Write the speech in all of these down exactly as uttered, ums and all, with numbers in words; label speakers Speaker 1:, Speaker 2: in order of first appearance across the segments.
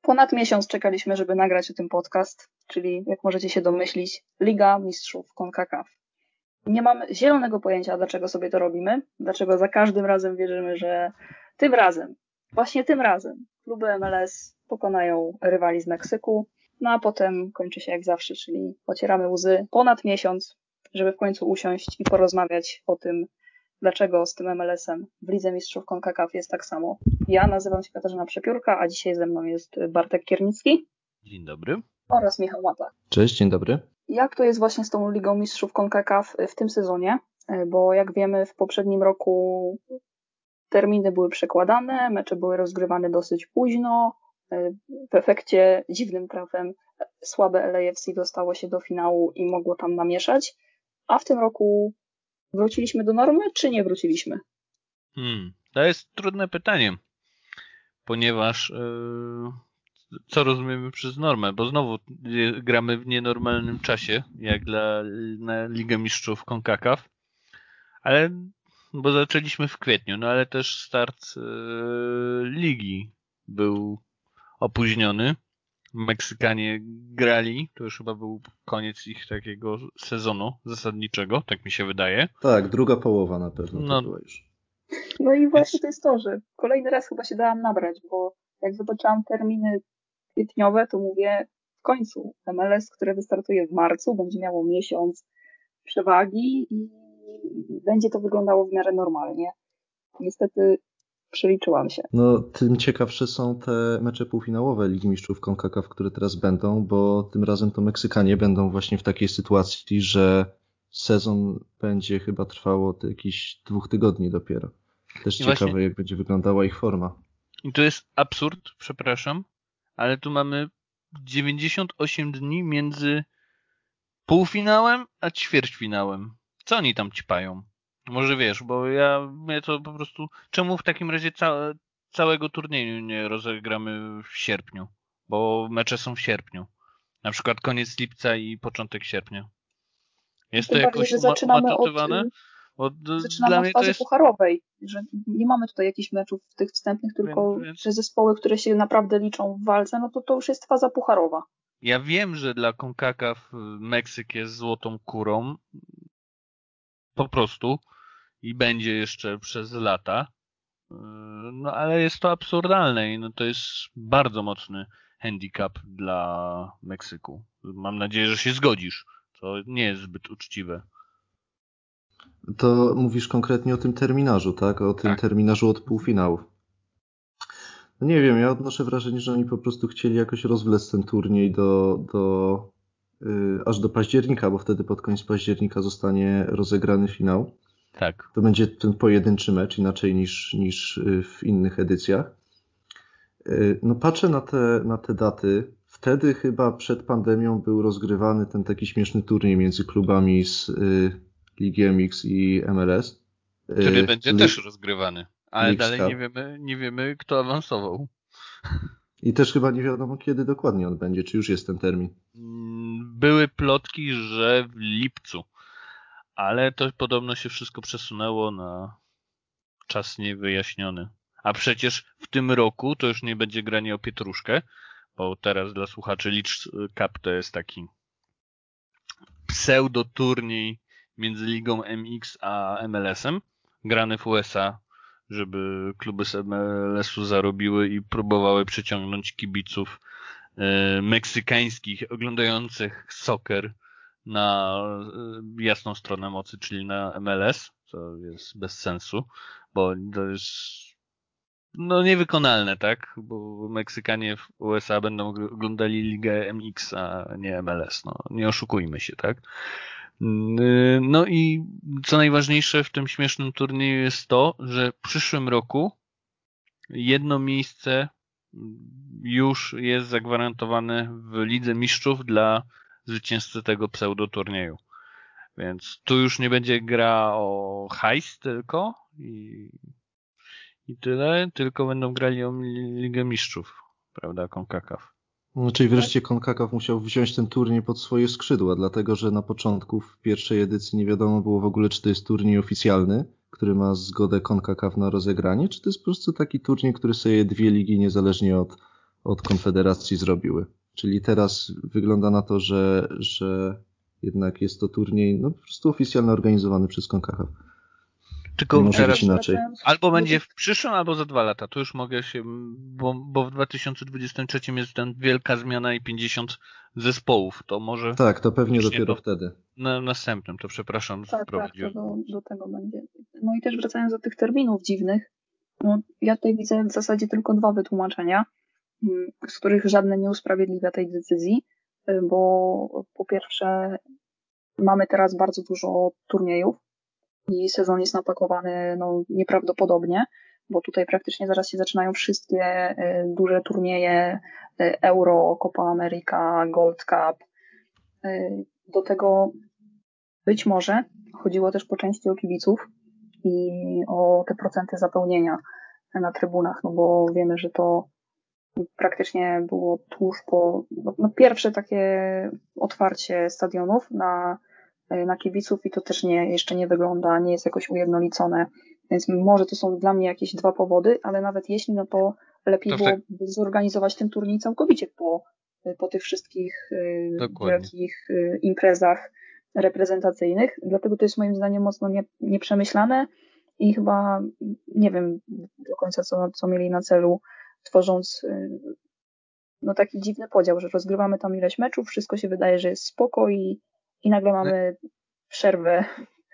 Speaker 1: Ponad miesiąc czekaliśmy, żeby nagrać o tym podcast, czyli jak możecie się domyślić, Liga Mistrzów CONCACAF. Nie mamy zielonego pojęcia, dlaczego sobie to robimy, dlaczego za każdym razem wierzymy, że tym razem, właśnie tym razem kluby M L S pokonają rywali z Meksyku, no a potem kończy się jak zawsze, czyli ocieramy łzy ponad miesiąc, żeby w końcu usiąść i porozmawiać o tym, dlaczego z tym M L S-em w Lidze Mistrzów CONCACAF jest tak samo. Ja nazywam się Katarzyna Przepiórka, a dzisiaj ze mną jest Bartek Kiernicki.
Speaker 2: Dzień dobry.
Speaker 1: Oraz Michał Łata.
Speaker 3: Cześć, dzień dobry.
Speaker 1: Jak to jest właśnie z tą Ligą Mistrzów CONCACAF w tym sezonie? Bo jak wiemy, w poprzednim roku terminy były przekładane, mecze były rozgrywane dosyć późno. W efekcie dziwnym trafem słabe L A F C dostało się do finału i mogło tam namieszać. A w tym roku wróciliśmy do normy, czy nie wróciliśmy?
Speaker 2: Hmm, to jest trudne pytanie, ponieważ yy, co rozumiemy przez normę, bo znowu yy, gramy w nienormalnym czasie, jak dla na Ligę Mistrzów CONCACAF, ale bo zaczęliśmy w kwietniu, no ale też start yy, ligi był opóźniony. Meksykanie grali, to już chyba był koniec ich takiego sezonu zasadniczego, tak mi się wydaje.
Speaker 3: Tak, druga połowa na pewno
Speaker 2: no,
Speaker 3: to była już.
Speaker 1: No i właśnie to jest to, że kolejny raz chyba się dałam nabrać, bo jak zobaczyłam terminy kwietniowe, to mówię w końcu M L S, które wystartuje w marcu, będzie miało miesiąc przewagi i będzie to wyglądało w miarę normalnie. Niestety przeliczyłam się.
Speaker 3: No, tym ciekawsze są te mecze półfinałowe Ligi Mistrzów CONCACAF, które teraz będą, bo tym razem to Meksykanie będą właśnie w takiej sytuacji, że sezon będzie chyba trwało jakieś dwóch tygodni dopiero. Też
Speaker 2: I
Speaker 3: ciekawe,
Speaker 2: właśnie,
Speaker 3: jak będzie wyglądała ich forma.
Speaker 2: I to jest absurd, przepraszam, ale tu mamy dziewięćdziesiąt osiem dni między półfinałem a ćwierćfinałem. Co oni tam ćpają? Może wiesz, bo ja mnie to po prostu... Czemu w takim razie ca całego turnieju nie rozegramy w sierpniu? Bo mecze są w sierpniu. Na przykład koniec lipca i początek sierpnia. Jest
Speaker 1: Tym
Speaker 2: to
Speaker 1: bardziej,
Speaker 2: jakoś
Speaker 1: że zaczynamy od,
Speaker 2: Bo d-
Speaker 1: zaczynamy
Speaker 2: dla
Speaker 1: od
Speaker 2: mnie
Speaker 1: fazy
Speaker 2: to jest...
Speaker 1: pucharowej, że nie mamy tutaj jakichś meczów tych wstępnych, tylko
Speaker 2: Więc...
Speaker 1: te zespoły, które się naprawdę liczą w walce, no to to już jest faza pucharowa.
Speaker 2: Ja wiem, że dla CONCACAF Meksyk jest złotą kurą. Po prostu. I będzie jeszcze przez lata. No ale jest to absurdalne i no to jest bardzo mocny handicap dla Meksyku. Mam nadzieję, że się zgodzisz. To nie jest zbyt uczciwe.
Speaker 3: To mówisz konkretnie o tym terminarzu, tak? O tym
Speaker 2: tak.
Speaker 3: terminarzu od półfinałów. No nie wiem, ja odnoszę wrażenie, że oni po prostu chcieli jakoś rozwlec ten turniej do, do, yy, aż do października, bo wtedy pod koniec października zostanie rozegrany finał.
Speaker 2: Tak.
Speaker 3: To będzie ten pojedynczy mecz, inaczej niż, niż w innych edycjach. No patrzę na te, na te daty. Wtedy chyba przed pandemią był rozgrywany ten taki śmieszny turniej między klubami z y, Ligi M X i M L S.
Speaker 2: Który
Speaker 3: y,
Speaker 2: będzie
Speaker 3: Li-
Speaker 2: też rozgrywany. Ale
Speaker 3: Leagues
Speaker 2: dalej nie
Speaker 3: Cup.
Speaker 2: wiemy, nie wiemy, kto awansował.
Speaker 3: I też chyba nie wiadomo, kiedy dokładnie on będzie, czy już jest ten termin.
Speaker 2: Były plotki, że w lipcu. Ale to podobno się wszystko przesunęło na czas niewyjaśniony. A przecież w tym roku to już nie będzie granie o pietruszkę, bo teraz dla słuchaczy Leagues Cup to jest taki pseudo-turniej między Ligą M X a M L S-em, grany w U S A, żeby kluby z M L S-u zarobiły i próbowały przyciągnąć kibiców e, meksykańskich oglądających soccer na e, jasną stronę mocy, czyli na M L S, co jest bez sensu, bo to jest no niewykonalne, tak? Bo Meksykanie w U S A będą oglądali Ligę M X, a nie M L S. No, nie oszukujmy się, tak? No i co najważniejsze w tym śmiesznym turnieju jest to, że w przyszłym roku jedno miejsce już jest zagwarantowane w Lidze Mistrzów dla zwycięzcy tego pseudoturnieju. Więc tu już nie będzie gra o hajs tylko i I tyle, tylko będą grali o Ligę Mistrzów, prawda, CONCACAF.
Speaker 3: No, czyli wreszcie CONCACAF musiał wziąć ten turniej pod swoje skrzydła, dlatego że na początku w pierwszej edycji nie wiadomo było w ogóle, czy to jest turniej oficjalny, który ma zgodę CONCACAF na rozegranie, czy to jest po prostu taki turniej, który sobie dwie ligi niezależnie od, od Konfederacji zrobiły. Czyli teraz wygląda na to, że, że jednak jest to turniej no, po prostu oficjalnie organizowany przez CONCACAF.
Speaker 2: Tylko
Speaker 3: nie może
Speaker 2: teraz
Speaker 3: być inaczej.
Speaker 2: Albo będzie w przyszłym, albo za dwa lata. To już mogę się, bo, bo w dwa tysiące dwudziestym trzecim jest tam wielka zmiana i pięćdziesiąt zespołów. To może...
Speaker 3: Tak, to pewnie dopiero
Speaker 2: to
Speaker 3: wtedy.
Speaker 2: Na następnym, to przepraszam,
Speaker 1: tak,
Speaker 2: wprowadziłem.
Speaker 1: Tak, to do, do tego będzie. No i też wracając do tych terminów dziwnych, no ja tutaj widzę w zasadzie tylko dwa wytłumaczenia, z których żadne nie usprawiedliwia tej decyzji, bo po pierwsze mamy teraz bardzo dużo turniejów i sezon jest napakowany no, nieprawdopodobnie, bo tutaj praktycznie zaraz się zaczynają wszystkie duże turnieje Euro, Copa America, Gold Cup. Do tego być może chodziło też po części o kibiców i o te procenty zapełnienia na trybunach, no bo wiemy, że to praktycznie było tuż po no, pierwsze takie otwarcie stadionów na, na kibiców i to też nie, jeszcze nie wygląda, nie jest jakoś ujednolicone, więc może to są dla mnie jakieś dwa powody, ale nawet jeśli, no to lepiej
Speaker 2: to
Speaker 1: było
Speaker 2: tak...
Speaker 1: zorganizować ten turniej całkowicie po, po tych wszystkich
Speaker 2: Dokładnie.
Speaker 1: wielkich imprezach reprezentacyjnych, dlatego to jest moim zdaniem mocno nie, nieprzemyślane i chyba nie wiem do końca co, co mieli na celu, tworząc no taki dziwny podział, że rozgrywamy tam ileś meczów, wszystko się wydaje, że jest spoko i, i nagle mamy przerwę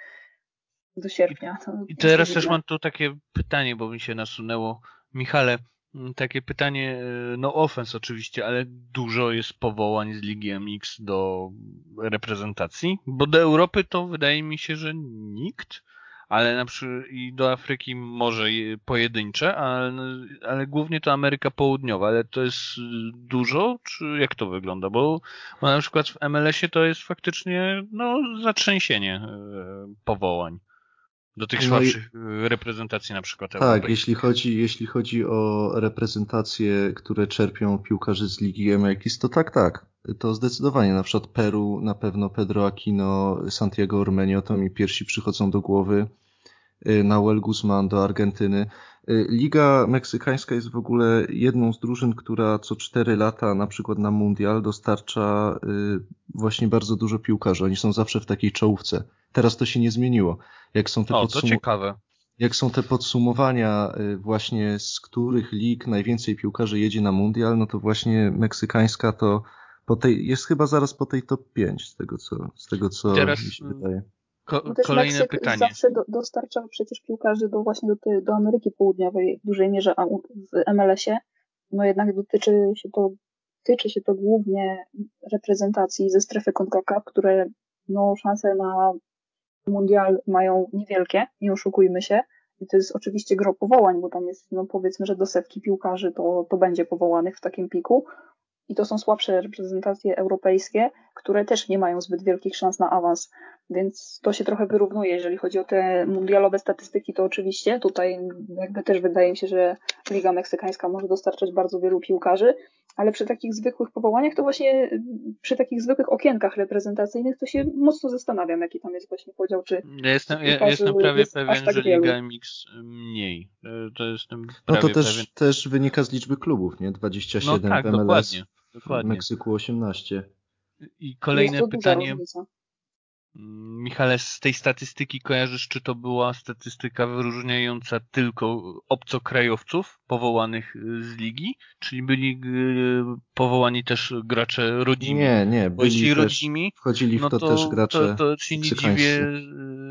Speaker 1: do sierpnia. To
Speaker 2: I teraz też mam tu takie pytanie, bo mi się nasunęło. Michale, takie pytanie, no offense oczywiście, ale dużo jest powołań z Ligi M X do reprezentacji, bo do Europy to wydaje mi się, że nikt, ale na przykład i do Afryki może pojedyncze, ale, ale głównie to Ameryka Południowa, ale to jest dużo, czy jak to wygląda? Bo, bo na przykład w M L S-ie to jest faktycznie no, zatrzęsienie powołań. Do tych słabszych no i, reprezentacji na przykład
Speaker 3: tak,
Speaker 2: europejskich.
Speaker 3: jeśli chodzi, jeśli chodzi o reprezentacje, które czerpią piłkarzy z Ligi M X, to tak, tak. To zdecydowanie. Na przykład Peru, na pewno Pedro Aquino, Santiago Ormeño, to mi pierwsi przychodzą do głowy. Nahuel Guzman do Argentyny. Liga meksykańska jest w ogóle jedną z drużyn, która co cztery lata na przykład na mundial dostarcza właśnie bardzo dużo piłkarzy. Oni są zawsze w takiej czołówce. Teraz to się nie zmieniło. Jak są te,
Speaker 2: o,
Speaker 3: podsum-
Speaker 2: to ciekawe.
Speaker 3: Jak są te podsumowania właśnie z których lig najwięcej piłkarzy jedzie na mundial, no to właśnie meksykańska to po tej, jest chyba zaraz po tej top pięć z tego co, z tego, co
Speaker 2: Teraz...
Speaker 3: mi się wydaje.
Speaker 2: Ko-
Speaker 1: no też
Speaker 2: kolejne
Speaker 1: Meksyk
Speaker 2: pytanie.
Speaker 1: zawsze do, dostarczał przecież piłkarzy do właśnie do, tej, do Ameryki Południowej w dużej mierze, a w M L S-ie no jednak dotyczy się to, tyczy się to głównie reprezentacji ze strefy CONCACAF, które no szanse na mundial mają niewielkie, nie oszukujmy się. I to jest oczywiście gro powołań, bo tam jest no powiedzmy, że do setki piłkarzy to, to będzie powołanych w takim piku. I to są słabsze reprezentacje europejskie, które też nie mają zbyt wielkich szans na awans, więc to się trochę wyrównuje. Jeżeli chodzi o te mundialowe statystyki, to oczywiście tutaj jakby też wydaje mi się, że Liga Meksykańska może dostarczać bardzo wielu piłkarzy, ale przy takich zwykłych powołaniach to właśnie przy takich zwykłych okienkach reprezentacyjnych to się mocno zastanawiam, jaki tam jest właśnie podział, czy
Speaker 2: ja jestem,
Speaker 1: czy
Speaker 2: ja jestem prawie
Speaker 1: jest
Speaker 2: pewien,
Speaker 1: tak
Speaker 2: że
Speaker 1: wielu.
Speaker 2: Liga M X mniej. To jestem prawie
Speaker 3: no to też,
Speaker 2: pewien.
Speaker 3: też wynika z liczby klubów, nie? dwadzieścia siedem
Speaker 2: no tak,
Speaker 3: w M L S,
Speaker 2: dokładnie, dokładnie.
Speaker 3: w Meksyku osiemnaście.
Speaker 2: I kolejne
Speaker 1: jest to duża
Speaker 2: pytanie.
Speaker 1: różnica.
Speaker 2: Michale, z tej statystyki kojarzysz, czy to była statystyka wyróżniająca tylko obcokrajowców powołanych z ligi, czyli byli powołani też gracze rodzimi?
Speaker 3: Nie, nie,
Speaker 2: Bo jeśli
Speaker 3: byli też,
Speaker 2: rodzimi,
Speaker 3: wchodzili w
Speaker 2: no
Speaker 3: to,
Speaker 2: to,
Speaker 3: też
Speaker 2: to,
Speaker 3: gracze
Speaker 2: to się nie dziwię
Speaker 3: meksykańscy.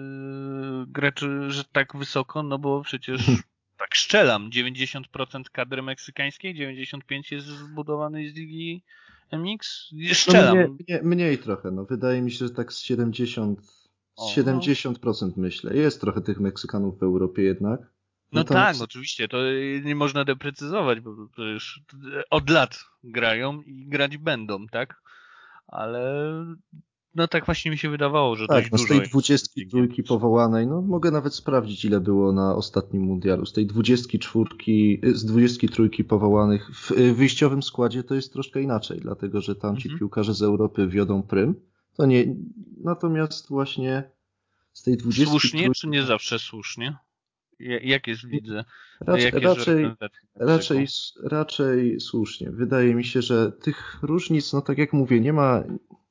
Speaker 2: yy, graczy, że tak wysoko, no bo przecież tak strzelam, dziewięćdziesiąt procent kadry meksykańskiej, dziewięćdziesiąt pięć procent jest zbudowanej z ligi M X? Strzelam.
Speaker 3: No mniej, mniej, mniej trochę, no wydaje mi się, że tak z siedemdziesiąt, z
Speaker 2: O,
Speaker 3: siedemdziesiąt procent myślę. Jest trochę tych Meksykanów w Europie jednak.
Speaker 2: No
Speaker 3: Natomiast...
Speaker 2: tak, oczywiście, to nie można deprecyzować, bo to już od lat grają i grać będą, tak? Ale no tak właśnie mi się wydawało, że
Speaker 3: Tak,
Speaker 2: dość
Speaker 3: no z
Speaker 2: dużo
Speaker 3: tej
Speaker 2: jest
Speaker 3: dwudziestki
Speaker 2: Ligi
Speaker 3: trójki
Speaker 2: M X.
Speaker 3: powołanej, no mogę nawet sprawdzić, ile było na ostatnim mundialu. Z tej dwudziestki czwórki, z dwudziestki trójki powołanych w wyjściowym składzie to jest troszkę inaczej, dlatego że tam ci
Speaker 2: Mhm.
Speaker 3: piłkarze z Europy wiodą prym. To nie, natomiast właśnie z tej dwudziestki
Speaker 2: Słusznie,
Speaker 3: trójki...
Speaker 2: czy nie zawsze słusznie? Jak jest w lidze?
Speaker 3: Raczej, raczej, raczej, raczej słusznie. Wydaje mi się, że tych różnic, no tak jak mówię, nie ma.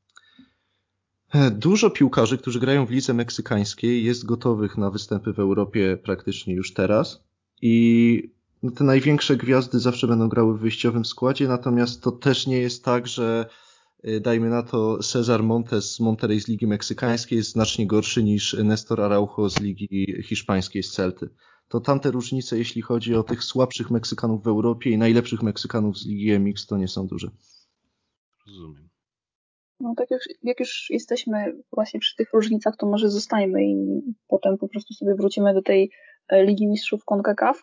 Speaker 3: Dużo piłkarzy, którzy grają w lidze meksykańskiej, jest gotowych na występy w Europie praktycznie już teraz i no te największe gwiazdy zawsze będą grały w wyjściowym składzie, natomiast to też nie jest tak, że dajmy na to Cesar Montes z Monterrey z Ligi Meksykańskiej jest znacznie gorszy niż Nestor Araujo z Ligi Hiszpańskiej z Celty. To tamte różnice, jeśli chodzi o tych słabszych Meksykanów w Europie i najlepszych Meksykanów z Ligi M X, to nie są duże.
Speaker 2: Rozumiem.
Speaker 1: No tak jak, jak już jesteśmy właśnie przy tych różnicach, to może zostajmy i potem po prostu sobie wrócimy do tej Ligi Mistrzów CONCACAF.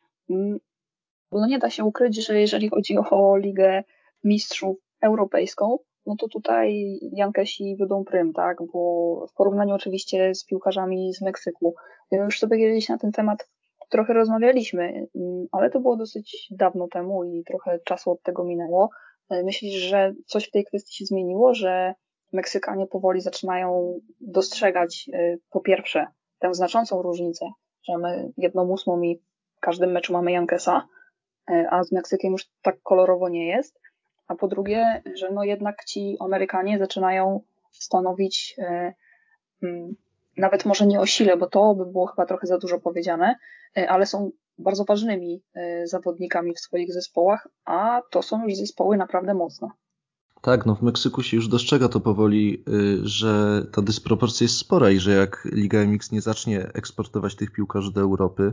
Speaker 1: No nie da się ukryć, że jeżeli chodzi o Ligę Mistrzów Europejską, no to tutaj Jankesi wydą prym, tak? Bo w porównaniu oczywiście z piłkarzami z Meksyku. Już sobie kiedyś na ten temat trochę rozmawialiśmy, ale to było dosyć dawno temu i trochę czasu od tego minęło. Myślisz, że coś w tej kwestii się zmieniło, że Meksykanie powoli zaczynają dostrzegać po pierwsze tę znaczącą różnicę, że my jedną ósmą i w każdym meczu mamy Jankesa, a z Meksykiem już tak kolorowo nie jest, a po drugie, że no jednak ci Amerykanie zaczynają stanowić e, m, nawet może nie o sile, bo to by było chyba trochę za dużo powiedziane, e, ale są bardzo ważnymi e, zawodnikami w swoich zespołach, a to są już zespoły naprawdę mocne.
Speaker 3: Tak, no w Meksyku się już dostrzega to powoli, że ta dysproporcja jest spora i że jak Liga M X nie zacznie eksportować tych piłkarzy do Europy,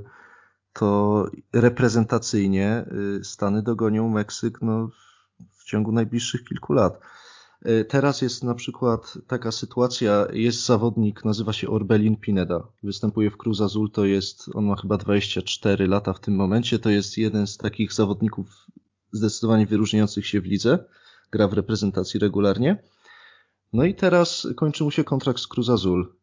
Speaker 3: to reprezentacyjnie Stany dogonią Meksyk no, w ciągu najbliższych kilku lat. Teraz jest na przykład taka sytuacja, jest zawodnik, nazywa się Orbelin Pineda, występuje w Cruz Azul, to jest, on ma chyba dwadzieścia cztery lata w tym momencie, to jest jeden z takich zawodników zdecydowanie wyróżniających się w lidze, gra w reprezentacji regularnie. No i teraz kończy mu się kontrakt z Cruz Azul.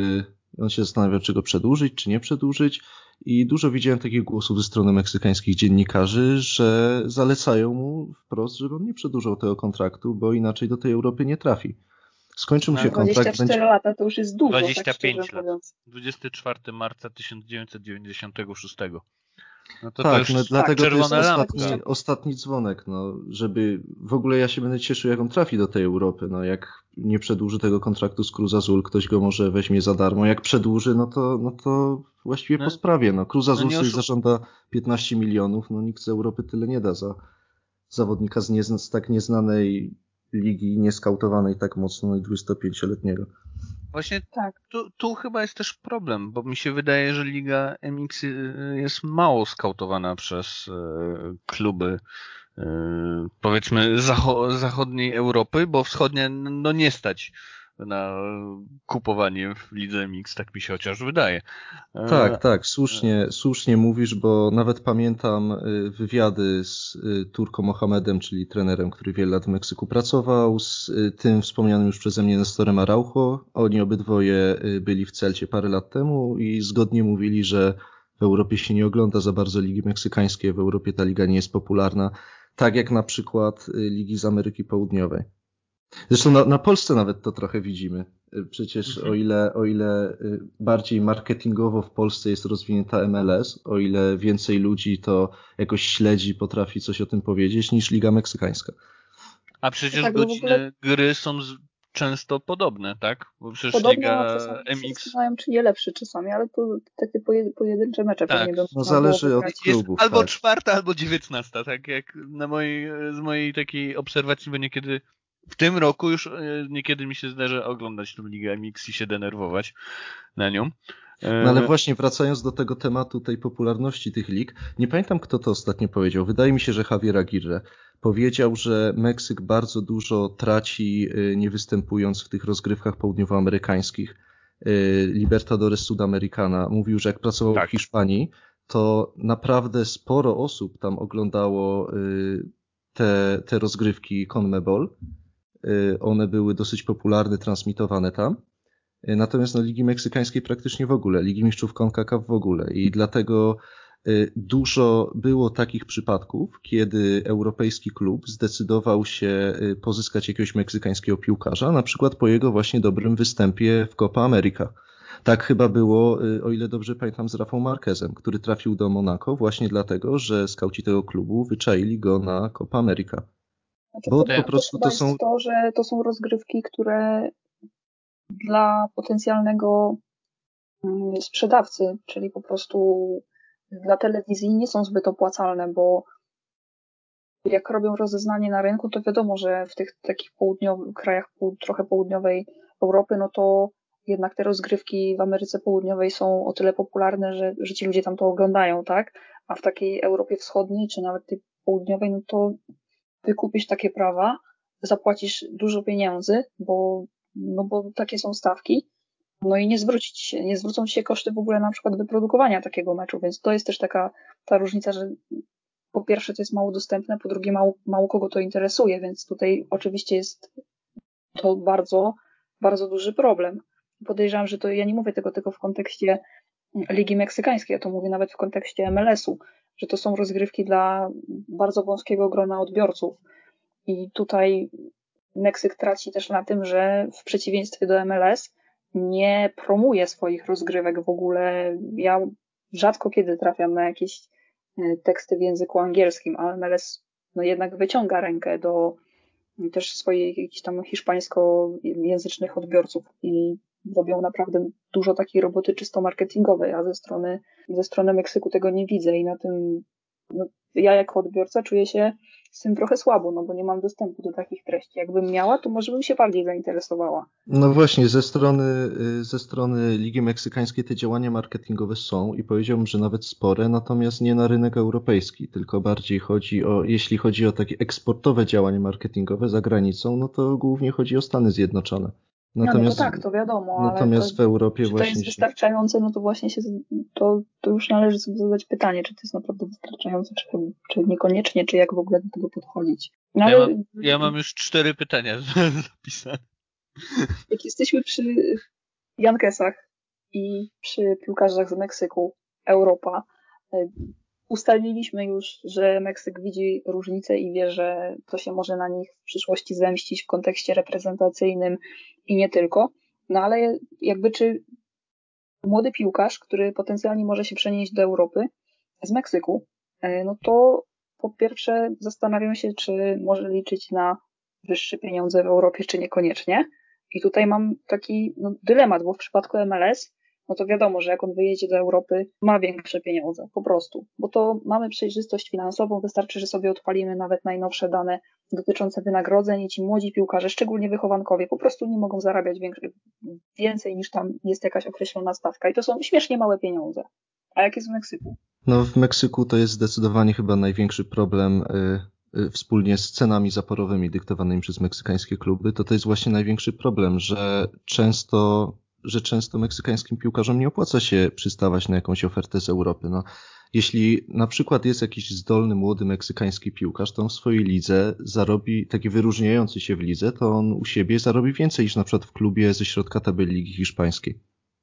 Speaker 3: On się zastanawia, czy go przedłużyć, czy nie przedłużyć. I dużo widziałem takich głosów ze strony meksykańskich dziennikarzy, że zalecają mu wprost, żeby on nie przedłużał tego kontraktu, bo inaczej do tej Europy nie trafi. Skończy mu się kontrakt.
Speaker 1: dwadzieścia cztery
Speaker 3: będzie...
Speaker 1: lata to już jest dużo,
Speaker 2: dwadzieścia pięć
Speaker 1: tak
Speaker 2: lat.
Speaker 1: mówiąc.
Speaker 2: dwudziestego czwartego marca tysiąc dziewięćset dziewięćdziesiątego szóstego. No to
Speaker 3: tak,
Speaker 2: to już
Speaker 3: no dlatego
Speaker 2: tak,
Speaker 3: to jest ostatni,
Speaker 2: lampka.
Speaker 3: ostatni dzwonek, no, żeby w ogóle ja się będę cieszył, jak on trafi do tej Europy, no jak nie przedłuży tego kontraktu z Cruz Azul, ktoś go może weźmie za darmo, jak przedłuży, no to, no to właściwie
Speaker 2: no,
Speaker 3: po sprawie, no Cruz Azul
Speaker 2: no
Speaker 3: sobie zażąda piętnaście milionów, no nikt z Europy tyle nie da za zawodnika z, niezna, z tak nieznanej ligi, nieskautowanej tak mocno, no i dwudziestopięcioletniego.
Speaker 2: Właśnie
Speaker 1: tak.
Speaker 2: tu, tu chyba jest też problem, bo mi się wydaje, że Liga M X jest mało skautowana przez e, kluby e, powiedzmy zacho- zachodniej Europy, bo wschodnia no nie stać na kupowanie w Lidze M X, tak mi się chociaż wydaje. E,
Speaker 3: Tak, tak, słusznie, słusznie mówisz, bo nawet pamiętam wywiady z Turko Mohamedem, czyli trenerem, który wiele lat w Meksyku pracował, z tym wspomnianym już przeze mnie Nestorem Araujo. Oni obydwoje byli w Celcie parę lat temu i zgodnie mówili, że w Europie się nie ogląda za bardzo Ligi Meksykańskiej, w Europie ta liga nie jest popularna, tak jak na przykład Ligi z Ameryki Południowej. Zresztą na, na Polsce nawet to trochę widzimy. Przecież mhm. o ile, o ile bardziej marketingowo w Polsce jest rozwinięta M L S, o ile więcej ludzi to jakoś śledzi, potrafi coś o tym powiedzieć, niż Liga Meksykańska.
Speaker 2: A przecież
Speaker 1: tak,
Speaker 2: godziny
Speaker 1: ogóle...
Speaker 2: gry są z, często podobne, tak? Bo przecież
Speaker 1: Podobne,
Speaker 2: Liga
Speaker 1: a czasami
Speaker 2: M X...
Speaker 1: się zastanawiam, czy nie lepszy czasami, ale to takie pojedyncze mecze
Speaker 2: tak.
Speaker 1: pewnie by
Speaker 3: no zależy od klubów.
Speaker 2: Albo
Speaker 3: tak.
Speaker 2: czwarta, albo dziewiętnasta, tak jak na mojej, z mojej takiej obserwacji, bo niekiedy w tym roku już niekiedy mi się zdarza oglądać tę Ligę M X i się denerwować na nią.
Speaker 3: No ale właśnie wracając do tego tematu, tej popularności tych lig, nie pamiętam kto to ostatnio powiedział, wydaje mi się, że Javier Aguirre powiedział, że Meksyk bardzo dużo traci nie występując w tych rozgrywkach południowoamerykańskich. Libertadores Sudamericana mówił, że jak pracował tak. w Hiszpanii, to naprawdę sporo osób tam oglądało te, te rozgrywki CONMEBOL. One były dosyć popularne, transmitowane tam. Natomiast no, Ligi Meksykańskiej praktycznie w ogóle, Ligi Mistrzów CONCACAF w ogóle i dlatego dużo było takich przypadków, kiedy europejski klub zdecydował się pozyskać jakiegoś meksykańskiego piłkarza, na przykład po jego właśnie dobrym występie w Copa America. Tak chyba było, o ile dobrze pamiętam, z Rafą Marquezem, który trafił do Monaco właśnie dlatego, że skauci tego klubu wyczaili go na Copa America.
Speaker 1: Znaczy,
Speaker 3: Bo
Speaker 1: to,
Speaker 3: po prostu to są...
Speaker 1: jest to, że to są rozgrywki, które dla potencjalnego sprzedawcy, czyli po prostu dla telewizji nie są zbyt opłacalne, bo jak robią rozeznanie na rynku, to wiadomo, że w tych takich południowych krajach trochę południowej Europy, no to jednak te rozgrywki w Ameryce Południowej są o tyle popularne, że, że ci ludzie tam to oglądają, tak? A w takiej Europie Wschodniej, czy nawet tej południowej, no to wykupisz takie prawa, zapłacisz dużo pieniędzy, bo, no bo takie są stawki, no i nie zwrócić się, nie zwrócą ci się koszty w ogóle na przykład wyprodukowania takiego meczu, więc to jest też taka ta różnica, że po pierwsze to jest mało dostępne, po drugie mało, mało kogo to interesuje, więc tutaj oczywiście jest to bardzo, bardzo duży problem. Podejrzewam, że to ja nie mówię tego tylko w kontekście Ligi Meksykańskiej, ja to mówię nawet w kontekście M L S-u, że to są rozgrywki dla bardzo wąskiego grona odbiorców i tutaj Meksyk traci też na tym, że w przeciwieństwie do M L S nie promuje swoich rozgrywek w ogóle. Ja rzadko kiedy trafiam na jakieś teksty w języku angielskim, a M L S no jednak wyciąga rękę do też swoich jakichś tam hiszpańskojęzycznych odbiorców i robią naprawdę dużo takiej roboty czysto marketingowej, a ze strony, ze strony Meksyku tego nie widzę i na tym no, ja jako odbiorca czuję się z tym trochę słabo, no bo nie mam dostępu do takich treści. Jakbym miała, to może bym się bardziej zainteresowała.
Speaker 3: No właśnie, ze strony, ze strony Ligi Meksykańskiej te działania marketingowe są i powiedziałbym, że nawet spore, natomiast nie na rynek europejski, tylko bardziej chodzi o, jeśli chodzi o takie eksportowe działania marketingowe za granicą, no to głównie chodzi o Stany Zjednoczone.
Speaker 1: Natomiast, no to tak, to wiadomo,
Speaker 3: natomiast
Speaker 1: ale to,
Speaker 3: w Europie
Speaker 1: czy to
Speaker 3: właśnie
Speaker 1: jest wystarczające, no to właśnie się, to, to już należy sobie zadać pytanie, czy to jest naprawdę wystarczające, czy, czy niekoniecznie, czy jak w ogóle do tego podchodzić.
Speaker 2: No ale... ja, mam, ja mam już cztery pytania zapisane.
Speaker 1: Jak jesteśmy przy Jankesach i przy piłkarzach z Meksyku, Europa, ustaliliśmy już, że Meksyk widzi różnicę i wie, że to się może na nich w przyszłości zemścić w kontekście reprezentacyjnym i nie tylko. No ale jakby czy młody piłkarz, który potencjalnie może się przenieść do Europy z Meksyku, no to po pierwsze zastanawiam się, czy może liczyć na wyższe pieniądze w Europie, czy niekoniecznie. I tutaj mam taki no, dylemat, bo w przypadku M L S no to wiadomo, że jak on wyjedzie do Europy, ma większe pieniądze, po prostu. Bo to mamy przejrzystość finansową, wystarczy, że sobie odpalimy nawet najnowsze dane dotyczące wynagrodzeń i ci młodzi piłkarze, szczególnie wychowankowie, po prostu nie mogą zarabiać więcej niż tam jest jakaś określona stawka. I to są śmiesznie małe pieniądze. A jak jest w Meksyku?
Speaker 3: No w Meksyku to jest zdecydowanie chyba największy problem y, y, wspólnie z cenami zaporowymi dyktowanymi przez meksykańskie kluby. To to jest właśnie największy problem, że często że często meksykańskim piłkarzom nie opłaca się przystawać na jakąś ofertę z Europy. No, jeśli na przykład jest jakiś zdolny, młody meksykański piłkarz, to on w swojej lidze zarobi, taki wyróżniający się w lidze, to on u siebie zarobi więcej niż na przykład w klubie ze środka tabeli Ligi Hiszpańskiej.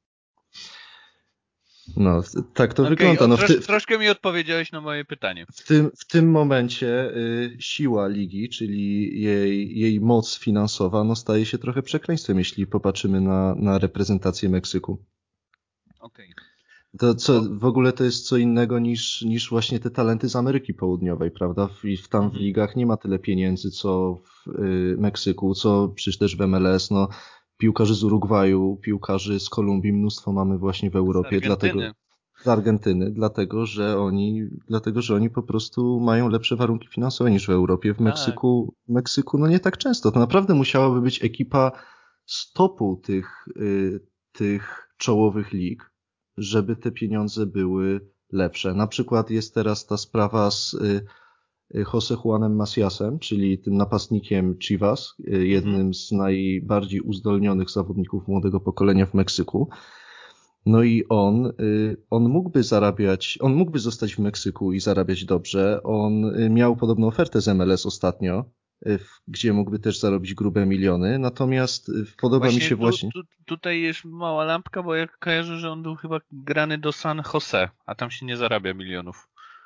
Speaker 3: No, tak to
Speaker 2: okay,
Speaker 3: wygląda. No,
Speaker 2: trosz,
Speaker 3: w ty,
Speaker 2: troszkę mi odpowiedziałeś na moje pytanie.
Speaker 3: W tym, w tym momencie y, siła ligi, czyli jej, jej moc finansowa, no staje się trochę przekleństwem, jeśli popatrzymy na, na reprezentację Meksyku.
Speaker 2: Okej. Okay.
Speaker 3: To co, w ogóle to jest co innego niż, niż właśnie te talenty z Ameryki Południowej, prawda? W, w tam w ligach nie ma tyle pieniędzy, co w y, Meksyku, co przecież też w M L S. No, piłkarzy z Urugwaju, piłkarzy z Kolumbii, mnóstwo mamy właśnie w Europie, dlatego z Argentyny, dlatego że oni, dlatego że oni po prostu mają lepsze warunki finansowe niż w Europie. W Meksyku, w Meksyku no nie tak często. To naprawdę musiałaby być ekipa z topu tych, y, tych czołowych lig, żeby te pieniądze były lepsze. Na przykład jest teraz ta sprawa z y, Jose Juanem Maciasem, czyli tym napastnikiem Chivas, y, jednym mhm. z najbardziej uzdolnionych zawodników młodego pokolenia w Meksyku. No i on, on mógłby zarabiać, on mógłby zostać w Meksyku i zarabiać dobrze. On miał podobną ofertę z M L S ostatnio, gdzie mógłby też zarobić grube miliony, natomiast podoba
Speaker 2: właśnie
Speaker 3: mi się
Speaker 2: tu,
Speaker 3: właśnie...
Speaker 2: Tu, tutaj jest mała lampka, bo ja kojarzę, że on był chyba grany do San Jose, a tam się nie zarabia milionów.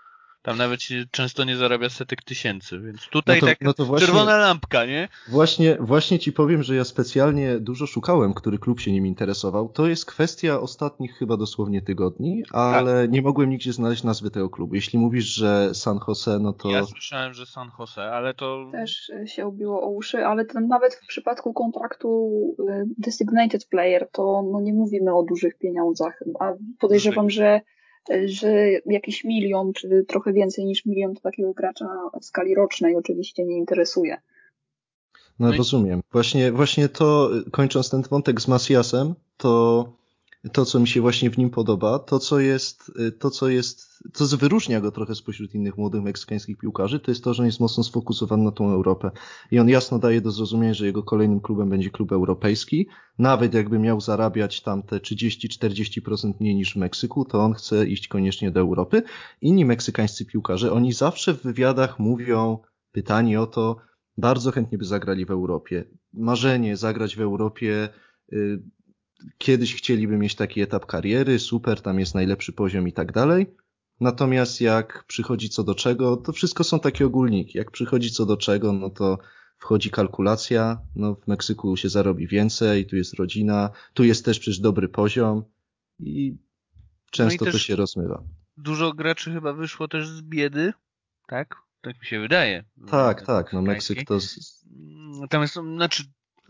Speaker 2: Tam nawet się często nie zarabia setek tysięcy, więc tutaj
Speaker 3: no to,
Speaker 2: taka
Speaker 3: no to właśnie,
Speaker 2: czerwona lampka, nie?
Speaker 3: Właśnie, właśnie ci powiem, że ja specjalnie dużo szukałem, który klub się nim interesował. To jest kwestia ostatnich chyba dosłownie tygodni, ale tak. Nie mogłem nigdzie znaleźć nazwy tego klubu. Jeśli mówisz, że San Jose, no to...
Speaker 2: Ja słyszałem, że San Jose, ale to...
Speaker 1: Też się obiło o uszy, ale to nawet w przypadku kontraktu designated player, to no nie mówimy o dużych pieniądzach, a podejrzewam, że że jakiś milion, czy trochę więcej niż milion to takiego gracza w skali rocznej oczywiście nie interesuje.
Speaker 3: No, no rozumiem. Właśnie, właśnie to, kończąc ten wątek z Masiasem, to to, co mi się właśnie w nim podoba, to, co jest, to, co jest, to, co wyróżnia go trochę spośród innych młodych meksykańskich piłkarzy, to jest to, że on jest mocno sfokusowany na tą Europę. I on jasno daje do zrozumienia, że jego kolejnym klubem będzie klub europejski. Nawet jakby miał zarabiać tam te trzydzieści do czterdziestu procent mniej niż w Meksyku, to on chce iść koniecznie do Europy. Inni meksykańscy piłkarze, oni zawsze w wywiadach mówią, pytani o to, bardzo chętnie by zagrali w Europie. Marzenie zagrać w Europie, yy, kiedyś chcieliby mieć taki etap kariery, super, tam jest najlepszy poziom i tak dalej. Natomiast jak przychodzi co do czego, to wszystko są takie ogólniki. Jak przychodzi co do czego, no to wchodzi kalkulacja, no w Meksyku się zarobi więcej, tu jest rodzina, tu jest też przecież dobry poziom i często no i to się rozmywa.
Speaker 2: Dużo graczy chyba wyszło też z biedy, tak? Tak mi się wydaje.
Speaker 3: Tak, tak, no Meksyk to... Z...
Speaker 2: Natomiast, znaczy,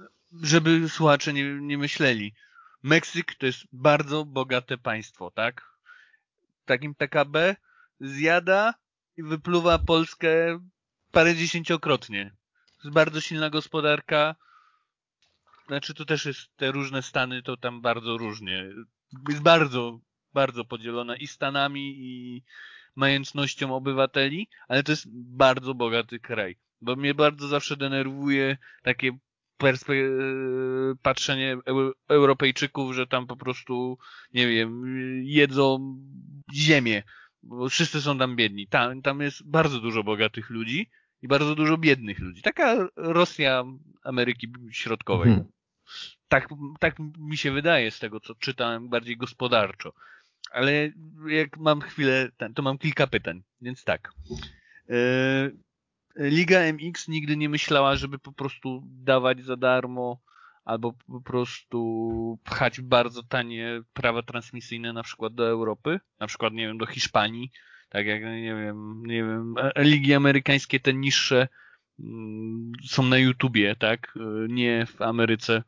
Speaker 2: żeby słuchacze nie, nie myśleli, Meksyk to jest bardzo bogate państwo, tak? Takim P K B zjada i wypluwa Polskę parędziesięciokrotnie. To jest bardzo silna gospodarka. Znaczy, to też jest, te różne stany to tam bardzo różnie. Jest bardzo, bardzo podzielona i stanami, i majątnością obywateli, ale to jest bardzo bogaty kraj. Bo mnie bardzo zawsze denerwuje takie perspe- patrzenie Europejczyków, że tam po prostu, nie wiem, jedzą ziemię, bo wszyscy są tam biedni. Tam, tam jest bardzo dużo bogatych ludzi i bardzo dużo biednych ludzi. Taka Rosja Ameryki Środkowej. Hmm. Tak, tak mi się wydaje z tego, co czytałem bardziej gospodarczo. Ale jak mam chwilę, to mam kilka pytań, więc tak. Liga M X nigdy nie myślała, żeby po prostu dawać za darmo albo po prostu pchać bardzo tanie prawa transmisyjne na przykład do Europy, na przykład, nie wiem, do Hiszpanii, tak jak, nie wiem, nie wiem, ligi amerykańskie te niższe są na YouTubie, tak, nie w Ameryce.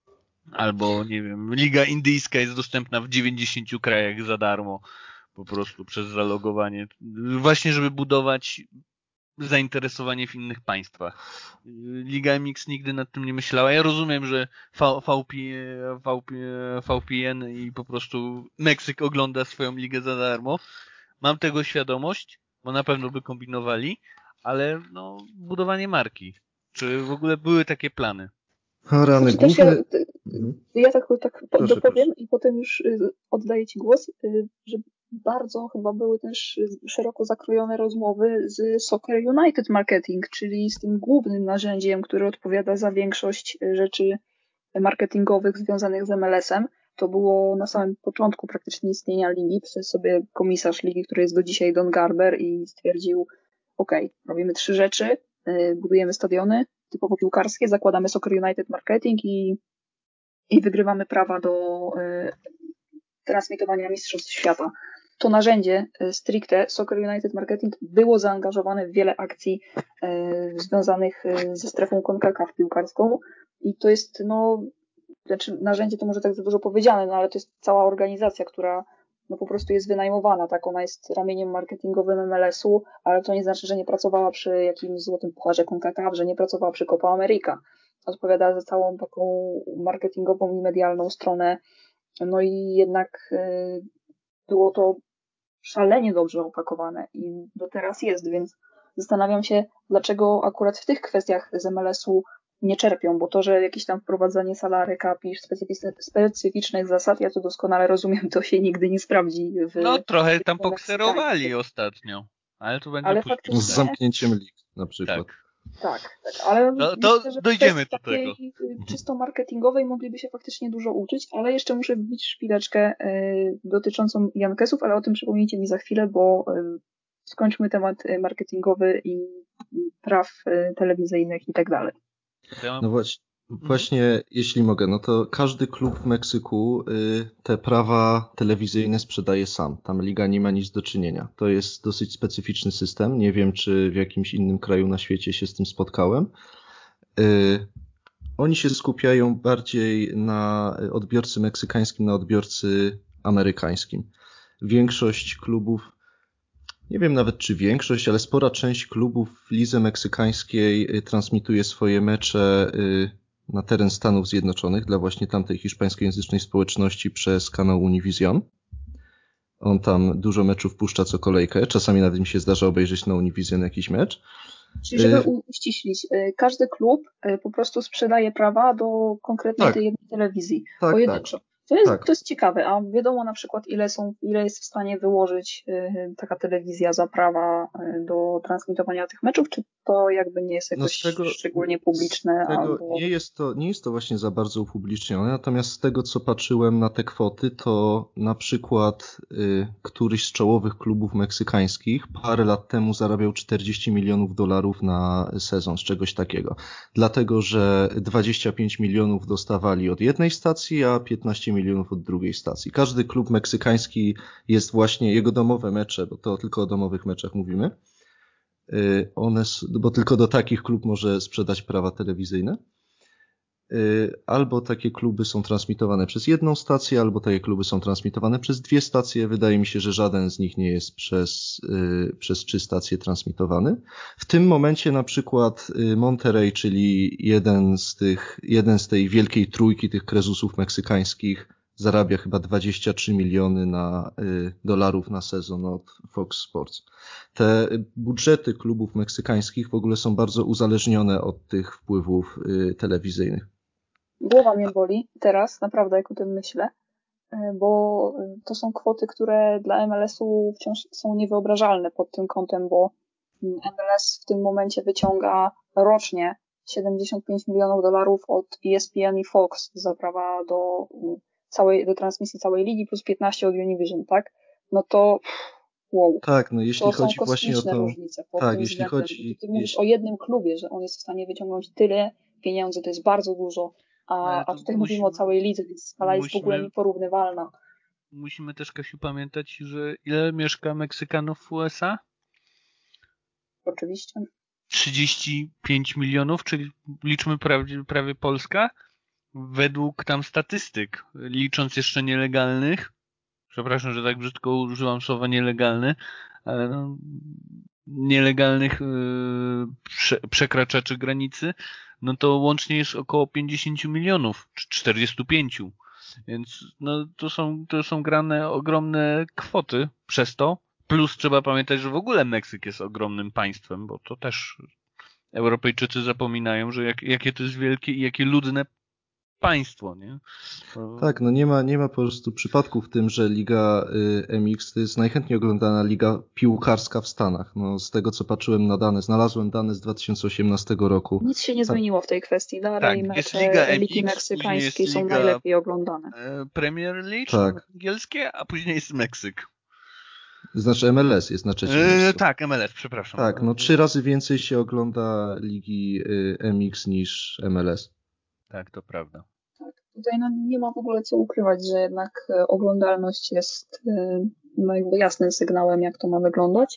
Speaker 2: Albo, nie wiem, Liga Indyjska jest dostępna w dziewięćdziesięciu krajach za darmo, po prostu przez zalogowanie. Właśnie, żeby budować zainteresowanie w innych państwach. Liga M X nigdy nad tym nie myślała. Ja rozumiem, że V P, V P, V P N i po prostu Meksyk ogląda swoją ligę za darmo. Mam tego świadomość, bo na pewno by kombinowali, ale no, budowanie marki. Czy w ogóle były takie plany?
Speaker 3: O rany,
Speaker 1: znaczy, główny... ja,
Speaker 3: mhm.
Speaker 1: ja tak, tak
Speaker 3: proszę,
Speaker 1: dopowiem
Speaker 3: proszę.
Speaker 1: I potem już oddaję Ci głos, że bardzo chyba były też szeroko zakrojone rozmowy z Soccer United Marketing, czyli z tym głównym narzędziem, które odpowiada za większość rzeczy marketingowych związanych z M L S-em. To było na samym początku praktycznie istnienia ligi. Przez sobie komisarz ligi, który jest do dzisiaj Don Garber, i stwierdził, ok, robimy trzy rzeczy, budujemy stadiony typowo piłkarskie, zakładamy Soccer United Marketing i, i wygrywamy prawa do y, transmitowania Mistrzostw Świata. To narzędzie y, stricte Soccer United Marketing było zaangażowane w wiele akcji y, związanych y, ze strefą CONCACAF piłkarską i to jest, no, znaczy narzędzie to może tak za dużo powiedziane, no ale to jest cała organizacja, która no po prostu jest wynajmowana, tak, ona jest ramieniem marketingowym M L S-u, ale to nie znaczy, że nie pracowała przy jakimś złotym pucharze CONCACAF, że nie pracowała przy Copa America. Odpowiada za całą taką marketingową i medialną stronę, no i jednak y, było to szalenie dobrze opakowane i do teraz jest, więc zastanawiam się, dlaczego akurat w tych kwestiach z M L S-u nie czerpią, bo to, że jakieś tam wprowadzanie salary cap i specyficznych zasad, ja to doskonale rozumiem, to się nigdy nie sprawdzi. W,
Speaker 2: no trochę tam pokserowali ostatnio, ale to będzie
Speaker 1: ale
Speaker 2: później.
Speaker 1: faktycznie...
Speaker 3: Z zamknięciem lig na przykład.
Speaker 2: Tak.
Speaker 1: Tak, tak, ale
Speaker 2: no, to
Speaker 1: myślę, że
Speaker 2: dojdziemy do
Speaker 1: takiej
Speaker 2: tego.
Speaker 1: Czysto marketingowej mogliby się faktycznie dużo uczyć, ale jeszcze muszę wbić szpileczkę y, dotyczącą Jankesów, ale o tym przypomnijcie mi za chwilę, bo y, skończmy temat marketingowy i praw telewizyjnych i tak dalej.
Speaker 3: No właśnie, właśnie jeśli mogę, no to każdy klub w Meksyku te prawa telewizyjne sprzedaje sam. Tam liga nie ma nic do czynienia. To jest dosyć specyficzny system. Nie wiem, czy w jakimś innym kraju na świecie się z tym spotkałem. Oni się skupiają bardziej na odbiorcy meksykańskim, na odbiorcy amerykańskim. Większość klubów, nie wiem nawet czy większość, ale spora część klubów w lidze meksykańskiej transmituje swoje mecze na teren Stanów Zjednoczonych dla właśnie tamtej hiszpańskojęzycznej społeczności przez kanał Univision. On tam dużo meczów puszcza co kolejkę. Czasami nawet mi się zdarza obejrzeć na Univision jakiś mecz.
Speaker 1: Czyli żeby uściślić, każdy klub po prostu sprzedaje prawa do konkretnej tak. tej jednej telewizji.
Speaker 3: Tak,
Speaker 1: pojedynczo.
Speaker 3: tak.
Speaker 1: To jest,
Speaker 3: tak.
Speaker 1: to jest ciekawe, a wiadomo na przykład ile są, ile jest w stanie wyłożyć y, taka telewizja za prawa y, do transmitowania tych meczów, czy to jakby nie jest jakoś no tego, szczególnie publiczne?
Speaker 3: Tego
Speaker 1: albo...
Speaker 3: nie, jest to, nie jest to właśnie za bardzo upublicznione, natomiast z tego co patrzyłem na te kwoty, to na przykład y, któryś z czołowych klubów meksykańskich parę lat temu zarabiał czterdzieści milionów dolarów na sezon z czegoś takiego. Dlatego, że dwadzieścia pięć milionów dostawali od jednej stacji, a piętnaście milionów od drugiej stacji. Każdy klub meksykański jest właśnie, jego domowe mecze, bo to tylko o domowych meczach mówimy, one, bo tylko do takich klub może sprzedać prawa telewizyjne. Albo takie kluby są transmitowane przez jedną stację, albo takie kluby są transmitowane przez dwie stacje. Wydaje mi się, że żaden z nich nie jest przez, przez trzy stacje transmitowany. W tym momencie na przykład Monterrey, czyli jeden z tych, jeden z tej wielkiej trójki tych krezusów meksykańskich, zarabia chyba dwadzieścia trzy miliony na, y, dolarów na sezon od Fox Sports. Te budżety klubów meksykańskich w ogóle są bardzo uzależnione od tych wpływów y, telewizyjnych.
Speaker 1: Głowa mnie boli teraz, naprawdę, jak o tym myślę, bo to są kwoty, które dla M L S-u wciąż są niewyobrażalne pod tym kątem, bo M L S w tym momencie wyciąga rocznie siedemdziesiąt pięć milionów dolarów od E S P N i Fox za prawa do całej, do transmisji całej ligi, plus piętnaście od Univision, tak? No to wow.
Speaker 3: Tak, no jeśli
Speaker 1: to
Speaker 3: chodzi
Speaker 1: są
Speaker 3: właśnie o to...
Speaker 1: różnice pod
Speaker 3: tak,
Speaker 1: tym
Speaker 3: jeśli
Speaker 1: względem.
Speaker 3: chodzi...
Speaker 1: Ty mówisz
Speaker 3: jeśli...
Speaker 1: o jednym klubie, że on jest w stanie wyciągnąć tyle pieniędzy, to jest bardzo dużo, a, a tutaj musimy, mówimy o całej lidze, więc skala jest w ogóle nieporównywalna.
Speaker 2: Musimy też, Kasiu, pamiętać, że ile mieszka Meksykanów w U S A?
Speaker 1: Oczywiście.
Speaker 2: trzydzieści pięć milionów, czyli liczmy prawie, prawie Polska. Według tam statystyk, licząc jeszcze nielegalnych, przepraszam, że tak brzydko używam słowa nielegalny, ale no, nielegalnych yy, prze, przekraczaczy granicy, no to łącznie jest około pięćdziesiąt milionów, czy czterdzieści pięć. Więc no, to są, to są grane ogromne kwoty przez to. Plus trzeba pamiętać, że w ogóle Meksyk jest ogromnym państwem, bo to też Europejczycy zapominają, że jak, jakie to jest wielkie i jakie ludne państwo, nie? To...
Speaker 3: Tak, no nie ma, nie ma po prostu przypadku w tym, że Liga M X to jest najchętniej oglądana liga piłkarska w Stanach. No, z tego co patrzyłem na dane, znalazłem dane z dwa tysiące osiemnastego roku.
Speaker 1: Nic się nie zmieniło w tej kwestii. Dalej
Speaker 2: tak,
Speaker 1: mecze
Speaker 2: jest Liga
Speaker 1: Ligi
Speaker 2: M X,
Speaker 1: meksykańskiej
Speaker 2: jest
Speaker 1: są
Speaker 2: Liga
Speaker 1: najlepiej oglądane.
Speaker 2: Premier League,
Speaker 3: tak.
Speaker 2: angielskie, a później jest Meksyk.
Speaker 3: Znaczy M L S jest na trzecim
Speaker 2: Eee,
Speaker 3: miejscu.
Speaker 2: tak, M L S, przepraszam.
Speaker 3: Tak, no trzy razy więcej się ogląda Ligi M X niż M L S.
Speaker 2: Tak, to prawda.
Speaker 1: Tak, tutaj no, nie ma w ogóle co ukrywać, że jednak oglądalność jest no, jakby jasnym sygnałem, jak to ma wyglądać.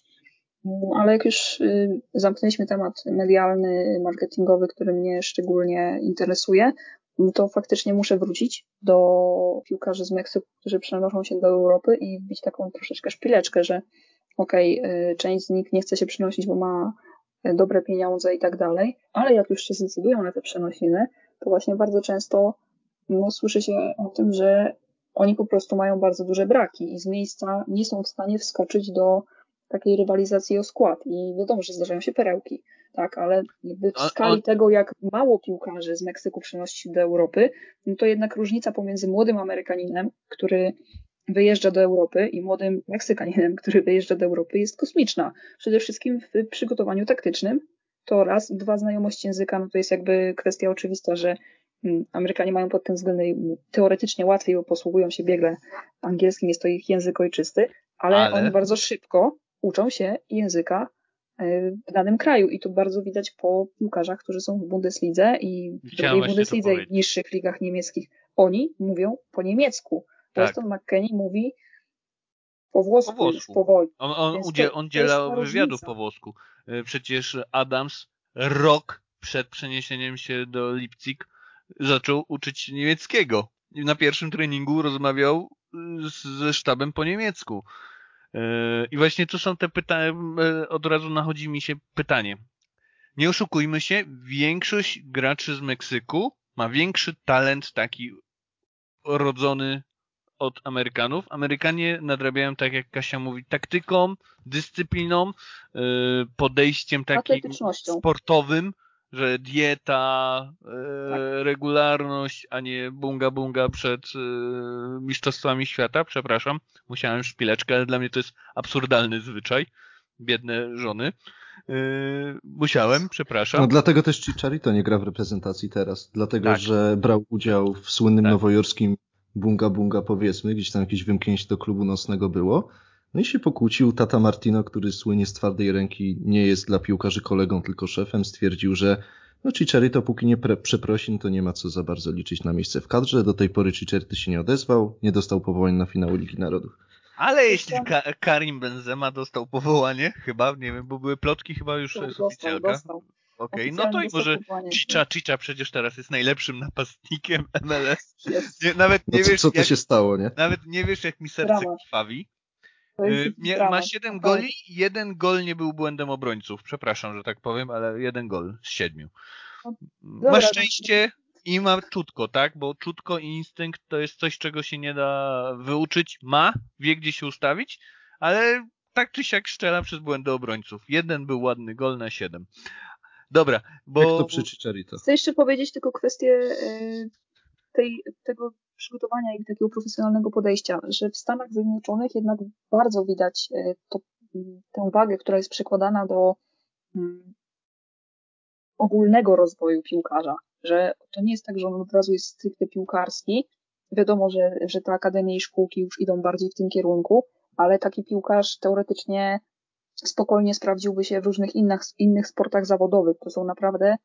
Speaker 1: Ale jak już zamknęliśmy temat medialny, marketingowy, który mnie szczególnie interesuje, to faktycznie muszę wrócić do piłkarzy z Meksyku, którzy przenoszą się do Europy i wbić taką troszeczkę szpileczkę, że okej, okay, część z nich nie chce się przenosić, bo ma dobre pieniądze i tak dalej, ale jak już się zdecydują na te przenosiny, to właśnie bardzo często no, słyszy się o tym, że oni po prostu mają bardzo duże braki i z miejsca nie są w stanie wskoczyć do takiej rywalizacji o skład. I wiadomo, że zdarzają się perełki, tak, ale jakby w skali tego, jak mało piłkarzy z Meksyku przenosi się do Europy, no to jednak różnica pomiędzy młodym Amerykaninem, który wyjeżdża do Europy i młodym Meksykaninem, który wyjeżdża do Europy, jest kosmiczna. Przede wszystkim w przygotowaniu taktycznym to raz, dwa, znajomość języka, no to jest jakby kwestia oczywista, że Amerykanie mają pod tym względem teoretycznie łatwiej, bo posługują się biegle angielskim, jest to ich język ojczysty, ale, ale... oni bardzo szybko uczą się języka w danym kraju i to bardzo widać po piłkarzach, którzy są w Bundeslidze i w drugiej Bundeslidze i w niższych ligach niemieckich. Oni mówią po niemiecku. Tak. Weston McKennie mówi po włosku, po włosku. powoli.
Speaker 2: On, on, udziel, on udziela wywiadów po włosku. Przecież Adams rok przed przeniesieniem się do Leipzig zaczął uczyć niemieckiego. Na pierwszym treningu rozmawiał ze sztabem po niemiecku. I właśnie tu są te pytania, od razu nachodzi mi się pytanie. Nie oszukujmy się, większość graczy z Meksyku ma większy talent taki rodzony od Amerykanów. Amerykanie nadrabiają, tak jak Kasia mówi, taktyką, dyscypliną, podejściem takim sportowym, że dieta, tak. regularność, a nie bunga bunga przed mistrzostwami świata. Przepraszam, musiałem szpileczkę, ale dla mnie to jest absurdalny zwyczaj. Biedne żony. Yy, musiałem, przepraszam.
Speaker 3: No dlatego też Chicharito nie gra w reprezentacji teraz. Dlatego, tak. że brał udział w słynnym tak. nowojorskim bunga bunga, powiedzmy, gdzieś tam jakieś wymknięcie do klubu nocnego było. No i się pokłócił. Tata Martino, który słynie z twardej ręki, nie jest dla piłkarzy kolegą, tylko szefem, stwierdził, że no Chicharito póki nie pre- przeprosi, no to nie ma co za bardzo liczyć na miejsce w kadrze. Do tej pory Chicharito się nie odezwał, nie dostał powołań na finał Ligi Narodów.
Speaker 2: Ale jeśli Ka- Karim Benzema dostał powołanie, chyba, nie wiem, bo były plotki, chyba już
Speaker 1: to
Speaker 2: jest
Speaker 1: dostał,
Speaker 2: oficjalka.
Speaker 1: Dostał.
Speaker 2: Okej, okay, no to i może Chicha, Chicha przecież teraz jest najlepszym napastnikiem M L S.
Speaker 1: Yes.
Speaker 2: Nie, nawet nie
Speaker 3: no co,
Speaker 2: wiesz,
Speaker 3: co to
Speaker 2: jak,
Speaker 3: się stało, nie?
Speaker 2: Nawet nie wiesz, jak mi serce
Speaker 1: Dramat.
Speaker 2: krwawi.
Speaker 1: Nie,
Speaker 2: ma siedem goli i jeden gol nie był błędem obrońców. Przepraszam, że tak powiem, ale jeden gol z siedmiu.
Speaker 1: Dobra,
Speaker 2: ma szczęście i ma czutko, tak? Bo czutko i instynkt to jest coś, czego się nie da wyuczyć. Ma, wie gdzie się ustawić, ale tak czy siak strzela przez błędy obrońców. Jeden był ładny gol na siedem. Dobra, bo...
Speaker 3: Jak to przy Chicharito?
Speaker 1: Chcę jeszcze powiedzieć tylko kwestię tej, tego przygotowania i takiego profesjonalnego podejścia, że w Stanach Zjednoczonych jednak bardzo widać to, tę wagę, która jest przykładana do um, ogólnego rozwoju piłkarza, że to nie jest tak, że on od razu jest stricte piłkarski. Wiadomo, że, że te akademie i szkółki już idą bardziej w tym kierunku, ale taki piłkarz teoretycznie spokojnie sprawdziłby się w różnych innych, innych sportach zawodowych. To są naprawdę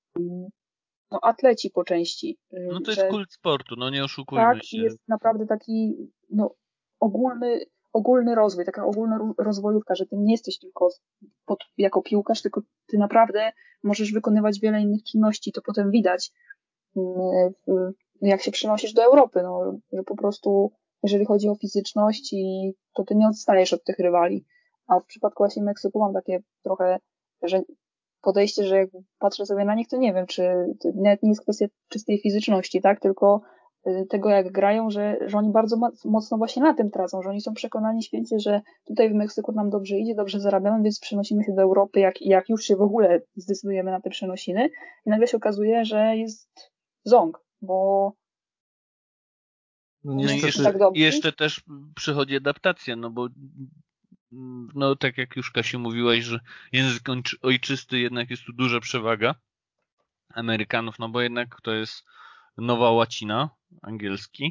Speaker 1: no, atleci po części.
Speaker 2: No to jest że, kult sportu, no nie oszukujmy
Speaker 1: tak,
Speaker 2: się.
Speaker 1: Tak, jest naprawdę taki no, ogólny, ogólny rozwój, taka ogólna rozwojówka, że ty nie jesteś tylko pod, jako piłkarz, tylko ty naprawdę możesz wykonywać wiele innych czynności. To potem widać, jak się przenosisz do Europy, no, że po prostu jeżeli chodzi o fizyczność, i to ty nie odstajesz od tych rywali. A w przypadku właśnie Meksyku mam takie trochę, że podejście, że jak patrzę sobie na nich, to nie wiem, czy to nawet nie jest kwestia czystej fizyczności, tak, tylko tego, jak grają, że, że oni bardzo mocno właśnie na tym tracą, że oni są przekonani święcie, że tutaj w Meksyku nam dobrze idzie, dobrze zarabiamy, więc przenosimy się do Europy, jak, jak już się w ogóle zdecydujemy na te przenosiny, i nagle się okazuje, że jest ząg, bo
Speaker 2: no, no i jeszcze, tak jeszcze też przychodzi adaptacja, no bo no tak jak już Kasiu mówiłaś, że język ojczysty jednak jest tu duża przewaga Amerykanów, no bo jednak to jest nowa łacina, angielski.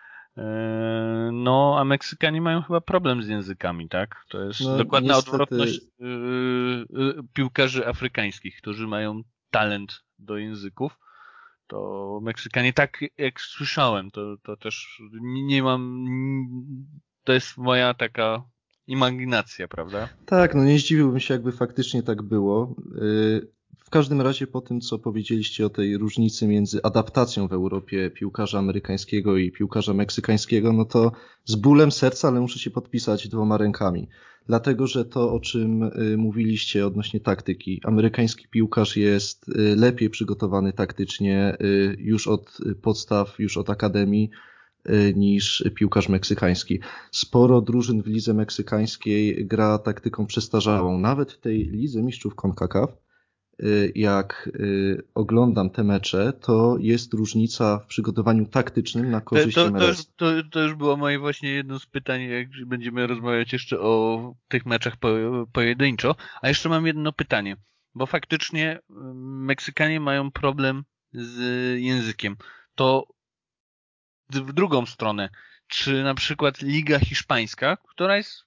Speaker 2: No, a Meksykanie mają chyba problem z językami, tak? To jest no, dokładna niestety... odwrotność yy, piłkarzy afrykańskich, którzy mają talent do języków. To Meksykanie, tak jak słyszałem, to, to też nie, nie mam... To jest moja taka imaginacja, prawda?
Speaker 3: Tak, no nie zdziwiłbym się, jakby faktycznie tak było. W każdym razie po tym, co powiedzieliście o tej różnicy między adaptacją w Europie piłkarza amerykańskiego i piłkarza meksykańskiego, no to z bólem serca, ale muszę się podpisać dwoma rękami. Dlatego, że to, o czym mówiliście odnośnie taktyki, amerykański piłkarz jest lepiej przygotowany taktycznie już od podstaw, już od akademii, niż piłkarz meksykański. Sporo drużyn w lidze meksykańskiej gra taktyką przestarzałą. Nawet w tej lidze mistrzów CONCACAF, jak oglądam te mecze, to jest różnica w przygotowaniu taktycznym na korzyść
Speaker 2: to, to,
Speaker 3: M L S.
Speaker 2: To, to, to już było moje właśnie jedno z pytań, jak będziemy rozmawiać jeszcze o tych meczach po, pojedynczo. A jeszcze mam jedno pytanie, bo faktycznie Meksykanie mają problem z językiem. To w drugą stronę, czy na przykład Liga Hiszpańska, która jest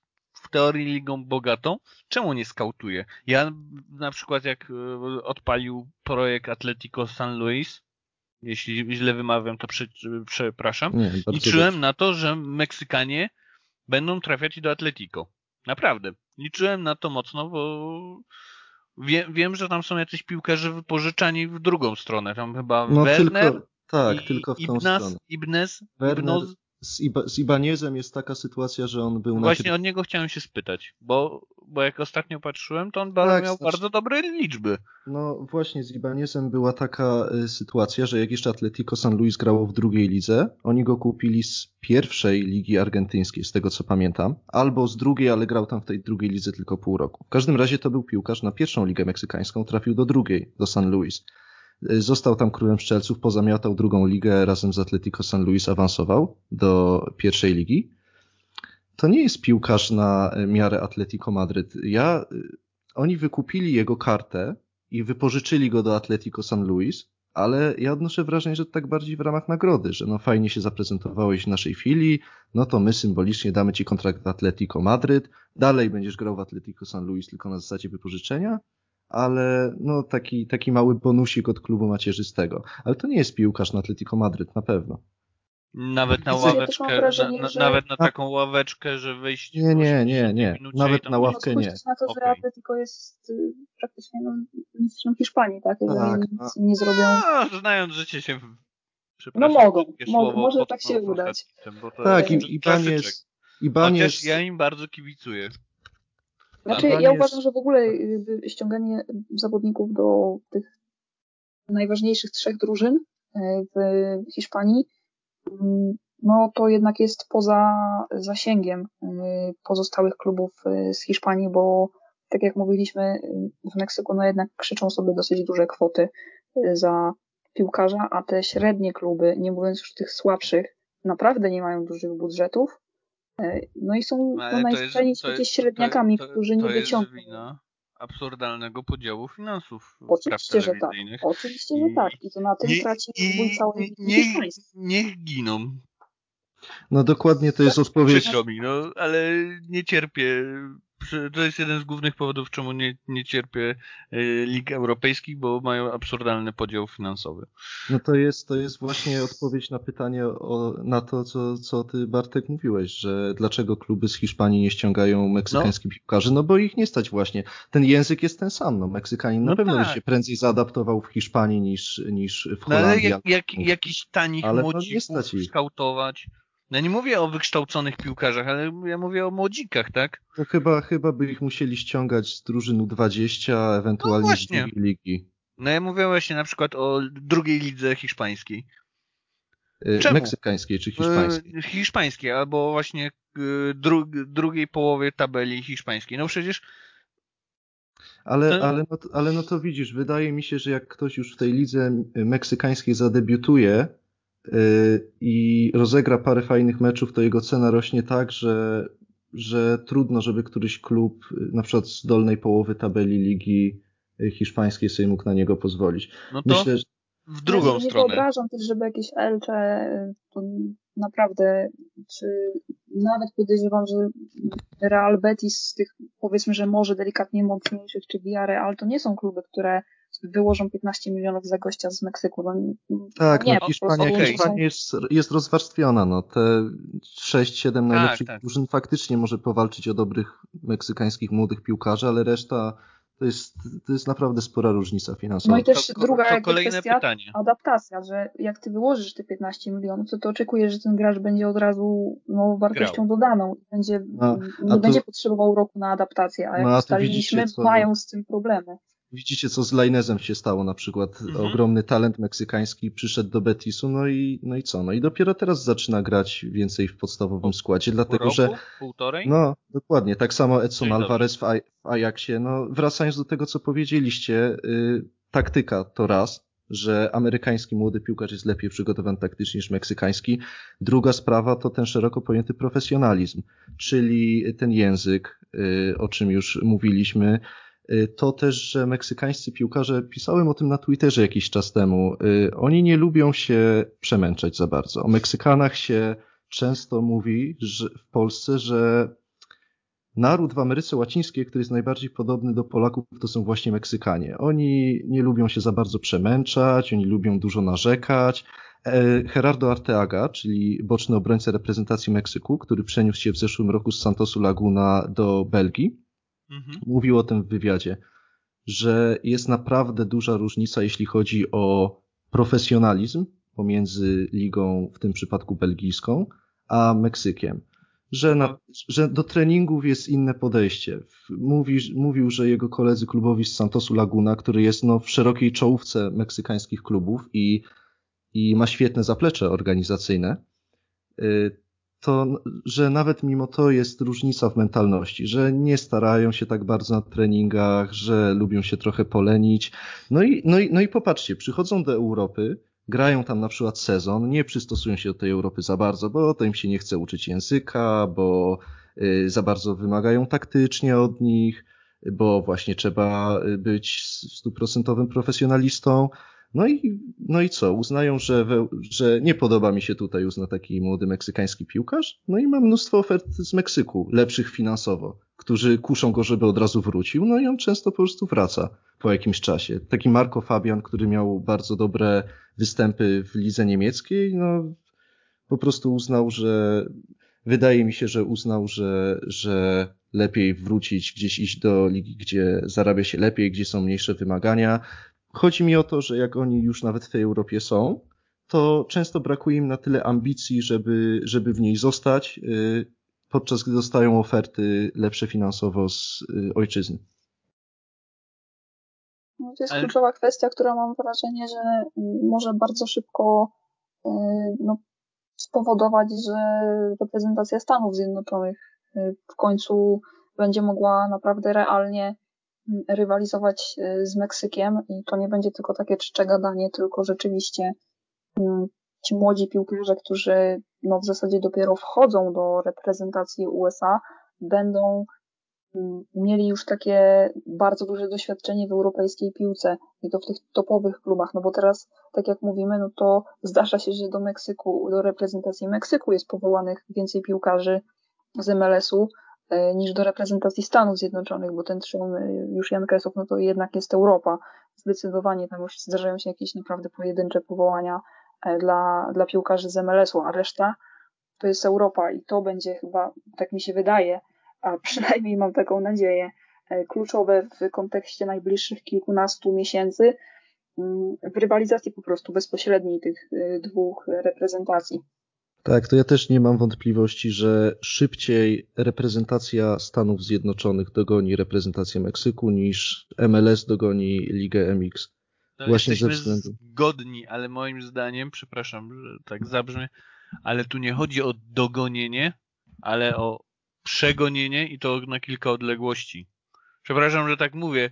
Speaker 2: w teorii ligą bogatą, czemu nie skautuje? Ja na przykład jak odpalił projekt Atletico San Luis, jeśli źle wymawiam, to prze, przepraszam,
Speaker 3: Nie,
Speaker 2: liczyłem
Speaker 3: dobrze.
Speaker 2: na to, że Meksykanie będą trafiać do Atletico. Naprawdę. Liczyłem na to mocno, bo wie, wiem, że tam są jacyś piłkarze wypożyczani w drugą stronę. Tam chyba
Speaker 3: No
Speaker 2: Werner
Speaker 3: tylko, tak,
Speaker 2: i
Speaker 3: tylko w tą
Speaker 2: Ibnas,
Speaker 3: stronę.
Speaker 2: Ibnes,
Speaker 3: Werner
Speaker 2: Ibnoz.
Speaker 3: z, Iba, z Ibanezem jest taka sytuacja, że on był
Speaker 2: Właśnie
Speaker 3: najpierw...
Speaker 2: od niego chciałem się spytać, bo, bo jak ostatnio patrzyłem, to on
Speaker 3: Tak,
Speaker 2: miał
Speaker 3: znaczy,
Speaker 2: bardzo dobre liczby.
Speaker 3: No właśnie z Ibanezem była taka y, sytuacja, że jak jeszcze Atletico San Luis grało w drugiej lidze, oni go kupili z pierwszej ligi argentyńskiej, z tego co pamiętam, albo z drugiej, ale grał tam w tej drugiej lidze tylko pół roku. W każdym razie to był piłkarz na pierwszą ligę meksykańską, trafił do drugiej, do San Luis. Y, został tam królem strzelców, pozamiatał drugą ligę, razem z Atletico San Luis awansował do pierwszej ligi. To nie jest piłkarz na miarę Atletico Madryt. Ja, y, oni wykupili jego kartę i wypożyczyli go do Atletico San Luis, ale ja odnoszę wrażenie, że to tak bardziej w ramach nagrody, że no fajnie się zaprezentowałeś w naszej filii, no to my symbolicznie damy ci kontrakt Atletico Madryt, dalej będziesz grał w Atletico San Luis tylko na zasadzie wypożyczenia, ale no taki, taki mały bonusik od klubu macierzystego. Ale to nie jest piłkarz na Atletico Madryt, na pewno.
Speaker 2: Nawet na
Speaker 1: W sensie też mam
Speaker 2: ławeczkę,
Speaker 1: wrażenie,
Speaker 2: na, na,
Speaker 1: że-
Speaker 2: nawet na taką ławeczkę, że wejść
Speaker 3: Nie,
Speaker 2: w
Speaker 3: nie, nie,
Speaker 2: osiemdziesiątej
Speaker 3: nie.
Speaker 2: minucie
Speaker 3: Nawet
Speaker 2: i tam
Speaker 3: na
Speaker 2: gdzieś-
Speaker 3: ławkę
Speaker 1: no,
Speaker 3: nie.
Speaker 1: spójrzcie na to, że
Speaker 2: Okej.
Speaker 1: Atletico jest y, praktycznie no, mistrzem Hiszpanii, tak? Jeżeli
Speaker 3: Tak,
Speaker 1: nic nie zrobią.
Speaker 2: No, znając życie się, w-
Speaker 1: No
Speaker 2: przepraszam,
Speaker 1: mogą,
Speaker 2: brzydkie
Speaker 1: mo-
Speaker 2: słowo,
Speaker 1: może
Speaker 2: potkną
Speaker 1: tak się
Speaker 2: w
Speaker 1: udać.
Speaker 2: ostatnim, bo to
Speaker 3: Tak,
Speaker 2: jest
Speaker 3: i
Speaker 2: klasyczek.
Speaker 3: Ibanez, Ibanez,
Speaker 2: Chociaż ja im bardzo kibicuję.
Speaker 1: Znaczy,
Speaker 3: Ibanez-
Speaker 1: ja uważam, że w ogóle jakby ściąganie zawodników do tych najważniejszych trzech drużyn y, w Hiszpanii, mm, no to jednak jest poza zasięgiem y, pozostałych klubów y, z Hiszpanii, bo tak jak mówiliśmy, y, w Meksyku no jednak krzyczą sobie dosyć duże kwoty y, za piłkarza, a te średnie kluby, nie mówiąc już o tych słabszych, naprawdę nie mają dużych budżetów. Y, No i są no,
Speaker 2: Ale to jest,
Speaker 1: najzwyczajniej w
Speaker 2: to,
Speaker 1: świecie
Speaker 2: jest,
Speaker 1: średniakami,
Speaker 2: to, to,
Speaker 1: którzy nie
Speaker 2: to jest
Speaker 1: wyciągną.
Speaker 2: wina absurdalnego podziału finansów praw
Speaker 1: Oczywiście, że tak.
Speaker 2: telewizyjnych.
Speaker 1: Oczywiście, że tak. I to na tym
Speaker 2: Nie-
Speaker 1: traci
Speaker 2: i
Speaker 1: rozwój całej
Speaker 2: nie-
Speaker 1: ligi
Speaker 2: niech,
Speaker 1: hiszpańskiej.
Speaker 2: niech giną.
Speaker 3: no dokładnie to jest odpowiedź.
Speaker 2: Przykro mi, no, ale nie cierpię. Przy- To jest jeden z głównych powodów, czemu nie, nie cierpię y, lig europejskich, bo mają absurdalny podział finansowy.
Speaker 3: No to jest, to jest właśnie odpowiedź na pytanie o, na to, co, co ty, Bartek, mówiłeś, że dlaczego kluby z Hiszpanii nie ściągają meksykańskich piłkarzy, no bo ich nie stać właśnie. Ten język jest ten sam, no Meksykanin
Speaker 2: No
Speaker 3: na pewno by
Speaker 2: tak.
Speaker 3: się prędzej zaadaptował w Hiszpanii niż, niż w
Speaker 2: No ale
Speaker 3: Holandii.
Speaker 2: jak, jak, jakichś tanich
Speaker 3: Ale no nie
Speaker 2: młodzików
Speaker 3: stać ich.
Speaker 2: skautować. No nie mówię o wykształconych piłkarzach, ale ja mówię o młodzikach, tak?
Speaker 3: To chyba, chyba by ich musieli ściągać z drużyn U dwadzieścia, ewentualnie
Speaker 2: No
Speaker 3: z
Speaker 2: właśnie.
Speaker 3: drugiej ligi.
Speaker 2: No ja mówię właśnie na przykład o drugiej lidze hiszpańskiej.
Speaker 3: Y,
Speaker 2: Czemu?
Speaker 3: Meksykańskiej czy hiszpańskiej.
Speaker 2: E, hiszpańskiej, albo właśnie e, dru, drugiej połowie tabeli hiszpańskiej. No przecież
Speaker 3: Ale,
Speaker 2: to-
Speaker 3: ale, no, to- ale no to widzisz, wydaje mi się, że jak ktoś już w tej lidze meksykańskiej zadebiutuje yy, i rozegra parę fajnych meczów, to jego cena rośnie tak, że, że trudno, żeby któryś klub, yy, na przykład z dolnej połowy tabeli ligi yy, hiszpańskiej, sobie mógł na niego pozwolić.
Speaker 2: no to
Speaker 3: Myślę, że
Speaker 2: w
Speaker 1: Ja
Speaker 2: drugą
Speaker 1: sobie nie
Speaker 2: stronę.
Speaker 1: wyobrażam też, żeby jakieś Elche, to naprawdę, czy nawet podejrzewam, że Real Betis z tych, powiedzmy, że może delikatnie mocniejszych, czy Villarreal, to nie są kluby, które wyłożą piętnaście milionów za gościa z Meksyku. No,
Speaker 3: tak,
Speaker 1: no nie,
Speaker 3: no
Speaker 1: po
Speaker 3: Hiszpania,
Speaker 1: prostu
Speaker 2: okej.
Speaker 3: Hiszpania
Speaker 1: są-
Speaker 3: jest, jest rozwarstwiona. No. Te sześć siedem
Speaker 2: Tak,
Speaker 3: najlepszych
Speaker 2: tak.
Speaker 3: drużyn faktycznie może powalczyć o dobrych meksykańskich młodych piłkarzy, ale reszta to jest, to jest naprawdę spora różnica finansowa.
Speaker 1: No i też
Speaker 2: To-
Speaker 1: druga
Speaker 2: to
Speaker 1: jakby
Speaker 2: kolejne
Speaker 1: kwestia,
Speaker 2: pytanie.
Speaker 1: adaptacja, że jak ty wyłożysz te piętnaście milionów, to ty oczekujesz, że ten gracz będzie od razu no, wartością dodaną i będzie,
Speaker 3: No, a
Speaker 1: nie
Speaker 3: tu-
Speaker 1: będzie potrzebował roku na adaptację, a jak
Speaker 3: No, a tu
Speaker 1: ustaliliśmy,
Speaker 3: widzicie, co-
Speaker 1: mają z tym problemy.
Speaker 3: Widzicie, co z Lainezem się stało na przykład.
Speaker 2: Mhm.
Speaker 3: Ogromny talent meksykański przyszedł do Betisu, no i, no i co? No i dopiero teraz zaczyna grać więcej w podstawowym składzie,
Speaker 2: Po
Speaker 3: dlatego
Speaker 2: roku?
Speaker 3: że
Speaker 2: Półtorej?
Speaker 3: no, dokładnie, tak samo Edson
Speaker 2: Czyli
Speaker 3: Alvarez w, Aj- w Ajaxie. No, wracając do tego, co powiedzieliście, y, taktyka to raz, że amerykański młody piłkarz jest lepiej przygotowany taktycznie niż meksykański. Druga sprawa to ten szeroko pojęty profesjonalizm, czyli ten język, y, o czym już mówiliśmy. Y, To też, że meksykańscy piłkarze, pisałem o tym na Twitterze jakiś czas temu, y, oni nie lubią się przemęczać za bardzo. O Meksykanach się często mówi, że w Polsce, że naród w Ameryce Łacińskiej, który jest najbardziej podobny do Polaków, to są właśnie Meksykanie. Oni nie lubią się za bardzo przemęczać, oni lubią dużo narzekać. Gerardo Arteaga, czyli boczny obrońca reprezentacji Meksyku, który przeniósł się w zeszłym roku z Santosu Laguna do Belgii, mhm. mówił o tym w wywiadzie, że jest naprawdę duża różnica, jeśli chodzi o profesjonalizm pomiędzy ligą, w tym przypadku belgijską, a Meksykiem. Że, na, że do treningów jest inne podejście. Mówi, mówił, że jego koledzy klubowi z Santosu Laguna, który jest no, w szerokiej czołówce meksykańskich klubów i, i ma świetne zaplecze organizacyjne, to, że nawet mimo to jest różnica w mentalności, że nie starają się tak bardzo na treningach, że lubią się trochę polenić. No i, no i, no i popatrzcie, przychodzą do Europy, grają tam na przykład sezon, nie przystosują się do tej Europy za bardzo, bo to im się nie chce uczyć języka, bo y, za bardzo wymagają taktycznie od nich, bo właśnie trzeba być stuprocentowym profesjonalistą. No i, no i co? Uznają, że, we, że nie podoba mi się tutaj, uzna taki młody meksykański piłkarz. No i ma mnóstwo ofert z Meksyku, lepszych finansowo, którzy kuszą go, żeby od razu wrócił. No i on często po prostu wraca po jakimś czasie. Taki Marco Fabian, który miał bardzo dobre występy w lidze niemieckiej, no po prostu uznał, że wydaje mi się, że uznał, że, że lepiej wrócić, gdzieś iść do ligi, gdzie zarabia się lepiej, gdzie są mniejsze wymagania. Chodzi mi o to, że jak oni już nawet w tej Europie są, to często brakuje im na tyle ambicji, żeby, żeby w niej zostać, podczas gdy dostają oferty lepsze finansowo z ojczyzny.
Speaker 1: No to jest Ale... kluczowa kwestia, która mam wrażenie, że może bardzo szybko no, spowodować, że reprezentacja Stanów Zjednoczonych w końcu będzie mogła naprawdę realnie rywalizować z Meksykiem i to nie będzie tylko takie czcze gadanie, tylko rzeczywiście ci młodzi piłkarze, którzy no w zasadzie dopiero wchodzą do reprezentacji U S A, będą mieli już takie bardzo duże doświadczenie w europejskiej piłce i to w tych topowych klubach, no bo teraz, tak jak mówimy, no to zdarza się, że do Meksyku, do reprezentacji Meksyku jest powołanych więcej piłkarzy z M L S-u niż do reprezentacji Stanów Zjednoczonych, bo ten trzon już Jan Kresow, no to jednak jest Europa. Zdecydowanie tam już zdarzają się jakieś naprawdę pojedyncze powołania dla, dla piłkarzy z M L S-u, a reszta to jest Europa i to będzie chyba, tak mi się wydaje, a przynajmniej mam taką nadzieję, kluczowe w kontekście najbliższych kilkunastu miesięcy w rywalizacji po prostu bezpośredniej tych dwóch reprezentacji.
Speaker 3: Tak, to ja też nie mam wątpliwości, że szybciej reprezentacja Stanów Zjednoczonych dogoni reprezentację Meksyku niż M L S dogoni Ligę M X.
Speaker 2: To Właśnie ze względu. Zgodni, ale moim zdaniem, przepraszam, że tak zabrzmi, ale tu nie chodzi o dogonienie, ale o przegonienie i to na kilka odległości. Przepraszam, że tak mówię,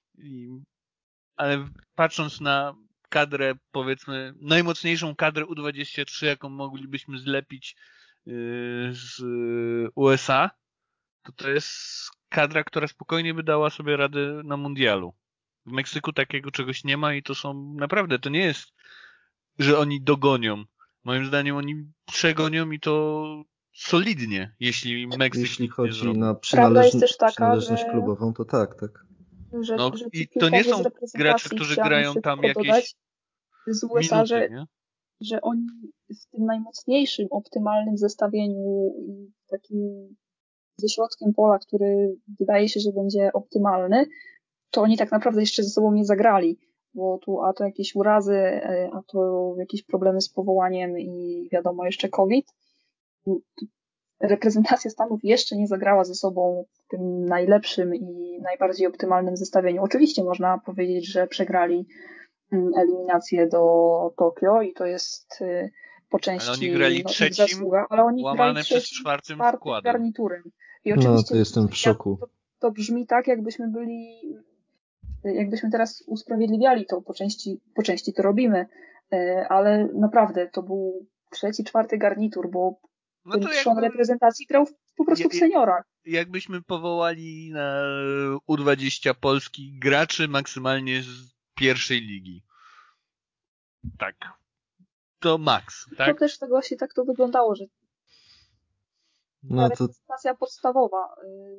Speaker 2: ale patrząc na kadrę, powiedzmy, najmocniejszą kadrę U dwadzieścia trzy, jaką moglibyśmy zlepić z U S A, to to jest kadra, która spokojnie by dała sobie radę na mundialu. W Meksyku takiego czegoś nie ma i to są, naprawdę, to nie jest, że oni dogonią. Moim zdaniem oni przegonią i to solidnie, jeśli Meksyk
Speaker 3: Jeśli
Speaker 2: nie
Speaker 3: chodzi
Speaker 2: zrobi.
Speaker 3: na przynależność, taka, przynależność że... klubową, to tak, tak.
Speaker 1: Że,
Speaker 2: no
Speaker 1: że
Speaker 2: i to nie są gracze, którzy grają tam jakieś
Speaker 1: z U S A,
Speaker 2: minuty,
Speaker 1: że,
Speaker 2: nie?
Speaker 1: że oni w tym najmocniejszym, optymalnym zestawieniu i takim ze środkiem pola, który wydaje się, że będzie optymalny, to oni tak naprawdę jeszcze ze sobą nie zagrali, bo tu a to jakieś urazy, a to jakieś problemy z powołaniem i wiadomo jeszcze COVID. Reprezentacja Stanów jeszcze nie zagrała ze sobą w tym najlepszym i najbardziej optymalnym zestawieniu. Oczywiście można powiedzieć, że przegrali eliminację do Tokio i to jest po części
Speaker 2: ale oni grali
Speaker 1: no,
Speaker 2: trzecim,
Speaker 1: zasługa, ale oni grali
Speaker 2: łamane
Speaker 1: trzecim,
Speaker 2: przez czwartym
Speaker 1: czwartym
Speaker 2: składem.
Speaker 1: garniturem. I oczywiście
Speaker 3: no to jestem w szoku.
Speaker 1: To, to brzmi tak, jakbyśmy byli, jakbyśmy teraz usprawiedliwiali to, po części, po części to robimy, ale naprawdę to był trzeci, czwarty garnitur, bo
Speaker 2: no
Speaker 1: ten
Speaker 2: to
Speaker 1: trzon
Speaker 2: jakby...
Speaker 1: reprezentacji grał po prostu w seniorach.
Speaker 2: Jakbyśmy powołali na U dwadzieścia Polski graczy maksymalnie z pierwszej ligi. Tak. To maks, tak?
Speaker 1: To też tak właśnie tak to wyglądało, że
Speaker 3: No to
Speaker 1: reprezentacja podstawowa.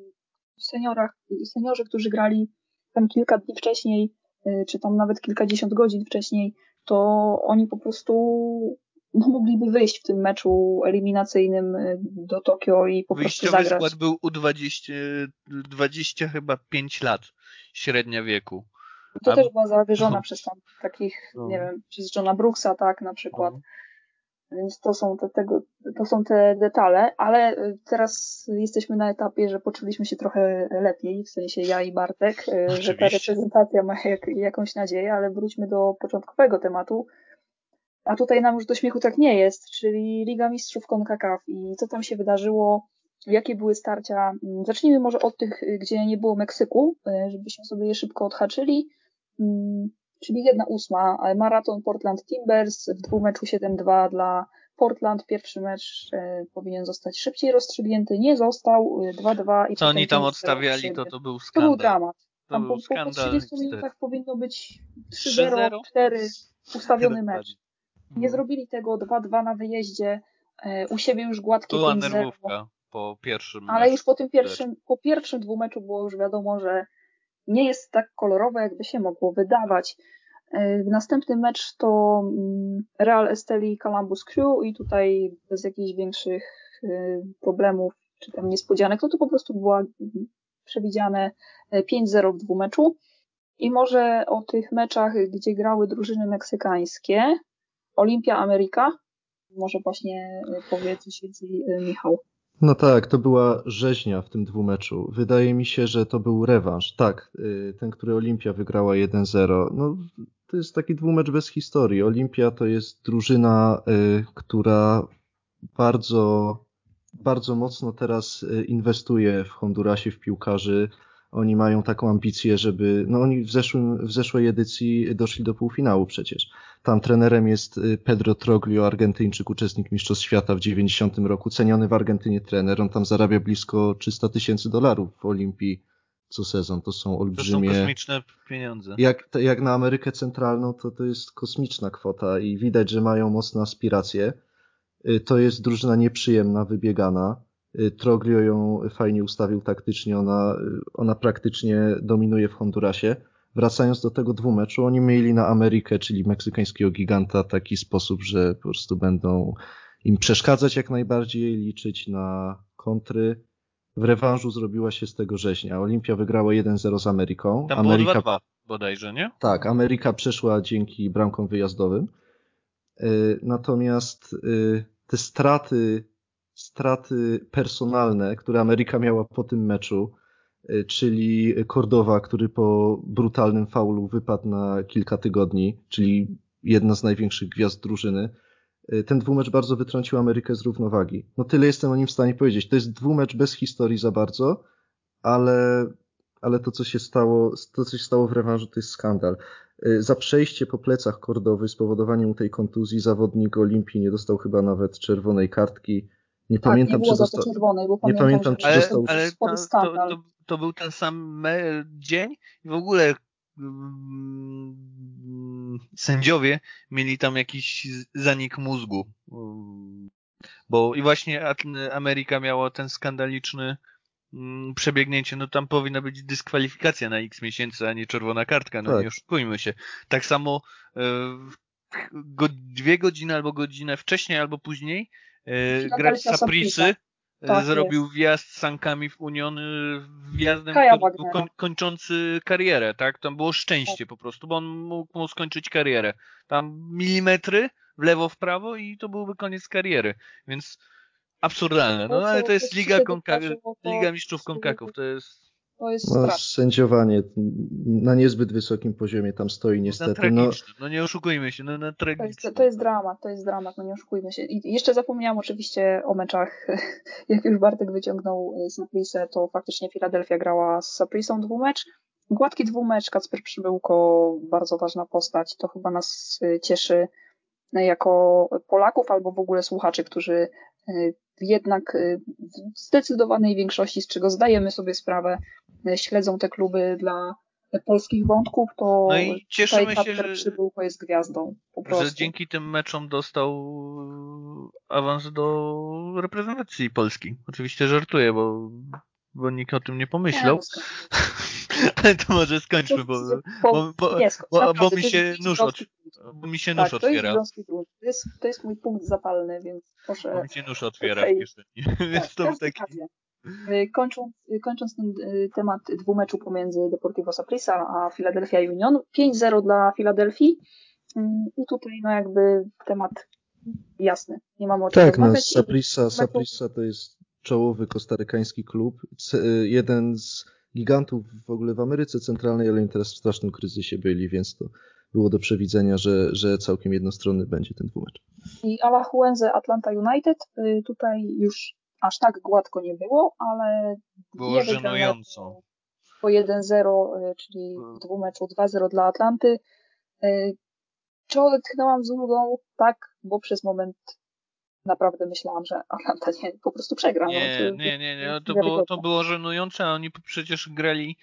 Speaker 1: W seniorach, seniorzy, którzy grali tam kilka dni wcześniej, czy tam nawet kilkadziesiąt godzin wcześniej, to oni po prostu no, mogliby wyjść w tym meczu eliminacyjnym do Tokio i po prostu
Speaker 2: Wyjściowy
Speaker 1: zagrać.
Speaker 2: skład był U dwadzieścia, dwadzieścia chyba pięć lat średnia wieku.
Speaker 1: To
Speaker 2: A...
Speaker 1: też była zawyżona
Speaker 2: no.
Speaker 1: przez tam takich,
Speaker 2: No.
Speaker 1: nie wiem, przez Johna Brooksa, tak, na przykład.
Speaker 2: No.
Speaker 1: Więc to są te, tego, to są te detale, ale teraz jesteśmy na etapie, że poczuliśmy się trochę lepiej, w sensie ja i Bartek,
Speaker 2: Oczywiście.
Speaker 1: że ta reprezentacja ma jak, jakąś nadzieję, ale wróćmy do początkowego tematu. A tutaj nam już do śmiechu tak nie jest, czyli Liga Mistrzów CONCACAF i co tam się wydarzyło, jakie były starcia. Zacznijmy może od tych, gdzie nie było Meksyku, żebyśmy sobie je szybko odhaczyli. Czyli jedna ósma, maraton Portland Timbers, w dwumeczu siedem dwa dla Portland. Pierwszy mecz e, powinien zostać szybciej rozstrzygnięty, nie został, dwa dwa. I
Speaker 2: co oni tam
Speaker 1: pięć zero
Speaker 2: odstawiali, to to był
Speaker 1: To
Speaker 2: skandal.
Speaker 1: był dramat.
Speaker 2: To
Speaker 1: Tam
Speaker 2: był
Speaker 1: po, po, po
Speaker 2: skandal.
Speaker 1: trzydziestu minutach powinno być trzy zero, cztery ustawiony mecz. Nie zrobili tego, dwa dwa na wyjeździe, e, u siebie już gładkie
Speaker 2: Była
Speaker 1: pięć zero.
Speaker 2: nerwówka po pierwszym
Speaker 1: Ale
Speaker 2: meczu.
Speaker 1: już po tym pierwszym, po pierwszym dwumeczu było już wiadomo, że nie jest tak kolorowe, jakby się mogło wydawać. Następny mecz to Real Esteli Columbus Crew i tutaj bez jakichś większych problemów czy tam niespodzianek, no to po prostu było przewidziane pięć zero w dwumeczu. I może o tych meczach, gdzie grały drużyny meksykańskie, Olimpia Ameryka, może właśnie powie coś więcej Michał.
Speaker 3: No tak, to była rzeźnia w tym dwumeczu. Wydaje mi się, że to był rewanż. Tak, ten, który Olimpia wygrała jeden zero. No, to jest taki dwumecz bez historii. Olimpia to jest drużyna, która bardzo, bardzo mocno teraz inwestuje w Hondurasie, w piłkarzy. Oni mają taką ambicję, żeby... No oni w, zeszłym, w zeszłej edycji doszli do półfinału przecież. Tam trenerem jest Pedro Troglio, Argentyńczyk, uczestnik Mistrzostw Świata w dziewięćdziesiątym roku. Ceniony w Argentynie trener. On tam zarabia blisko trzysta tysięcy dolarów w Olimpii co sezon. To są olbrzymie...
Speaker 2: To są kosmiczne pieniądze.
Speaker 3: Jak, jak na Amerykę Centralną, to to jest kosmiczna kwota i widać, że mają mocne aspiracje. To jest drużyna nieprzyjemna, wybiegana. Troglio ją fajnie ustawił taktycznie, ona, ona praktycznie dominuje w Hondurasie. Wracając do tego dwumeczu, oni mieli na Amerykę, czyli meksykańskiego giganta, taki sposób, że po prostu będą im przeszkadzać jak najbardziej, liczyć na kontry. W rewanżu zrobiła się z tego rzeźnia. Olimpia wygrała jeden zero z Ameryką.
Speaker 2: Tam
Speaker 3: Ameryka,
Speaker 2: było dwa dwa bodajże, nie?
Speaker 3: Tak, Ameryka przeszła dzięki bramkom wyjazdowym. Natomiast te straty, straty personalne, które Ameryka miała po tym meczu, czyli Cordowa, który po brutalnym faulu wypadł na kilka tygodni, czyli jedna z największych gwiazd drużyny, ten dwumecz bardzo wytrącił Amerykę z równowagi. No tyle jestem o nim w stanie powiedzieć. To jest dwumecz bez historii za bardzo, ale, ale to, co się stało, to, co się stało w rewanżu, to jest skandal. Za przejście po plecach Cordowy, spowodowanie mu tej kontuzji, zawodnik Olimpii nie dostał chyba nawet czerwonej kartki. Nie
Speaker 1: tak,
Speaker 3: pamiętam,
Speaker 1: nie było
Speaker 3: czy
Speaker 1: za
Speaker 3: dostał.
Speaker 1: to czerwonej, bo
Speaker 3: nie
Speaker 1: pamiętam,
Speaker 3: pamiętam,
Speaker 1: że
Speaker 3: czy
Speaker 2: ale,
Speaker 3: dostał.
Speaker 2: ale
Speaker 1: spory
Speaker 2: to,
Speaker 1: skandal.
Speaker 2: to, to, to był ten sam me- dzień i w ogóle mm, sędziowie mieli tam jakiś zanik mózgu. Bo i właśnie Ameryka miała ten skandaliczny mm, przebiegnięcie, no tam powinna być dyskwalifikacja na x miesięcy, a nie czerwona kartka, no
Speaker 3: Tak.
Speaker 2: nie oszukujmy się. Tak samo e, go, dwie godziny albo godzinę wcześniej albo później e, gracz Saprisy
Speaker 1: tak,
Speaker 2: zrobił
Speaker 1: jest.
Speaker 2: wjazd z sankami w Union wjazdem,
Speaker 1: Kaja
Speaker 2: który był
Speaker 1: Wagnera.
Speaker 2: koń, kończący karierę, tak? Tam było szczęście po prostu, bo on mógł mu skończyć karierę. Tam milimetry w lewo, w prawo i to byłby koniec kariery. Więc absurdalne. No
Speaker 1: To,
Speaker 2: ale
Speaker 1: co-
Speaker 2: to jest
Speaker 1: co
Speaker 2: Liga,
Speaker 1: się
Speaker 2: Konka-
Speaker 1: wydarzyło, to-
Speaker 2: Liga Mistrzów Konkaków. To jest
Speaker 1: To jest
Speaker 3: No,
Speaker 1: straszne.
Speaker 3: sędziowanie na niezbyt wysokim poziomie tam stoi
Speaker 2: na
Speaker 3: niestety. No,
Speaker 2: tragiczne. No nie oszukujmy się, no na
Speaker 1: To jest,
Speaker 2: tragiczne.
Speaker 1: to jest dramat, to jest dramat, no nie oszukujmy się. I jeszcze zapomniałam oczywiście o meczach, jak już Bartek wyciągnął Saprisę, to faktycznie Filadelfia grała z Saprisą dwumecz. Gładki dwumecz, Kacper Przybyłko, bardzo ważna postać, to chyba nas cieszy jako Polaków albo w ogóle słuchaczy, którzy jednak w zdecydowanej większości, z czego zdajemy sobie sprawę, śledzą te kluby dla polskich wątków, to
Speaker 2: no i cieszymy
Speaker 1: tutaj
Speaker 2: się,
Speaker 1: Kacper
Speaker 2: że,
Speaker 1: Przybyłko jest gwiazdą. Po prostu.
Speaker 2: że dzięki tym meczom dostał awans do reprezentacji Polski. Oczywiście żartuję, bo, bo nikt o tym nie pomyślał.
Speaker 1: Nie,
Speaker 2: Ale to może skończmy, bo, bo, bo,
Speaker 1: nie,
Speaker 2: bo, bo
Speaker 1: naprawdę,
Speaker 2: mi
Speaker 1: to
Speaker 2: się
Speaker 1: jest
Speaker 2: nóż,
Speaker 1: grząski
Speaker 2: otw- bo mi się
Speaker 1: Tak,
Speaker 2: nóż
Speaker 1: to jest
Speaker 2: otwiera.
Speaker 1: grząski grunt. To jest, to jest mój punkt zapalny, więc proszę.
Speaker 2: Bo mi się nóż otwiera
Speaker 1: tutaj,
Speaker 2: w kieszeni.
Speaker 1: tak,
Speaker 2: Więc
Speaker 1: w
Speaker 2: to
Speaker 1: każdym
Speaker 2: taki...
Speaker 1: razie, y, kończąc, y, kończąc ten y, temat dwumeczu pomiędzy Deportivo Saprissa a Philadelphia Union, pięć zero dla Filadelfii mm, i tutaj no jakby temat jasny. Nie mamy o czym
Speaker 3: Tak, no
Speaker 1: rozmawiać.
Speaker 3: Saprissa, Saprissa to jest czołowy kostarykański klub. C- jeden z gigantów w ogóle w Ameryce Centralnej, ale oni teraz w strasznym kryzysie byli, więc to było do przewidzenia, że, że całkiem jednostronny będzie ten dwumecz.
Speaker 1: I Alajuelense Atlanta United, y, tutaj już aż tak gładko nie było, ale
Speaker 2: Było
Speaker 1: dwie wygrane
Speaker 2: żenująco.
Speaker 1: po jeden zero, y, czyli w dwumeczu dwa zero dla Atlanty. Y, Czy odetchnęłam z ulgą? Tak, bo przez moment naprawdę myślałam, że Atlanta nie, po prostu przegra.
Speaker 2: Nie,
Speaker 1: no, to,
Speaker 2: nie, nie, nie. To
Speaker 1: niewiarygodne.
Speaker 2: było, to było żenujące, a oni przecież grali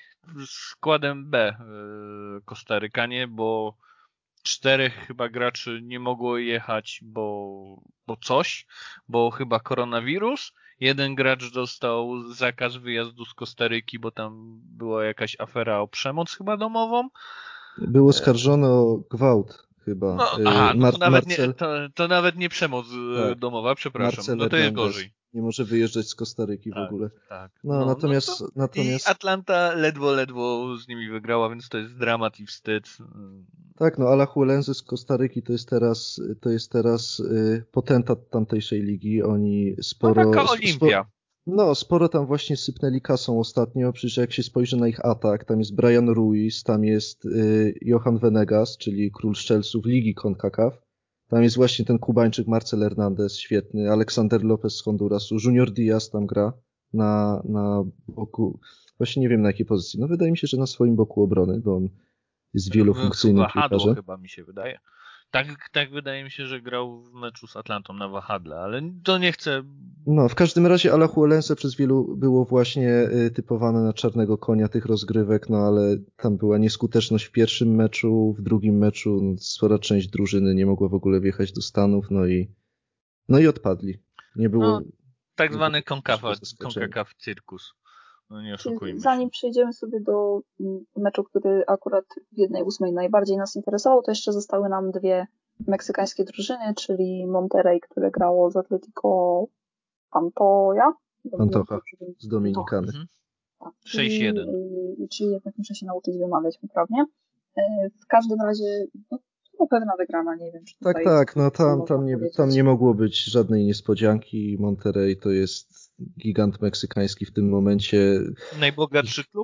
Speaker 2: składem B yy, Kostarykanie, bo czterech chyba graczy nie mogło jechać, bo, bo coś, bo chyba koronawirus. Jeden gracz dostał zakaz wyjazdu z Kostaryki, bo tam była jakaś afera o przemoc chyba domową.
Speaker 3: Było skarżone o gwałt chyba.
Speaker 2: No, aha, no to,
Speaker 3: Mar-
Speaker 2: nawet
Speaker 3: Marcel,
Speaker 2: nie, to, to nawet nie przemoc
Speaker 3: tak,
Speaker 2: domowa, przepraszam.
Speaker 3: Marcel
Speaker 2: No to jest
Speaker 3: Hernandez
Speaker 2: gorzej.
Speaker 3: nie może wyjeżdżać z Kostaryki w
Speaker 2: Tak,
Speaker 3: ogóle.
Speaker 2: tak.
Speaker 3: No,
Speaker 2: No,
Speaker 3: natomiast,
Speaker 2: no to...
Speaker 3: natomiast...
Speaker 2: I Atlanta ledwo, ledwo z nimi wygrała, więc to jest dramat i wstyd.
Speaker 3: Tak, no Alajuelense z Kostaryki to jest teraz, to jest teraz y, potentat tamtejszej ligi. Oni sporo...
Speaker 2: No taka
Speaker 3: sp-
Speaker 2: Olimpia.
Speaker 3: No, sporo tam właśnie sypnęli kasą ostatnio, przecież jak się spojrzy na ich atak, tam jest Brian Ruiz, tam jest y, Johan Venegas, czyli król strzelców ligi CONCACAF, tam jest właśnie ten Kubańczyk Marcel Hernandez, świetny, Aleksander Lopez z Hondurasu, Junior Diaz tam gra na, na boku, właśnie nie wiem na jakiej pozycji, no wydaje mi się, że na swoim boku obrony, bo on jest wielofunkcyjnym
Speaker 2: Wahadło
Speaker 3: piłkarzem.
Speaker 2: chyba mi się wydaje. Tak, tak wydaje mi się, że grał w meczu z Atlantą na wahadle, ale to nie chcę...
Speaker 3: No, w każdym razie Alajuelense przez wielu było właśnie y, typowane na czarnego konia tych rozgrywek, no ale tam była nieskuteczność w pierwszym meczu, w drugim meczu no, spora część drużyny nie mogła w ogóle wjechać do Stanów, no i no i odpadli. Nie było...
Speaker 2: No, tak
Speaker 3: nie
Speaker 2: zwany
Speaker 3: było
Speaker 2: CONCACAF cyrkus. No nie oszukujmy
Speaker 1: Zanim
Speaker 2: się.
Speaker 1: przejdziemy sobie do meczu, który akurat w jednej ósmej najbardziej nas interesował, to jeszcze zostały nam dwie meksykańskie drużyny, czyli Monterrey, które grało z Atletico Pantoja.
Speaker 3: Pantoja z Dominikany.
Speaker 2: Mhm.
Speaker 1: Tak,
Speaker 2: sześć jeden.
Speaker 1: Czyli, czyli jednak muszę się nauczyć wymawiać poprawnie. W każdym razie no, to pewna wygrana, nie wiem, czy
Speaker 3: Tak,
Speaker 1: tutaj
Speaker 3: tak, no tam,
Speaker 1: można
Speaker 3: tam, nie,
Speaker 1: powiedzieć.
Speaker 3: tam nie mogło być żadnej niespodzianki. Monterrey to jest gigant meksykański w tym momencie.
Speaker 2: Najbogatszy klub?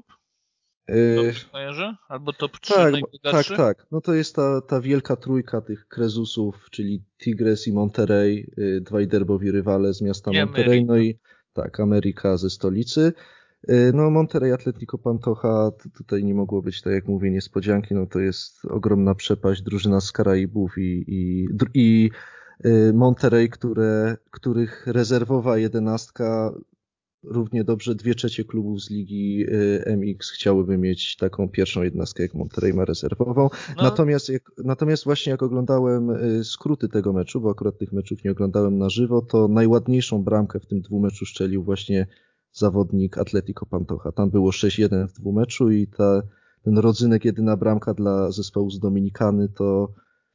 Speaker 3: Yy,
Speaker 2: Dobrze kojarzę? Albo top trzy
Speaker 3: tak,
Speaker 2: najbogatszy?
Speaker 3: tak, tak. No to jest ta, ta wielka trójka tych krezusów, czyli Tigres i Monterrey, yy, dwaj derbowi rywale z miasta
Speaker 2: I
Speaker 3: Monterrey, no
Speaker 2: Ameryka.
Speaker 3: i tak, Ameryka ze stolicy. Yy, no Monterrey, Atletico Pantoja, to tutaj nie mogło być, tak jak mówię, niespodzianki, no to jest ogromna przepaść, drużyna z Karaibów i, i, i yy, Monterrey, które, których rezerwowa jedenastka równie dobrze dwie trzecie klubów z ligi M X chciałyby mieć taką pierwszą jednostkę, jak Monterrey ma rezerwową.
Speaker 2: No,
Speaker 3: Natomiast, jak, natomiast właśnie jak oglądałem skróty tego meczu, bo akurat tych meczów nie oglądałem na żywo, to najładniejszą bramkę w tym dwumeczu szczelił właśnie zawodnik Atletico Pantoja. Tam było sześć jeden w dwumeczu i ta, ten rodzynek, jedyna bramka dla zespołu z Dominikany, to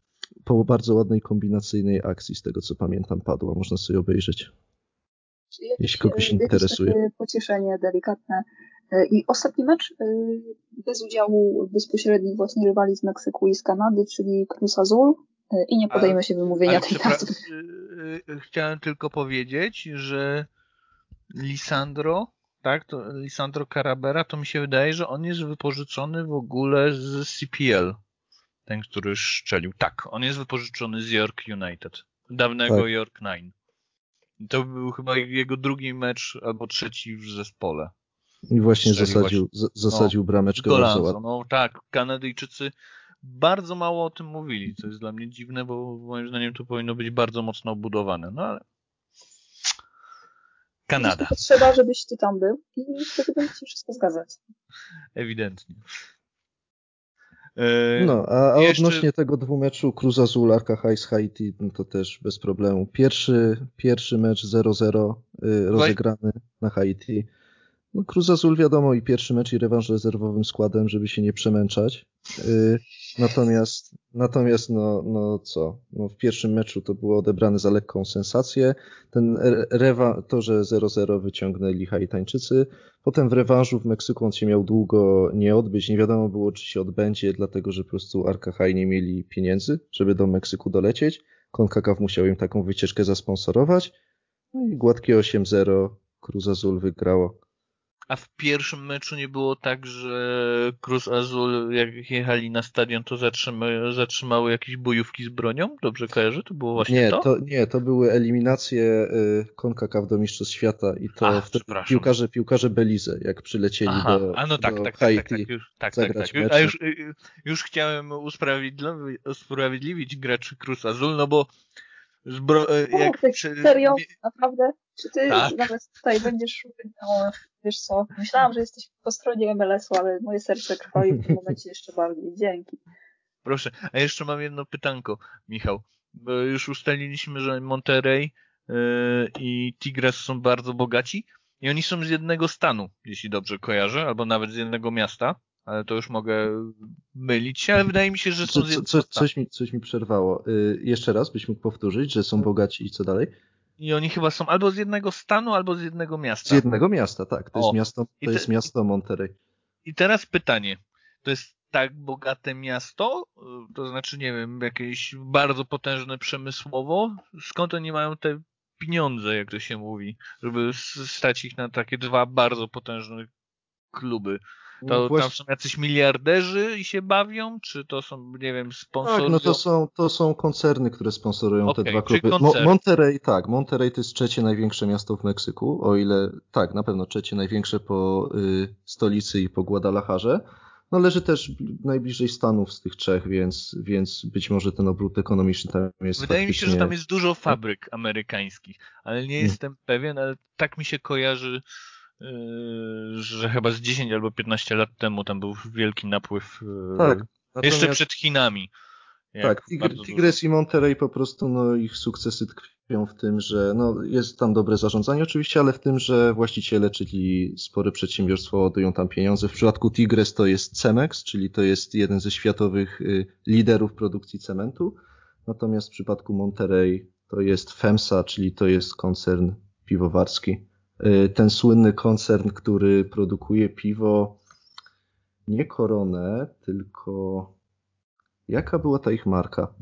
Speaker 3: po bardzo ładnej kombinacyjnej akcji, z tego co pamiętam, padła. Można sobie obejrzeć.
Speaker 1: Jakieś,
Speaker 3: jeśli kogoś
Speaker 1: jakieś
Speaker 3: interesuje.
Speaker 1: Takie pocieszenie delikatne. I ostatni mecz bez udziału bezpośrednich właśnie rywali z Meksyku i z Kanady, czyli Cruz Azul. I nie podejmę się wymówienia tej nazwy.
Speaker 2: Chciałem tylko powiedzieć, że Lisandro, tak, to Lisandro Carabera, to mi się wydaje, że on jest wypożyczony w ogóle z C P L. Ten, który szczelił. Tak, on jest wypożyczony z York United. Dawnego
Speaker 3: Tak.
Speaker 2: York Nine. To był chyba jego drugi mecz albo trzeci w zespole.
Speaker 3: I właśnie
Speaker 2: Strzelił
Speaker 3: zasadził,
Speaker 2: właśnie.
Speaker 3: z, zasadził
Speaker 2: no,
Speaker 3: brameczkę
Speaker 2: Golanzo,
Speaker 3: bardzo ładnie.
Speaker 2: no tak, Kanadyjczycy bardzo mało o tym mówili, co jest dla mnie dziwne, bo moim zdaniem to powinno być bardzo mocno obudowane, no ale Kanada.
Speaker 1: Trzeba, żebyś ty tam był i wtedy będzie się wszystko zgadzać.
Speaker 2: Ewidentnie.
Speaker 3: No, a, a
Speaker 2: jeszcze...
Speaker 3: odnośnie tego dwumeczu Cruz Azul, Arca High Haiti, no to też bez problemu. Pierwszy, pierwszy mecz zero zero y, rozegrany na Haiti. No, Cruz Azul wiadomo i pierwszy mecz i rewanż rezerwowym składem, żeby się nie przemęczać. Y, natomiast, natomiast no, no co, no w pierwszym meczu to było odebrane za lekką sensację. Ten rewa, to, że zero zero wyciągnęli Haitańczycy. Potem w rewanżu w Meksyku on się miał długo nie odbyć. Nie wiadomo było, czy się odbędzie, dlatego że po prostu Arca High nie mieli pieniędzy, żeby do Meksyku dolecieć. CONCACAF musiał im taką wycieczkę zasponsorować. No i gładkie osiem zero Cruz Azul wygrało.
Speaker 2: A w pierwszym meczu nie było tak, że Cruz Azul, jak jechali na stadion, to zatrzyma, zatrzymały jakieś bojówki z bronią? Dobrze kojarzę? To było właśnie
Speaker 3: nie,
Speaker 2: to?
Speaker 3: to? Nie, to były eliminacje y, CONCACAF do Mistrzostw Świata i to
Speaker 2: Ach,
Speaker 3: wtedy
Speaker 2: przepraszam.
Speaker 3: piłkarze, piłkarze Belize, jak przylecieli
Speaker 2: Aha,
Speaker 3: do,
Speaker 2: a no tak,
Speaker 3: do
Speaker 2: tak, tak,
Speaker 3: Haiti
Speaker 2: tak, tak, już, tak, tak,
Speaker 3: zagrać
Speaker 2: tak. A
Speaker 3: mecze.
Speaker 2: już, już chciałem usprawiedliwić, usprawiedliwić graczy Cruz Azul, no bo zbro,
Speaker 1: O,
Speaker 2: jak
Speaker 1: ty,
Speaker 2: przy...
Speaker 1: serio? Naprawdę? Czy ty
Speaker 2: Tak.
Speaker 1: nawet tutaj będziesz... O, wiesz co, myślałam, że jesteś po stronie M L S-u, ale moje serce krwoi w tym momencie jeszcze bardziej. Dzięki.
Speaker 2: Proszę. A jeszcze mam jedno pytanko, Michał. Bo już ustaliliśmy, że Monterrey yy, i Tigres są bardzo bogaci i oni są z jednego stanu, jeśli dobrze kojarzę, albo nawet z jednego miasta, ale to już mogę mylić się, ale wydaje mi się, że są
Speaker 3: Co,
Speaker 2: z
Speaker 3: co,
Speaker 2: jednego
Speaker 3: co,
Speaker 2: stanu.
Speaker 3: coś, mi, coś mi przerwało. Y, jeszcze raz byś mógł powtórzyć, że są bogaci i co dalej?
Speaker 2: I oni chyba są albo z jednego stanu, albo z jednego miasta.
Speaker 3: Z jednego miasta, tak. To,
Speaker 2: O,
Speaker 3: jest, miasto,
Speaker 2: i
Speaker 3: to
Speaker 2: te-
Speaker 3: jest miasto Monterrey.
Speaker 2: I teraz pytanie. To jest tak bogate miasto? To znaczy, nie wiem, jakieś bardzo potężne przemysłowo? Skąd oni mają te pieniądze, jak to się mówi, żeby s- stać ich na takie dwa bardzo potężne kluby? To
Speaker 3: Właś...
Speaker 2: tam są jacyś miliarderzy i się bawią? Czy to są, nie wiem,
Speaker 3: Tak, no
Speaker 2: sponsorzy?
Speaker 3: to są, to są koncerny, które sponsorują
Speaker 2: Okej,
Speaker 3: te dwa
Speaker 2: czyli
Speaker 3: kluby. Mo-
Speaker 2: koncerny.
Speaker 3: Monterrey, tak. Monterrey to jest trzecie największe miasto w Meksyku, o ile, tak, na pewno trzecie największe po y, stolicy i po Guadalajarze. No leży też najbliżej Stanów z tych trzech, więc, więc być może ten obrót ekonomiczny tam jest
Speaker 2: Wydaje mi się, że
Speaker 3: faktycznie...
Speaker 2: tam jest dużo fabryk amerykańskich, ale nie
Speaker 3: Mm.
Speaker 2: jestem pewien, ale tak mi się kojarzy, yy, że chyba z dziesięć albo piętnaście lat temu tam był wielki napływ, yy,
Speaker 3: Tak.
Speaker 2: jeszcze
Speaker 3: Natomiast...
Speaker 2: przed Chinami. Jak
Speaker 3: Tak, Tigr,
Speaker 2: bardzo
Speaker 3: Tigres
Speaker 2: dużo.
Speaker 3: i Monterrey po prostu, no ich sukcesy tkwią w tym, że no, jest tam dobre zarządzanie oczywiście, ale w tym, że właściciele, czyli spore przedsiębiorstwa ładują tam pieniądze. W przypadku Tigres to jest Cemex, czyli to jest jeden ze światowych y, liderów produkcji cementu. Natomiast w przypadku Monterrey to jest FEMSA, czyli to jest koncern piwowarski. Y, ten słynny koncern, który produkuje piwo nie Koronę, tylko... Jaka była ta ich marka?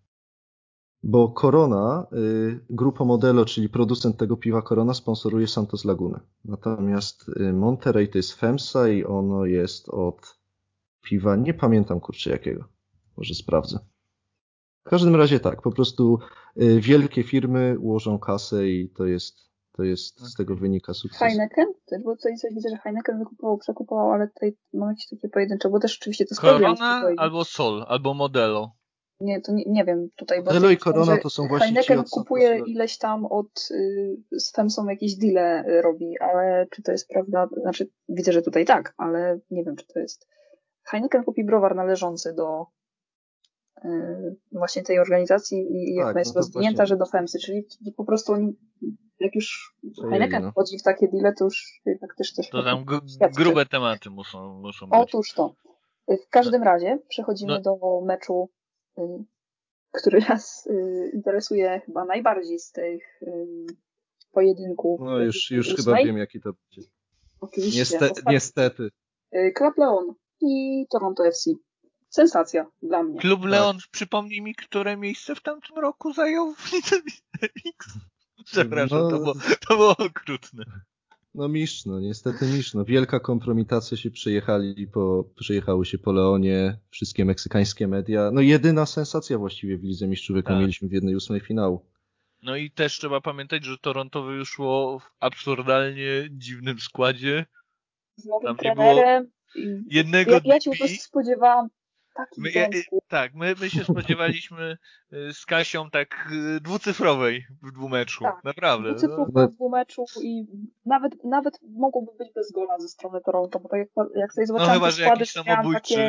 Speaker 3: Bo Corona, y, Grupo Modelo, czyli producent tego piwa Corona, sponsoruje Santos Laguna. Natomiast y, Monterrey to jest FEMSA i ono jest od piwa, nie pamiętam kurczę jakiego. Może sprawdzę. W każdym razie tak, po prostu y, wielkie firmy ułożą kasę i to jest, to jest z tego wynika sukces.
Speaker 1: Heineken? Bo tutaj coś widzę, że Heineken wykupował, przekupował, ale tutaj mam jakieś takie pojedyncze, bo też oczywiście to sprawdziłam
Speaker 2: Corona
Speaker 1: spokojnie.
Speaker 2: albo Sol, albo Modelo.
Speaker 1: Nie, to nie, nie wiem tutaj, bo
Speaker 3: Modelo i
Speaker 1: tutaj
Speaker 3: Corona
Speaker 1: że
Speaker 3: to są właściciele
Speaker 1: Heineken
Speaker 3: od Santos
Speaker 1: kupuje
Speaker 3: Laguna.
Speaker 1: ileś tam od, y, z Femsą jakieś deale y, robi, ale czy to jest prawda, znaczy widzę, że tutaj tak, ale nie wiem, czy to jest. Heineken kupi browar należący do y, właśnie tej organizacji i jak
Speaker 3: Tak,
Speaker 1: ona jest
Speaker 3: no to
Speaker 1: rozwinięta,
Speaker 3: właśnie-
Speaker 1: że do Femsy, czyli po prostu oni, jak już
Speaker 3: Przejęli,
Speaker 1: Heineken
Speaker 3: no.
Speaker 1: wchodzi w takie deale, to już jednak też coś
Speaker 2: To tam gr-
Speaker 1: świadczy.
Speaker 2: grube tematy muszą, muszą być.
Speaker 1: Otóż to. W każdym razie przechodzimy
Speaker 2: No.
Speaker 1: do meczu, y, który nas y, interesuje chyba najbardziej z tych y, pojedynków.
Speaker 3: No już, już
Speaker 1: ósmej.
Speaker 3: chyba wiem jaki to będzie.
Speaker 1: Oczywiście.
Speaker 3: Niestety,
Speaker 1: Ostatni.
Speaker 3: niestety.
Speaker 1: Y, Club Leon i Toronto F C. Sensacja dla mnie.
Speaker 2: Klub
Speaker 3: Tak.
Speaker 2: Leon, przypomnij mi, które miejsce w tamtym roku zajął w Lidze X. Przepraszam,
Speaker 3: No-
Speaker 2: to, było, to było okrutne.
Speaker 3: No mistrz, no niestety mistrz. No, wielka kompromitacja się przejechali po, przejechały się po Leonie, wszystkie meksykańskie media. No jedyna sensacja właściwie w Lidze Mistrzów, jaką
Speaker 2: Tak.
Speaker 3: mieliśmy w jednej ósmej finału.
Speaker 2: No i też trzeba pamiętać, że Toronto wyszło w absurdalnie dziwnym składzie.
Speaker 1: Z nowym
Speaker 2: Tam nie było
Speaker 1: trenerem. i
Speaker 2: jednego
Speaker 1: Ja, ja się po
Speaker 2: D P.
Speaker 1: prostu spodziewałam takich
Speaker 2: My, ja,
Speaker 1: gąsków.
Speaker 2: tak, my, my się spodziewaliśmy y, z Kasią tak y, dwucyfrowej w dwumeczu.
Speaker 1: Tak.
Speaker 2: Naprawdę. No.
Speaker 1: Dwucyfrówka w dwumeczu i nawet, nawet mogłoby być bez gola ze strony Toronto, bo tak jak, jak sobie
Speaker 2: No
Speaker 1: zobaczyłam
Speaker 2: chyba,
Speaker 1: te
Speaker 2: że
Speaker 1: składy,
Speaker 2: jakiś
Speaker 1: to miałam
Speaker 2: samobójczy.
Speaker 1: takie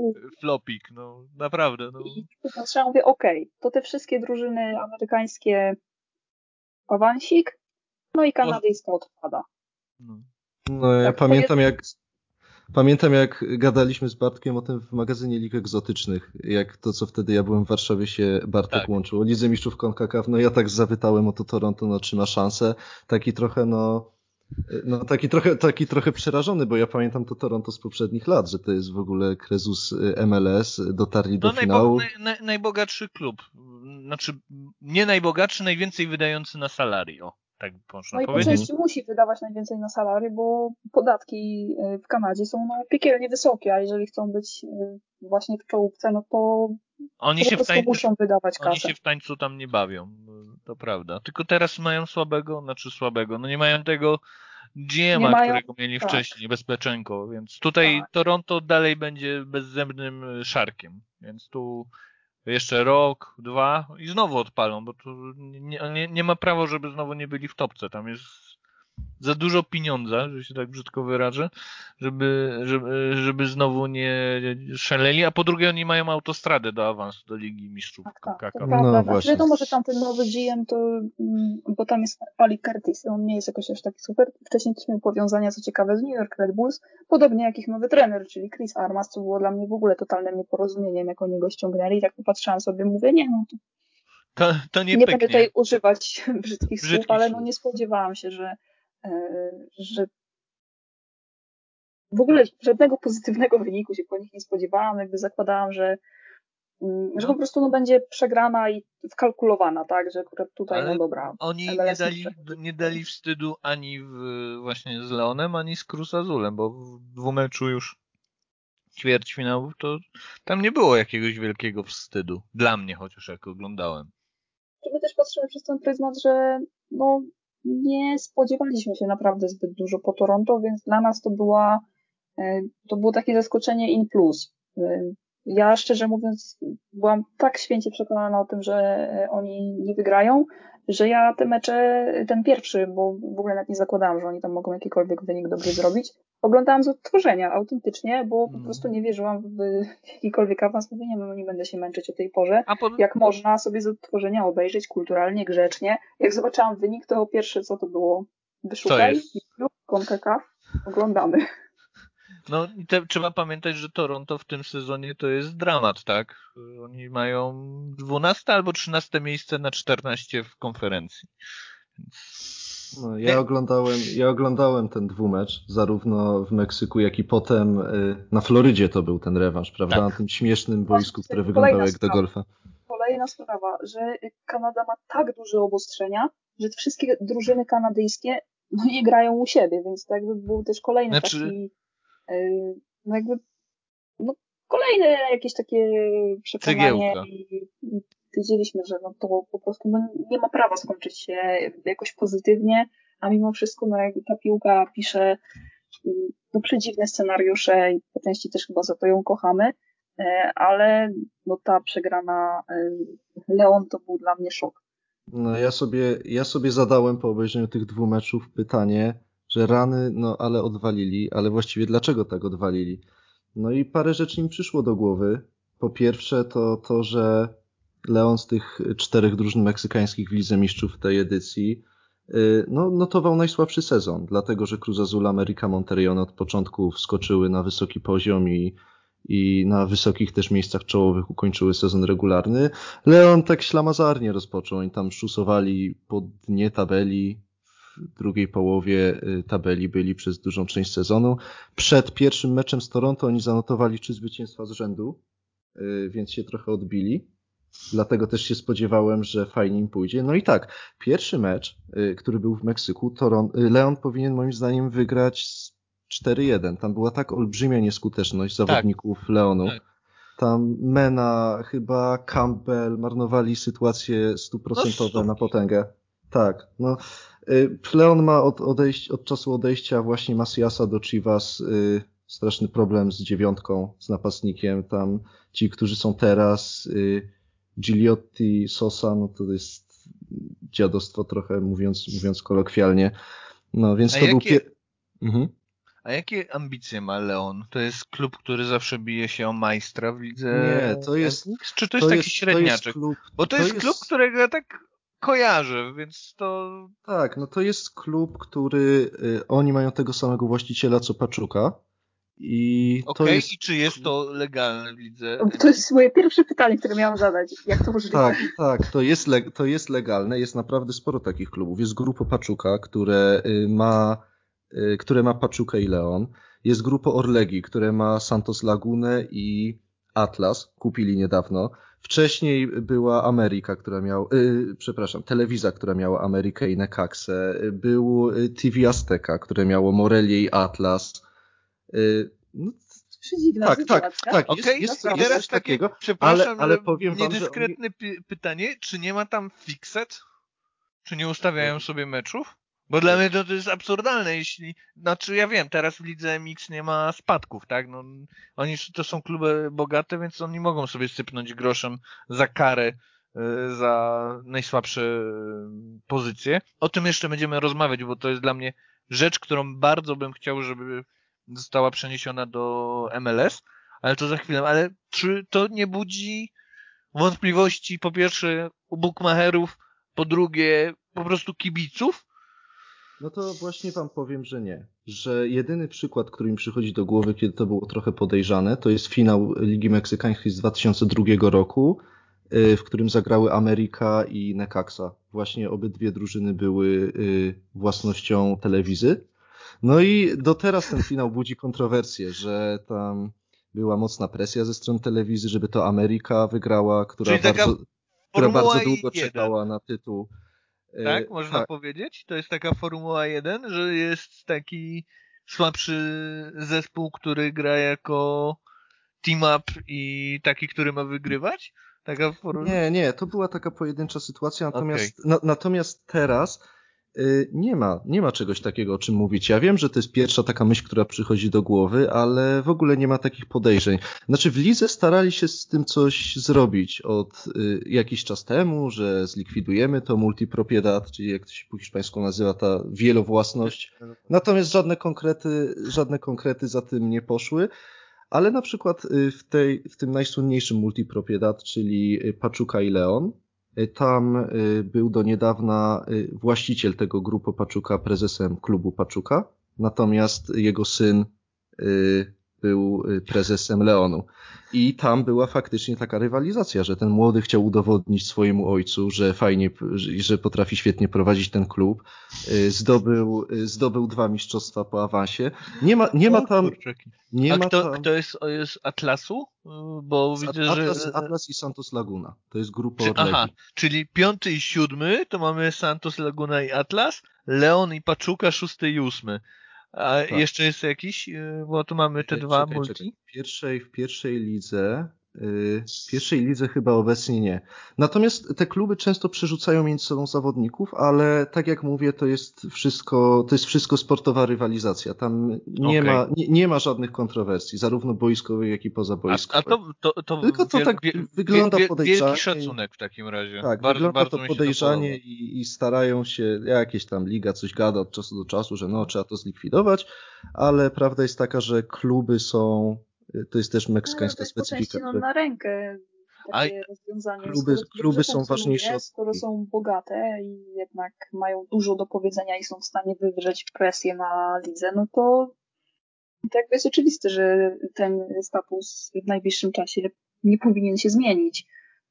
Speaker 2: flopik, no naprawdę. No.
Speaker 1: I patrzę, mówię, okej, okay, to te wszystkie drużyny amerykańskie awansik, no i kanadyjska odpada.
Speaker 3: No, no ja
Speaker 1: tak,
Speaker 3: pamiętam
Speaker 1: jest...
Speaker 3: jak pamiętam jak gadaliśmy z Bartkiem o tym w magazynie Lig Egzotycznych, jak to co wtedy ja byłem w Warszawie się Bartek
Speaker 2: tak.
Speaker 3: łączył o Lidze Mistrzów CONCACAF, no ja tak zapytałem o to Toronto, no czy ma szansę, taki trochę no No taki trochę, taki trochę przerażony, bo ja pamiętam to Toronto z poprzednich lat, że to jest w ogóle krezus M L S, dotarli do
Speaker 2: no,
Speaker 3: finału.
Speaker 2: Najbo- naj, naj, najbogatszy klub, znaczy nie najbogatszy, najwięcej wydający na salario, tak można
Speaker 1: no
Speaker 2: powiedzieć.
Speaker 1: No i po części musi wydawać najwięcej na salary, bo podatki w Kanadzie są no, piekielnie wysokie, a jeżeli chcą być właśnie w czołówce, no to
Speaker 2: Oni
Speaker 1: po
Speaker 2: się
Speaker 1: prostu
Speaker 2: w tańcu,
Speaker 1: muszą wydawać kasę.
Speaker 2: Oni się w tańcu tam nie bawią, to prawda. Tylko teraz mają słabego, znaczy słabego, no nie mają tego G M a, mają, którego mieli tak. wcześniej, Bezpieczenko, więc tutaj tak. Toronto dalej będzie bezzębnym szarkiem, więc tu jeszcze rok, dwa i znowu odpalą, bo tu nie, nie, nie ma prawa, żeby znowu nie byli w topce, tam jest za dużo pieniądza, że się tak brzydko wyrażę, żeby, żeby, żeby znowu nie szaleli, a po drugie oni mają autostradę do awansu do Ligi Mistrzów.
Speaker 1: Tak, tak, to
Speaker 3: no
Speaker 1: prawda.
Speaker 3: Właśnie.
Speaker 1: Wiadomo, że tam ten nowy G M to, bo tam jest Ali Curtis, on nie jest jakoś aż taki super. Wcześniej też miał powiązania, co ciekawe, z New York Red Bulls, podobnie jak ich nowy trener, czyli Chris Armas, co było dla mnie w ogóle totalnym nieporozumieniem, jak oni go ściągnęli. I tak popatrzyłam sobie, mówię, nie no, to,
Speaker 2: to, to nie,
Speaker 1: nie
Speaker 2: pyknie.
Speaker 1: będę tutaj używać brzydkich,
Speaker 2: Brzydkich
Speaker 1: słów, ale
Speaker 2: słów.
Speaker 1: no nie spodziewałam się, że, że w ogóle żadnego pozytywnego wyniku się po nich nie spodziewałam, jakby zakładałam, że że po prostu no, będzie przegrana i wkalkulowana, tak, że akurat tutaj,
Speaker 2: ale
Speaker 1: no dobra.
Speaker 2: Oni nie dali, nie dali wstydu ani w, właśnie z Leonem, ani z Cruz Azulem, bo w dwumeczu już ćwierćfinałów to tam nie było jakiegoś wielkiego wstydu. Dla mnie chociaż, jak oglądałem.
Speaker 1: My też patrzymy przez ten pryzmat, że no nie spodziewaliśmy się naprawdę zbyt dużo po Toronto, więc dla nas to była to było takie zaskoczenie in plus. Ja szczerze mówiąc byłam tak święcie przekonana o tym, że oni nie wygrają, że ja te mecze, ten pierwszy, bo w ogóle nawet nie zakładałam, że oni tam mogą jakikolwiek wynik dobry zrobić, oglądałam z odtworzenia autentycznie, bo po prostu nie wierzyłam w jakikolwiek awans. Mówię, nie, no nie będę się męczyć o tej porze. A pod... Jak można sobie z odtworzenia obejrzeć kulturalnie, grzecznie. Jak zobaczyłam wynik, to pierwsze co to było? Wyszukaj, CONCACAF, oglądamy.
Speaker 2: No i te, trzeba pamiętać, że Toronto w tym sezonie to jest dramat, tak? Oni mają dwunaste albo trzynaste miejsce na czternaście w konferencji.
Speaker 3: No, ja, oglądałem, ja oglądałem ten dwumecz, zarówno w Meksyku, jak i potem na Florydzie to był ten rewanż, prawda? Tak. Na tym śmiesznym boisku, które wyglądało jak do golfa.
Speaker 1: Kolejna sprawa, że Kanada ma tak duże obostrzenia, że wszystkie drużyny kanadyjskie no nie grają u siebie, więc to jakby był też kolejny znaczy... taki no jakby no kolejne jakieś takie przekonanie i, i wiedzieliśmy, że no to po prostu no nie ma prawa skończyć się jakoś pozytywnie, a mimo wszystko no jakby ta piłka pisze no przedziwne scenariusze i po części też chyba za to ją kochamy, ale no ta przegrana Leon to był dla mnie szok.
Speaker 3: No ja sobie, ja sobie zadałem po obejrzeniu tych dwóch meczów pytanie, że rany, no ale odwalili, ale właściwie dlaczego tak odwalili? No i parę rzeczy mi przyszło do głowy. Po pierwsze to to, że Leon z tych czterech drużyn meksykańskich w Lidze Mistrzów tej edycji no, notował najsłabszy sezon, dlatego że Cruz Azul, América Monterrey od początku wskoczyły na wysoki poziom i, i na wysokich też miejscach czołowych ukończyły sezon regularny. Leon tak ślamazarnie rozpoczął, oni tam szusowali po dnie tabeli, w drugiej połowie tabeli byli przez dużą część sezonu. Przed pierwszym meczem z Toronto oni zanotowali trzy zwycięstwa z rzędu, więc się trochę odbili. Dlatego też się spodziewałem, że fajnie im pójdzie. No i tak, pierwszy mecz, który był w Meksyku, Toron- Leon powinien moim zdaniem wygrać cztery jeden. Tam była tak olbrzymia nieskuteczność zawodników tak. Leonu. Tak. Tam Mena, chyba Campbell marnowali sytuacje stuprocentowe no, na potęgę. Tak, no Leon ma od, odejść, od czasu odejścia właśnie Maciasa do Chivas y, straszny problem z dziewiątką, z napastnikiem. Tam ci, którzy są teraz, y, Gigliotti, Sosa, no to jest dziadostwo trochę, mówiąc, mówiąc kolokwialnie. No więc
Speaker 2: a
Speaker 3: to
Speaker 2: jakie,
Speaker 3: był... Pie... Mhm.
Speaker 4: A jakie ambicje ma Leon? To jest klub, który zawsze bije się o majstra w lidze?
Speaker 3: Nie, to jest...
Speaker 4: M X? Czy to jest
Speaker 3: to
Speaker 4: taki
Speaker 3: jest,
Speaker 4: średniaczek?
Speaker 3: To jest klub,
Speaker 4: Bo to,
Speaker 3: to
Speaker 4: jest klub, którego ja tak kojarzę, więc to...
Speaker 3: Tak, no to jest klub, który... Y, oni mają tego samego właściciela, co Paczuka. I to
Speaker 4: Okej,
Speaker 3: jest...
Speaker 4: i czy jest to legalne w lidze?
Speaker 1: To jest moje pierwsze pytanie, które miałam zadać. Jak to możliwe?
Speaker 3: Tak, tak, to jest, le- to jest legalne. Jest naprawdę sporo takich klubów. Jest grupa Paczuka, które y, ma, y, które ma Paczukę i Leon. Jest grupa Orlegi, które ma Santos Lagunę i Atlas. Kupili niedawno. Wcześniej była Ameryka, która miała, y, przepraszam, Telewizja, która miała Amerykę i Necaxę. Był y, T V Azteca, które miało Morelię i Atlas. Y, no,
Speaker 1: Dziwna
Speaker 3: tak, tak,
Speaker 1: sytuacja.
Speaker 3: tak, jest,
Speaker 4: Okej,
Speaker 3: jest,
Speaker 4: i
Speaker 3: jest
Speaker 4: teraz
Speaker 3: coś
Speaker 4: takie,
Speaker 3: takiego,
Speaker 4: przepraszam,
Speaker 3: ale, ale powiem wam, że oni...
Speaker 4: niedyskretne py- pytanie, czy nie ma tam fixet? Czy nie ustawiają sobie meczów? Bo dla mnie to, to jest absurdalne, jeśli... Znaczy ja wiem, teraz w lidze M X nie ma spadków, tak? No, oni to są kluby bogate, więc oni mogą sobie sypnąć groszem za karę, y, za najsłabsze y, pozycje. O tym jeszcze będziemy rozmawiać, bo to jest dla mnie rzecz, którą bardzo bym chciał, żeby została przeniesiona do M L S, ale to za chwilę. Ale czy to nie budzi wątpliwości, po pierwsze, u bukmacherów, po drugie, po prostu kibiców?
Speaker 3: No to właśnie wam powiem, że nie. Że jedyny przykład, który mi przychodzi do głowy, kiedy to było trochę podejrzane, to jest finał Ligi Meksykańskiej z dwa tysiące drugiego roku, w którym zagrały Ameryka i Necaxa. Właśnie obydwie drużyny były własnością telewizy. No i do teraz ten finał budzi kontrowersje, że tam była mocna presja ze strony telewizji, żeby to Ameryka wygrała, która
Speaker 4: Czyli taka
Speaker 3: bardzo, która bardzo
Speaker 4: Formuła
Speaker 3: długo
Speaker 4: jeden.
Speaker 3: czekała na tytuł.
Speaker 4: Tak,
Speaker 3: E,
Speaker 4: można
Speaker 3: tak,
Speaker 4: powiedzieć? To jest taka Formuła jeden, że jest taki słabszy zespół, który gra jako team-up i taki, który ma wygrywać? Taka formuła...
Speaker 3: Nie, nie, to była taka pojedyncza sytuacja, natomiast,
Speaker 4: Okay.
Speaker 3: na, natomiast teraz y, nie ma, nie ma czegoś takiego, o czym mówić. Ja wiem, że to jest pierwsza taka myśl, która przychodzi do głowy, ale w ogóle nie ma takich podejrzeń. Znaczy w lidze starali się z tym coś zrobić od y, jakiś czas temu, że zlikwidujemy to multipropiedad, czyli jak to się po hiszpańsku nazywa, ta wielowłasność. Natomiast żadne konkrety, żadne konkrety za tym nie poszły. Ale na przykład w, tej, w tym najsłynniejszym multipropiedad, czyli Paczuka i Leon, tam był do niedawna właściciel tego Grupo Paczuka prezesem klubu Paczuka, natomiast jego syn był prezesem Leonu. I tam była faktycznie taka rywalizacja, że ten młody chciał udowodnić swojemu ojcu, że fajnie, że potrafi świetnie prowadzić ten klub. Zdobył, zdobył dwa mistrzostwa po awansie. Nie ma, nie ma tam... Nie
Speaker 4: A
Speaker 3: ma
Speaker 4: kto,
Speaker 3: tam...
Speaker 4: kto jest z Atlasu? Bo widzę,
Speaker 3: Atlas,
Speaker 4: że...
Speaker 3: Atlas i Santos Laguna. To jest grupa
Speaker 4: Czy,
Speaker 3: Orlegi.
Speaker 4: aha, czyli piąty i siódmy to mamy Santos Laguna i Atlas, Leon i Paczuka szósty i ósmy. A
Speaker 3: Tak.
Speaker 4: jeszcze jest jakiś? Bo tu mamy te
Speaker 3: Czekaj,
Speaker 4: dwa
Speaker 3: czekaj,
Speaker 4: multi.
Speaker 3: czekaj. W pierwszej, w pierwszej lidze w pierwszej lidze chyba obecnie nie. Natomiast te kluby często przerzucają między sobą zawodników, ale tak jak mówię, to jest wszystko, to jest wszystko sportowa rywalizacja. Tam nie, okay. ma, nie, nie ma żadnych kontrowersji, zarówno boiskowych, jak i pozaboiskowych.
Speaker 4: A, a to, to, to
Speaker 3: Tylko to
Speaker 4: wiel,
Speaker 3: tak
Speaker 4: wiel,
Speaker 3: wygląda
Speaker 4: wiel,
Speaker 3: podejrzanie.
Speaker 4: Wielki szacunek w takim razie.
Speaker 3: Tak,
Speaker 4: bardzo,
Speaker 3: wygląda
Speaker 4: bardzo
Speaker 3: to
Speaker 4: mi
Speaker 3: podejrzanie
Speaker 4: to
Speaker 3: i, i starają się, jakieś tam liga coś gada od czasu do czasu, że no trzeba to zlikwidować, ale prawda jest taka, że kluby są, to jest też meksykańska
Speaker 1: no, to jest
Speaker 3: specyfika.
Speaker 1: Po części, no, na rękę takie
Speaker 4: A
Speaker 1: rozwiązanie.
Speaker 3: Kluby,
Speaker 1: skoro
Speaker 3: kluby są ważniejsze od...
Speaker 1: skoro są bogate i jednak mają dużo do powiedzenia i są w stanie wywrzeć presję na lidze, no to, to jakby jest oczywiste, że ten status w najbliższym czasie nie powinien się zmienić.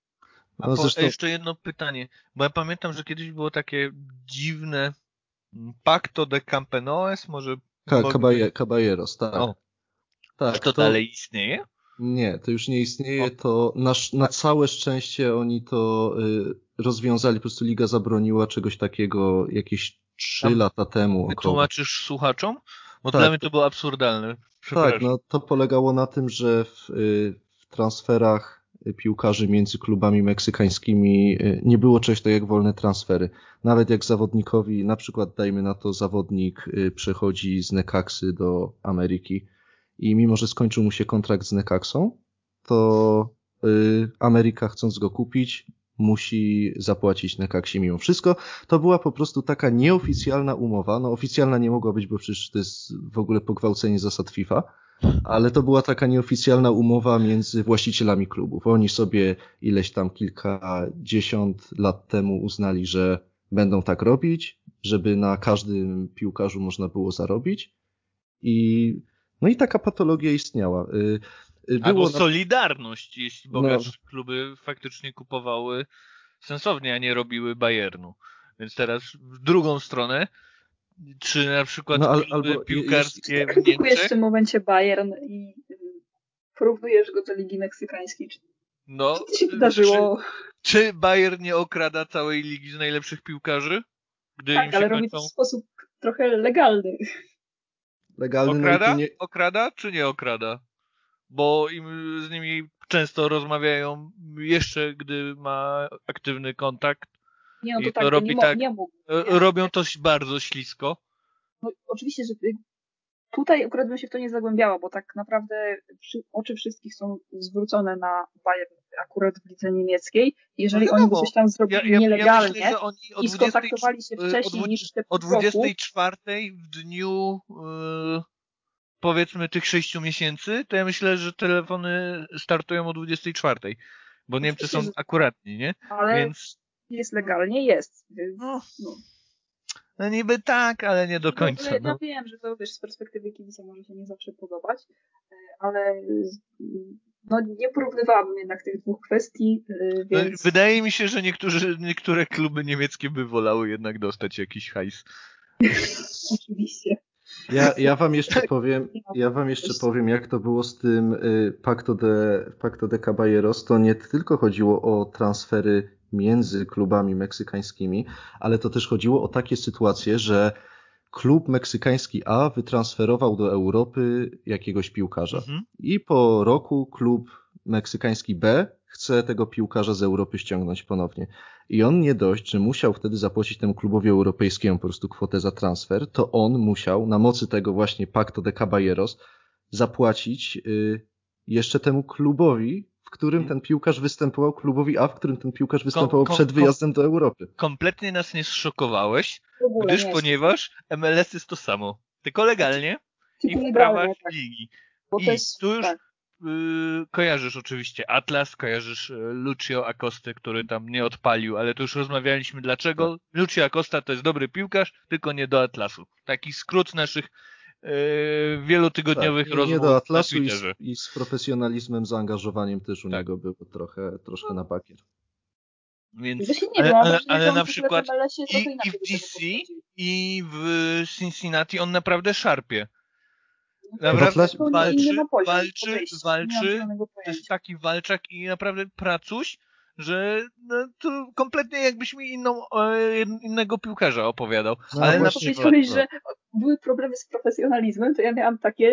Speaker 4: A po, zresztą... jeszcze jedno pytanie, bo ja pamiętam, że kiedyś było takie dziwne Pacto de Campeones, może...
Speaker 3: Ka- Caballe- Caballeros, tak.
Speaker 4: O.
Speaker 3: tak.
Speaker 4: Czy to, to dalej istnieje?
Speaker 3: Nie, to już nie istnieje, to na, na całe szczęście oni to y, rozwiązali, po prostu Liga zabroniła czegoś takiego jakieś trzy lata temu.
Speaker 4: Wytłumaczysz słuchaczom? Bo
Speaker 3: tak,
Speaker 4: dla mnie to było absurdalne.
Speaker 3: Tak, no to polegało na tym, że w, y, w transferach piłkarzy między klubami meksykańskimi nie było czegoś tak jak wolne transfery. Nawet jak zawodnikowi, na przykład dajmy na to zawodnik przechodzi z Necaxy do Ameryki i mimo, że skończył mu się kontrakt z Necaxą, to Ameryka chcąc go kupić musi zapłacić Necaxie mimo wszystko. To była po prostu taka nieoficjalna umowa. No oficjalna nie mogła być, bo przecież to jest w ogóle pogwałcenie zasad FIFA, ale to była taka nieoficjalna umowa między właścicielami klubów. Oni sobie ileś tam kilkadziesiąt lat temu uznali, że będą tak robić, żeby na każdym piłkarzu można było zarobić. I no i taka patologia istniała. Było
Speaker 4: Albo
Speaker 3: na...
Speaker 4: solidarność, jeśli bogatsze
Speaker 3: no.
Speaker 4: kluby faktycznie kupowały sensownie, a nie robiły Bayernu. Więc teraz w drugą stronę, czy na przykład
Speaker 3: No, al,
Speaker 4: kluby
Speaker 3: albo
Speaker 4: piłkarskie
Speaker 3: jeśli...
Speaker 4: w
Speaker 1: Krytykujesz
Speaker 4: Niemczech?
Speaker 1: w tym momencie Bayern i porównujesz go do Ligi Meksykańskiej.
Speaker 4: No,
Speaker 1: Co się wydarzyło?
Speaker 4: Czy, czy Bayern nie okrada całej ligi z najlepszych piłkarzy? Gdy
Speaker 1: Tak,
Speaker 4: im się
Speaker 1: ale robi to
Speaker 4: kończą...
Speaker 1: w sposób trochę legalny.
Speaker 3: Legalny,
Speaker 4: Okrada?
Speaker 3: no i tu nie...
Speaker 4: Okrada czy nie okrada? Bo im z nimi często rozmawiają jeszcze, gdy ma aktywny kontakt.
Speaker 1: Nie, no to
Speaker 4: I
Speaker 1: tak,
Speaker 4: to
Speaker 1: to
Speaker 4: robi
Speaker 1: nie, mo-
Speaker 4: tak,
Speaker 1: nie mógł.
Speaker 4: e,
Speaker 1: Nie.
Speaker 4: robią to bardzo ślisko.
Speaker 1: No, oczywiście, że tutaj akurat bym się w to nie zagłębiała, bo tak naprawdę przy, oczy wszystkich są zwrócone na Bayern akurat w lidze niemieckiej. Jeżeli
Speaker 4: No
Speaker 1: oni
Speaker 4: wiadomo,
Speaker 1: by coś tam zrobili
Speaker 4: ja, ja,
Speaker 1: nielegalnie
Speaker 4: ja myślę, że oni o
Speaker 1: i skontaktowali się wcześniej
Speaker 4: o
Speaker 1: niż te
Speaker 4: o
Speaker 1: pół roku,
Speaker 4: dwudziestej czwartej w dniu yy, powiedzmy tych sześciu miesięcy, to ja myślę, że telefony startują o dwudziestej czwartej, bo Niemcy są
Speaker 1: że-
Speaker 4: akuratni, nie?
Speaker 1: ale
Speaker 4: Więc
Speaker 1: jest legalnie, jest. Więc,
Speaker 4: no,
Speaker 1: no.
Speaker 4: no niby tak, ale nie do końca.
Speaker 1: Ja
Speaker 4: No.
Speaker 1: wiem, że to wiesz, z perspektywy kibica może się nie zawsze podobać, ale no, nie porównywałabym jednak tych dwóch kwestii, więc...
Speaker 4: No, wydaje mi się, że niektórzy, niektóre kluby niemieckie by wolały jednak dostać jakiś hajs.
Speaker 1: Oczywiście.
Speaker 3: Ja, ja wam jeszcze powiem, ja wam jeszcze powiem, jak to było z tym y, Pacto de, Pacto de Caballeros. To nie tylko chodziło o transfery między klubami meksykańskimi, ale to też chodziło o takie sytuacje, że klub meksykański A wytransferował do Europy jakiegoś piłkarza.
Speaker 4: Mhm.
Speaker 3: I po roku klub meksykański B chce tego piłkarza z Europy ściągnąć ponownie. I on nie dość, że musiał wtedy zapłacić temu klubowi europejskiemu po prostu kwotę za transfer, to on musiał na mocy tego właśnie Pacto de Caballeros zapłacić y, jeszcze temu klubowi, w którym ten piłkarz występował, klubowi A, w którym ten piłkarz występował
Speaker 4: kom,
Speaker 3: przed wyjazdem do Europy.
Speaker 4: Kompletnie nas nie zszokowałeś,
Speaker 1: W ogóle
Speaker 4: gdyż
Speaker 1: nie
Speaker 4: ponieważ M L S jest to samo. Tylko legalnie
Speaker 1: Tylko
Speaker 4: i w
Speaker 1: legalnie,
Speaker 4: prawach
Speaker 1: tak.
Speaker 4: ligi.
Speaker 1: Bo to
Speaker 4: I
Speaker 1: jest,
Speaker 4: tu już
Speaker 1: tak.
Speaker 4: y, kojarzysz oczywiście Atlas, kojarzysz y, Lucio Acostę, który tam nie odpalił, ale tu już rozmawialiśmy dlaczego. Tak. Lucio Acosta to jest dobry piłkarz, tylko nie do Atlasu. Taki skrót naszych y, wielotygodniowych
Speaker 3: tak, nie,
Speaker 4: rozmów
Speaker 3: nie do Atlasu
Speaker 4: na
Speaker 3: i z,
Speaker 4: Twitterze.
Speaker 3: i z profesjonalizmem, zaangażowaniem też u
Speaker 4: Tak.
Speaker 3: niego było trochę, troszkę na bakier.
Speaker 4: Więc,
Speaker 1: Że się nie
Speaker 4: ale,
Speaker 1: wiem, mam
Speaker 4: ale,
Speaker 1: wrażenie,
Speaker 4: ale
Speaker 1: że on
Speaker 4: na
Speaker 1: w ogóle
Speaker 4: przykład
Speaker 1: w M L S-ie
Speaker 4: i,
Speaker 1: trochę
Speaker 4: i
Speaker 1: inaczej
Speaker 4: w
Speaker 1: do
Speaker 4: D
Speaker 1: tego
Speaker 4: C
Speaker 1: podchodził.
Speaker 4: i w Cincinnati on naprawdę szarpie.
Speaker 1: No
Speaker 4: Naprawdę
Speaker 3: Atlas-
Speaker 1: zupełnie inny
Speaker 4: walczy,
Speaker 1: ma poziom
Speaker 4: walczy,
Speaker 1: podejścia. Nie mam
Speaker 4: walczy.
Speaker 1: zielonego
Speaker 4: To jest
Speaker 1: pojęcia.
Speaker 4: taki walczak i naprawdę pracuś, że no, to kompletnie jakbyś mi inną, e, innego piłkarza opowiadał.
Speaker 3: No,
Speaker 4: ale na
Speaker 3: właśnie
Speaker 4: przykład...
Speaker 1: Powiedziałeś, że były problemy z profesjonalizmem, to ja miałam takie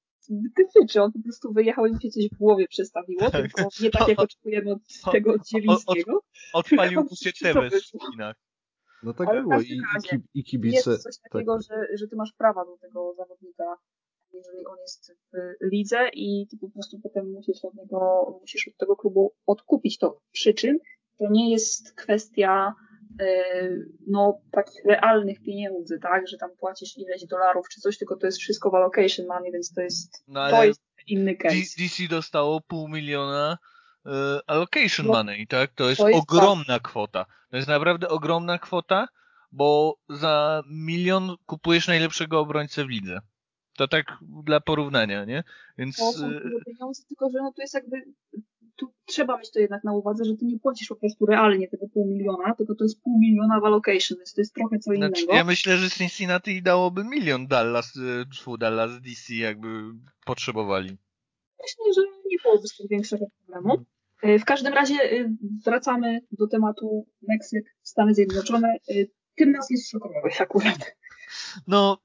Speaker 1: tyfy, on po prostu wyjechał i mu się coś w głowie przestawiło,
Speaker 4: Tak.
Speaker 1: tylko nie tak jak oczekujemy od tego od
Speaker 4: Od,
Speaker 1: Zielińskiego.
Speaker 4: odpalił
Speaker 1: tylko
Speaker 4: mu się
Speaker 1: to
Speaker 4: Tevez w
Speaker 1: wyszło.
Speaker 4: Chinach.
Speaker 3: No tak
Speaker 1: Ale w
Speaker 3: było
Speaker 1: każdym
Speaker 3: i, i,
Speaker 1: razie
Speaker 3: ki- i kibice...
Speaker 1: jest coś takiego,
Speaker 3: tak,
Speaker 1: że, że ty masz prawa do tego zawodnika, jeżeli on jest w lidze i ty po prostu potem musisz od niego, musisz od tego klubu odkupić to. Przy czym to nie jest kwestia yy, no takich realnych pieniędzy, tak, że tam płacisz ileś dolarów czy coś, tylko to jest wszystko w allocation money, więc to jest,
Speaker 4: No ale
Speaker 1: to jest inny
Speaker 4: D-
Speaker 1: case.
Speaker 4: DC dostało pół miliona e, allocation
Speaker 1: No,
Speaker 4: money, tak? To jest,
Speaker 1: to jest
Speaker 4: ogromna kwota. To jest naprawdę ogromna kwota, bo za milion kupujesz najlepszego obrońcę w lidze. To tak dla porównania, nie? Więc
Speaker 1: To są
Speaker 4: e,
Speaker 1: duże pieniądze, tylko że no to jest jakby, tu trzeba mieć to jednak na uwadze, że ty nie płacisz po prostu realnie tego pół miliona, tylko to jest pół miliona w allocation, więc to jest trochę co
Speaker 4: znaczy,
Speaker 1: innego.
Speaker 4: ja myślę, że Cincinnati dałoby milion Dallas, e, tfu, Dallas D C jakby potrzebowali.
Speaker 1: Myślę, że nie byłoby z tym większego problemu. W każdym razie wracamy do tematu Meksyk, Stany Zjednoczone. Tym nas nie zszokowałeś akurat.
Speaker 4: No,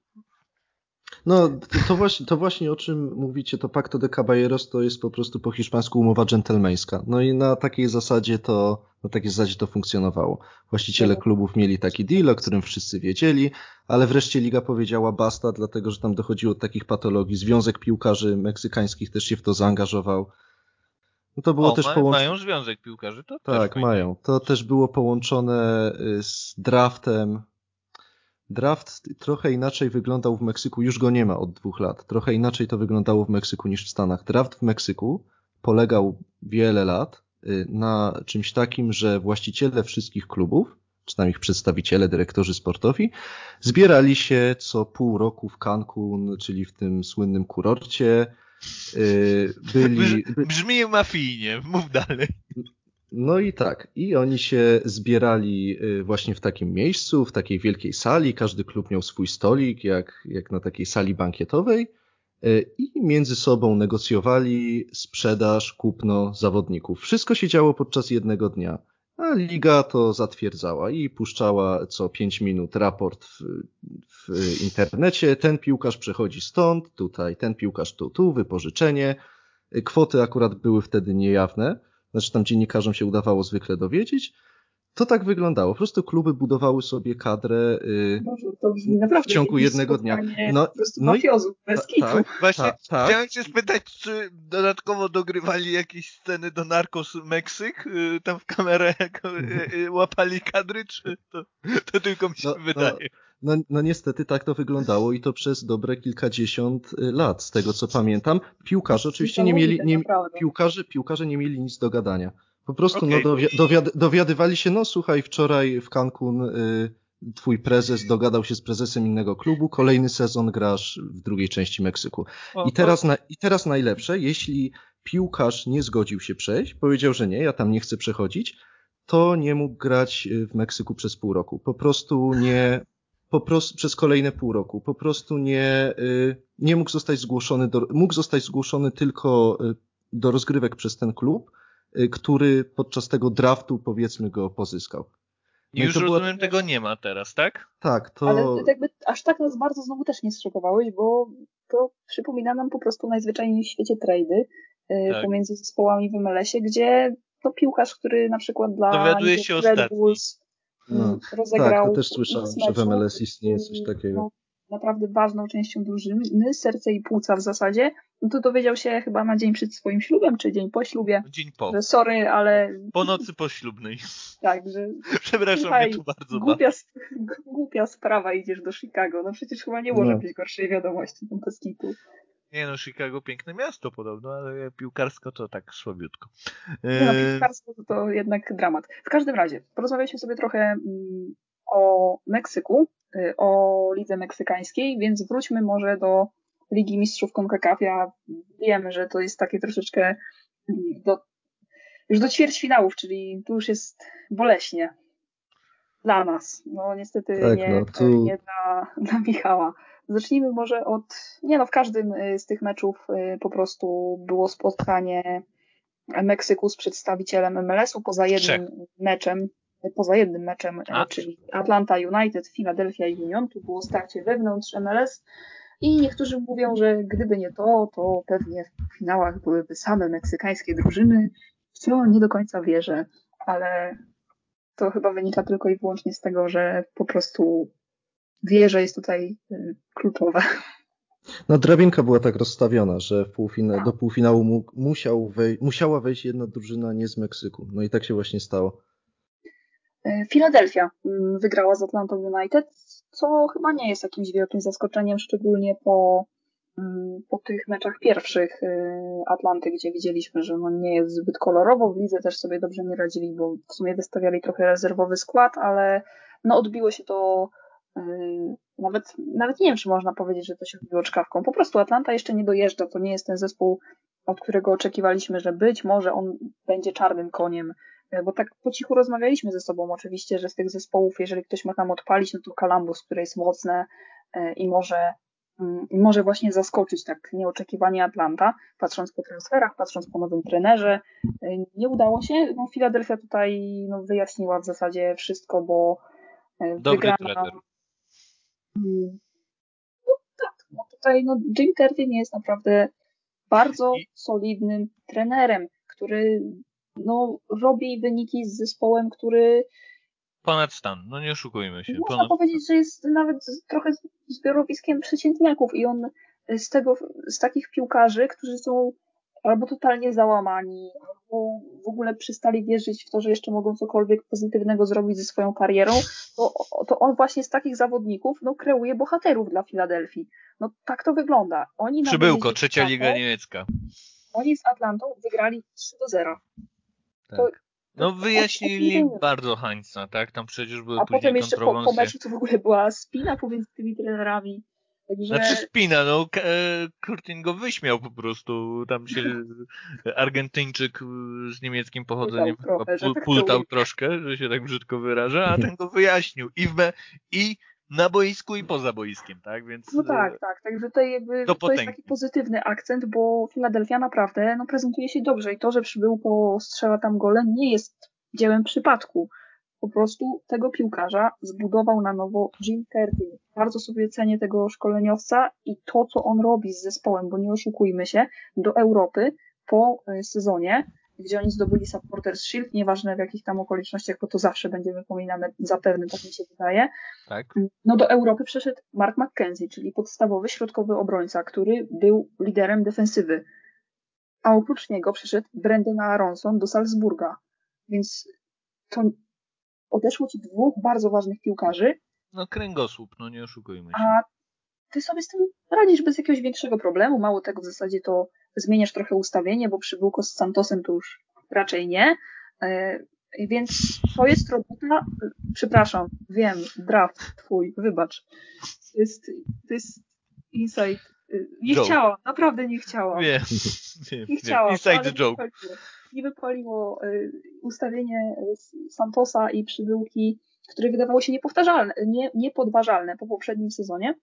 Speaker 3: No, to, to, właśnie, to właśnie o czym mówicie, to Pacto de Caballeros to jest po prostu po hiszpańsku umowa dżentelmeńska. No i na takiej zasadzie to, na takiej zasadzie to funkcjonowało. Właściciele klubów mieli taki deal, o którym wszyscy wiedzieli, ale wreszcie liga powiedziała basta, dlatego że tam dochodziło do takich patologii. Związek piłkarzy meksykańskich też się w to zaangażował. No to było
Speaker 4: o,
Speaker 3: też
Speaker 4: ma,
Speaker 3: połączone.
Speaker 4: mają związek piłkarzy, to
Speaker 3: Tak,
Speaker 4: też fajnie.
Speaker 3: mają. To też było połączone z draftem. Draft trochę inaczej wyglądał w Meksyku, już go nie ma od dwóch lat. Trochę inaczej to wyglądało w Meksyku niż w Stanach. Draft w Meksyku polegał wiele lat na czymś takim, że właściciele wszystkich klubów, czy tam ich przedstawiciele, dyrektorzy sportowi, zbierali się co pół roku w Cancun, czyli w tym słynnym kurorcie. Byli...
Speaker 4: Brzmi mafijnie, mów dalej.
Speaker 3: No i tak, i oni się zbierali właśnie w takim miejscu, w takiej wielkiej sali, każdy klub miał swój stolik, jak, jak na takiej sali bankietowej i między sobą negocjowali sprzedaż, kupno zawodników. Wszystko się działo podczas jednego dnia, a liga to zatwierdzała i puszczała co pięć minut raport w, w internecie, ten piłkarz przechodzi stąd, tutaj, ten piłkarz tu, tu, wypożyczenie. Kwoty akurat były wtedy niejawne, znaczy tam dziennikarzom się udawało zwykle dowiedzieć. To tak wyglądało. Po prostu kluby budowały sobie kadrę
Speaker 1: Boże, to brzmi naprawdę
Speaker 3: w ciągu jednego dnia.
Speaker 1: No, po prostu no mafiozów, bez kitu.
Speaker 3: Tak,
Speaker 4: Właśnie
Speaker 3: ta, tak.
Speaker 4: Chciałem cię spytać, czy dodatkowo dogrywali jakieś sceny do Narcos Meksyk? Tam w kamerę łapali kadry, czy to, to tylko mi się
Speaker 3: no,
Speaker 4: wydaje?
Speaker 3: No, no, no niestety tak to wyglądało i to przez dobre kilkadziesiąt lat, z tego co pamiętam. Piłkarze oczywiście nie mieli, nie, piłkarze, piłkarze nie mieli nic do gadania. Po prostu okay. no, dowi- dowiad- dowiadywali się, no słuchaj, wczoraj w Cancun y, twój prezes dogadał się z prezesem innego klubu, kolejny sezon grasz w drugiej części Meksyku.
Speaker 4: O,
Speaker 3: I teraz, na, I teraz najlepsze, jeśli piłkarz nie zgodził się przejść, powiedział, że nie, ja tam nie chcę przechodzić, to nie mógł grać w Meksyku przez pół roku. Po prostu nie... Po prostu przez kolejne pół roku. Po prostu nie, nie mógł zostać zgłoszony, do, mógł zostać zgłoszony tylko do rozgrywek przez ten klub, który podczas tego draftu, powiedzmy, go pozyskał.
Speaker 4: No już rozumiem, była... tego nie ma teraz, tak?
Speaker 3: Tak, to...
Speaker 1: Ale jakby aż tak nas bardzo znowu też nie zszokowałeś, bo to przypomina nam po prostu najzwyczajniej w świecie trady tak. pomiędzy zespołami w M L S ie, gdzie to piłkarz, który na przykład dla
Speaker 4: Dowiaduje się
Speaker 1: Red Bulls
Speaker 3: No,
Speaker 1: rozegrał
Speaker 3: tak, to też słyszałem, że w M L S istnieje coś takiego.
Speaker 1: No, naprawdę ważną częścią drużyny, serce i płuca w zasadzie, no to dowiedział się chyba na dzień przed swoim ślubem, czy dzień po ślubie,
Speaker 4: dzień po.
Speaker 1: że sorry, ale...
Speaker 4: Po nocy poślubnej.
Speaker 1: Tak, że...
Speaker 4: Przepraszam, słuchaj, mnie tu bardzo
Speaker 1: głupia, głupia sprawa, idziesz do Chicago. No przecież chyba nie może
Speaker 3: no.
Speaker 1: być gorszej wiadomości tam bez kitu.
Speaker 4: Nie no, Chicago piękne miasto podobno, ale piłkarsko to tak słabiutko.
Speaker 1: Nie no, piłkarsko to, to jednak dramat. W każdym razie, porozmawialiśmy sobie trochę mm, o Meksyku, y, o lidze meksykańskiej, więc wróćmy może do Ligi Mistrzów CONCACAF. Ja wiem, że to jest takie troszeczkę do, już do ćwierćfinałów, czyli tu już jest boleśnie dla nas. No niestety
Speaker 3: tak,
Speaker 1: nie,
Speaker 3: no, tu...
Speaker 1: nie dla, dla Michała. Zacznijmy może od... Nie no, w każdym z tych meczów po prostu było spotkanie Meksyku z przedstawicielem M L S u poza jednym Trzech. meczem, poza jednym meczem, A. czyli Atlanta United, Philadelphia Union. Tu było starcie wewnątrz M L S i niektórzy mówią, że gdyby nie to, to pewnie w finałach byłyby same meksykańskie drużyny, w co nie do końca wierzę, ale to chyba wynika tylko i wyłącznie z tego, że po prostu wierzę jest tutaj kluczowe.
Speaker 3: No drabinka była tak rozstawiona, że w półfina- do półfinału mu- musiał wej- musiała wejść jedna drużyna nie z Meksyku. No i tak się właśnie stało.
Speaker 1: Philadelphia wygrała z Atlantą United, co chyba nie jest jakimś wielkim zaskoczeniem, szczególnie po, po tych meczach pierwszych Atlanty, gdzie widzieliśmy, że no nie jest zbyt kolorowo. W lidze też sobie dobrze nie radzili, bo w sumie wystawiali trochę rezerwowy skład, ale no odbiło się to Nawet, nawet nie wiem, czy można powiedzieć, że to się odbiło czkawką. Po prostu Atlanta jeszcze nie dojeżdża. To nie jest ten zespół, od którego oczekiwaliśmy, że być może on będzie czarnym koniem. Bo tak po cichu rozmawialiśmy ze sobą oczywiście, że z tych zespołów, jeżeli ktoś ma tam odpalić, no to Columbus, które jest mocne i może, i może właśnie zaskoczyć tak nieoczekiwanie Atlanta, patrząc po transferach, patrząc po nowym trenerze. Nie udało się. No, Philadelphia tutaj no, wyjaśniła w zasadzie wszystko, bo
Speaker 4: Dobry
Speaker 1: wygrana...
Speaker 4: trener.
Speaker 1: No tak, no tutaj no Jim Curtin jest naprawdę bardzo solidnym trenerem, który no, robi wyniki z zespołem, który
Speaker 4: ponad stan, no nie oszukujmy się.
Speaker 1: Można
Speaker 4: ponad...
Speaker 1: powiedzieć, że jest nawet trochę zbiorowiskiem przeciętniaków i on z tego, z takich piłkarzy, którzy są albo totalnie załamani, albo bo w ogóle przestali wierzyć w to, że jeszcze mogą cokolwiek pozytywnego zrobić ze swoją karierą, to, to on właśnie z takich zawodników no, kreuje bohaterów dla Filadelfii. No tak to wygląda. Oni
Speaker 4: Przybyłko, trzecia liga niemiecka.
Speaker 1: Oni z Atlantą wygrali trzy do zera.
Speaker 4: Tak.
Speaker 1: To,
Speaker 4: no wyjaśnili to, bardzo Heinza, tak? Tam przecież były
Speaker 1: a
Speaker 4: później
Speaker 1: potem jeszcze po, po meczu to w ogóle była spina pomiędzy tymi trenerami. Także...
Speaker 4: Znaczy spina, no Curtin go wyśmiał po prostu, tam się Argentyńczyk z niemieckim pochodzeniem
Speaker 1: pultał trochę,
Speaker 4: pul,
Speaker 1: tak
Speaker 4: pultał troszkę, że się tak brzydko wyraża, a ten go wyjaśnił i w me, i na boisku i poza boiskiem, tak? Więc
Speaker 1: no tak, tak, także tutaj jakby
Speaker 4: to,
Speaker 1: to jest taki pozytywny akcent, bo Filadelfia naprawdę no, prezentuje się dobrze i to, że przybył po strzela tam gole nie jest dziełem przypadku. Po prostu tego piłkarza zbudował na nowo Jim Curtin. Bardzo sobie cenię tego szkoleniowca i to, co on robi z zespołem, bo nie oszukujmy się, do Europy po sezonie, gdzie oni zdobyli Supporters Shield, nieważne w jakich tam okolicznościach, bo to zawsze będzie wypominane zapewne, tak mi się wydaje.
Speaker 4: Tak.
Speaker 1: No do Europy przeszedł Mark McKenzie, czyli podstawowy środkowy obrońca, który był liderem defensywy. A oprócz niego przyszedł Brendan Aronson do Salzburga. Więc to odeszło ci dwóch bardzo ważnych piłkarzy.
Speaker 4: No kręgosłup, no nie oszukujmy się.
Speaker 1: A ty sobie z tym radzisz bez jakiegoś większego problemu. Mało tego, w zasadzie to zmieniasz trochę ustawienie, bo przybyłko z Santosem to już raczej nie. Yy, więc to jest robota, przepraszam, wiem, draft twój, wybacz. To jest, to jest insight. Nie
Speaker 4: joke.
Speaker 1: chciałam, naprawdę nie chciałam.
Speaker 4: Wiem, wiem,
Speaker 1: nie chciałam,
Speaker 4: inside
Speaker 1: ale
Speaker 4: joke.
Speaker 1: Nie wypaliło ustawienie Santosa i przybyłki, które wydawało się niepowtarzalne, nie, niepodważalne po poprzednim sezonie.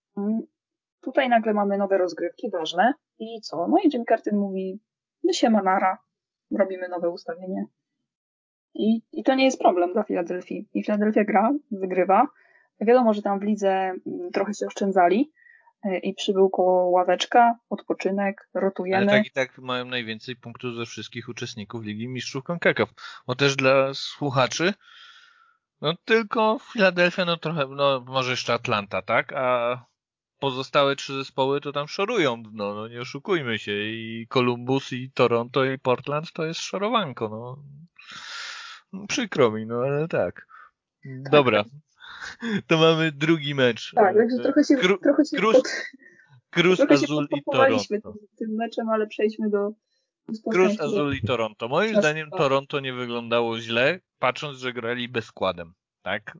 Speaker 1: Tutaj nagle mamy nowe rozgrywki, ważne. I co? No i Jim Curtin mówi, my się manara, robimy nowe ustawienie. I, I to nie jest problem dla Filadelfii. I Filadelfia gra, wygrywa. Wiadomo, że tam w lidze trochę się oszczędzali i przybył koło ławeczka, odpoczynek, rotujemy.
Speaker 4: Ale tak i tak mają najwięcej punktów ze wszystkich uczestników Ligi Mistrzów CONCACAF. Bo też dla słuchaczy, no tylko Filadelfia, no trochę, no może jeszcze Atlanta, tak? A pozostałe trzy zespoły to tam szorują, no, no nie oszukujmy się. I Columbus, i Toronto, i Portland to jest szorowanko, no. no przykro mi, no ale tak. Dobra. To mamy drugi mecz.
Speaker 1: Tak, także trochę się,
Speaker 4: Kru,
Speaker 1: trochę się,
Speaker 4: Cruz,
Speaker 1: pod,
Speaker 4: Cruz
Speaker 1: trochę się
Speaker 4: Azul i
Speaker 1: podpompowaliśmy
Speaker 4: Toronto.
Speaker 1: tym, tym meczem, ale przejdźmy do...
Speaker 4: Cruz Azul i Toronto. Moim
Speaker 1: Czas
Speaker 4: zdaniem
Speaker 1: to.
Speaker 4: Toronto nie wyglądało źle, patrząc, że grali bez składem. Tak?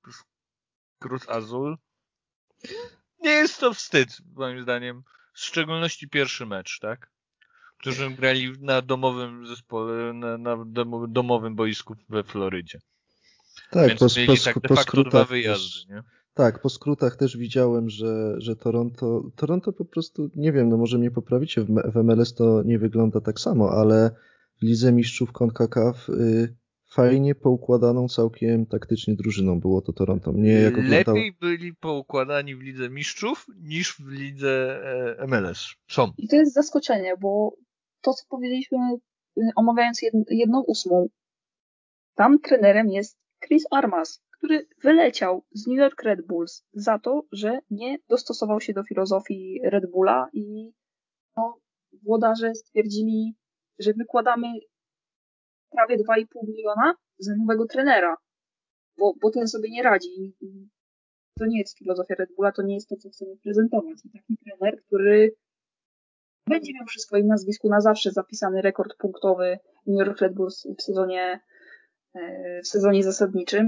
Speaker 4: Cruz Azul. Nie jest to wstyd, moim zdaniem. W szczególności pierwszy mecz, tak? Którzy grali na domowym zespole, na, na domowym boisku we Florydzie.
Speaker 3: Tak,
Speaker 4: Więc
Speaker 3: po,
Speaker 4: mieli
Speaker 3: po,
Speaker 4: tak de
Speaker 3: po
Speaker 4: facto
Speaker 3: skrótach
Speaker 4: dwa wyjazdy,
Speaker 3: też,
Speaker 4: nie?
Speaker 3: Tak, po skrótach też widziałem, że, że Toronto, Toronto po prostu, nie wiem, no może mnie poprawicie, w, w M L S to nie wygląda tak samo, ale w Lidze Mistrzów CONCACAF y, fajnie poukładaną całkiem taktycznie drużyną było to Toronto. Mnie jak oglądał...
Speaker 4: Lepiej byli poukładani w Lidze Mistrzów niż w Lidze M L S. Są.
Speaker 1: I to jest zaskoczenie, bo to, co powiedzieliśmy, omawiając jedną ósmą, tam trenerem jest Chris Armas, który wyleciał z New York Red Bulls za to, że nie dostosował się do filozofii Red Bulla i no, włodarze stwierdzili, że wykładamy prawie dwa i pół miliona za nowego trenera, bo, bo ten sobie nie radzi. To nie jest filozofia Red Bulla, to nie jest to, co chcemy prezentować. I taki trener, który będzie miał przy swoim nazwisku na zawsze zapisany rekord punktowy New York Red Bulls w sezonie, w sezonie zasadniczym.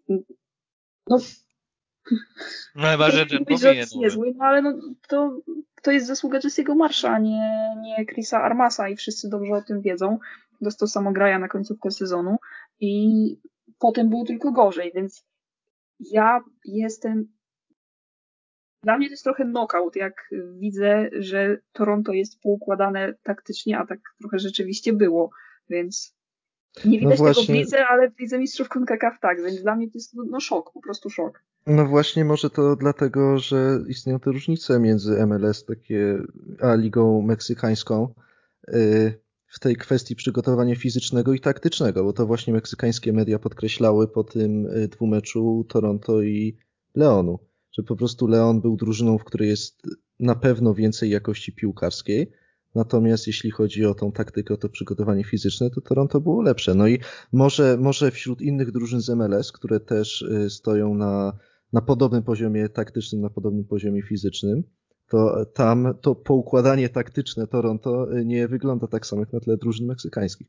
Speaker 1: No,
Speaker 4: no chyba, że ten
Speaker 1: mówić, że jest niezły, no ale no, to, to jest zasługa Jesse'ego Marsha, nie, nie Chrisa Armasa i wszyscy dobrze o tym wiedzą. Dostał samo Graja na końcówkę sezonu i potem było tylko gorzej, więc ja jestem... Dla mnie to jest trochę knockout, jak widzę, że Toronto jest poukładane taktycznie, a tak trochę rzeczywiście było, więc nie widać no właśnie... tego w lidze, ale w Lidze Mistrzów CONCACAF tak, więc dla mnie to jest no szok, po prostu szok.
Speaker 3: No właśnie, może to dlatego, że istnieją te różnice między M L S takie, a Ligą Meksykańską yy, w tej kwestii przygotowania fizycznego i taktycznego, bo to właśnie meksykańskie media podkreślały po tym dwumeczu Toronto i Leonu, że po prostu Leon był drużyną, w której jest na pewno więcej jakości piłkarskiej, Natomiast jeśli chodzi o tą taktykę, o to przygotowanie fizyczne, to Toronto było lepsze. No i może, może wśród innych drużyn z M L S, które też stoją na, na podobnym poziomie taktycznym, na podobnym poziomie fizycznym, to tam to poukładanie taktyczne Toronto nie wygląda tak samo jak na tle drużyn meksykańskich.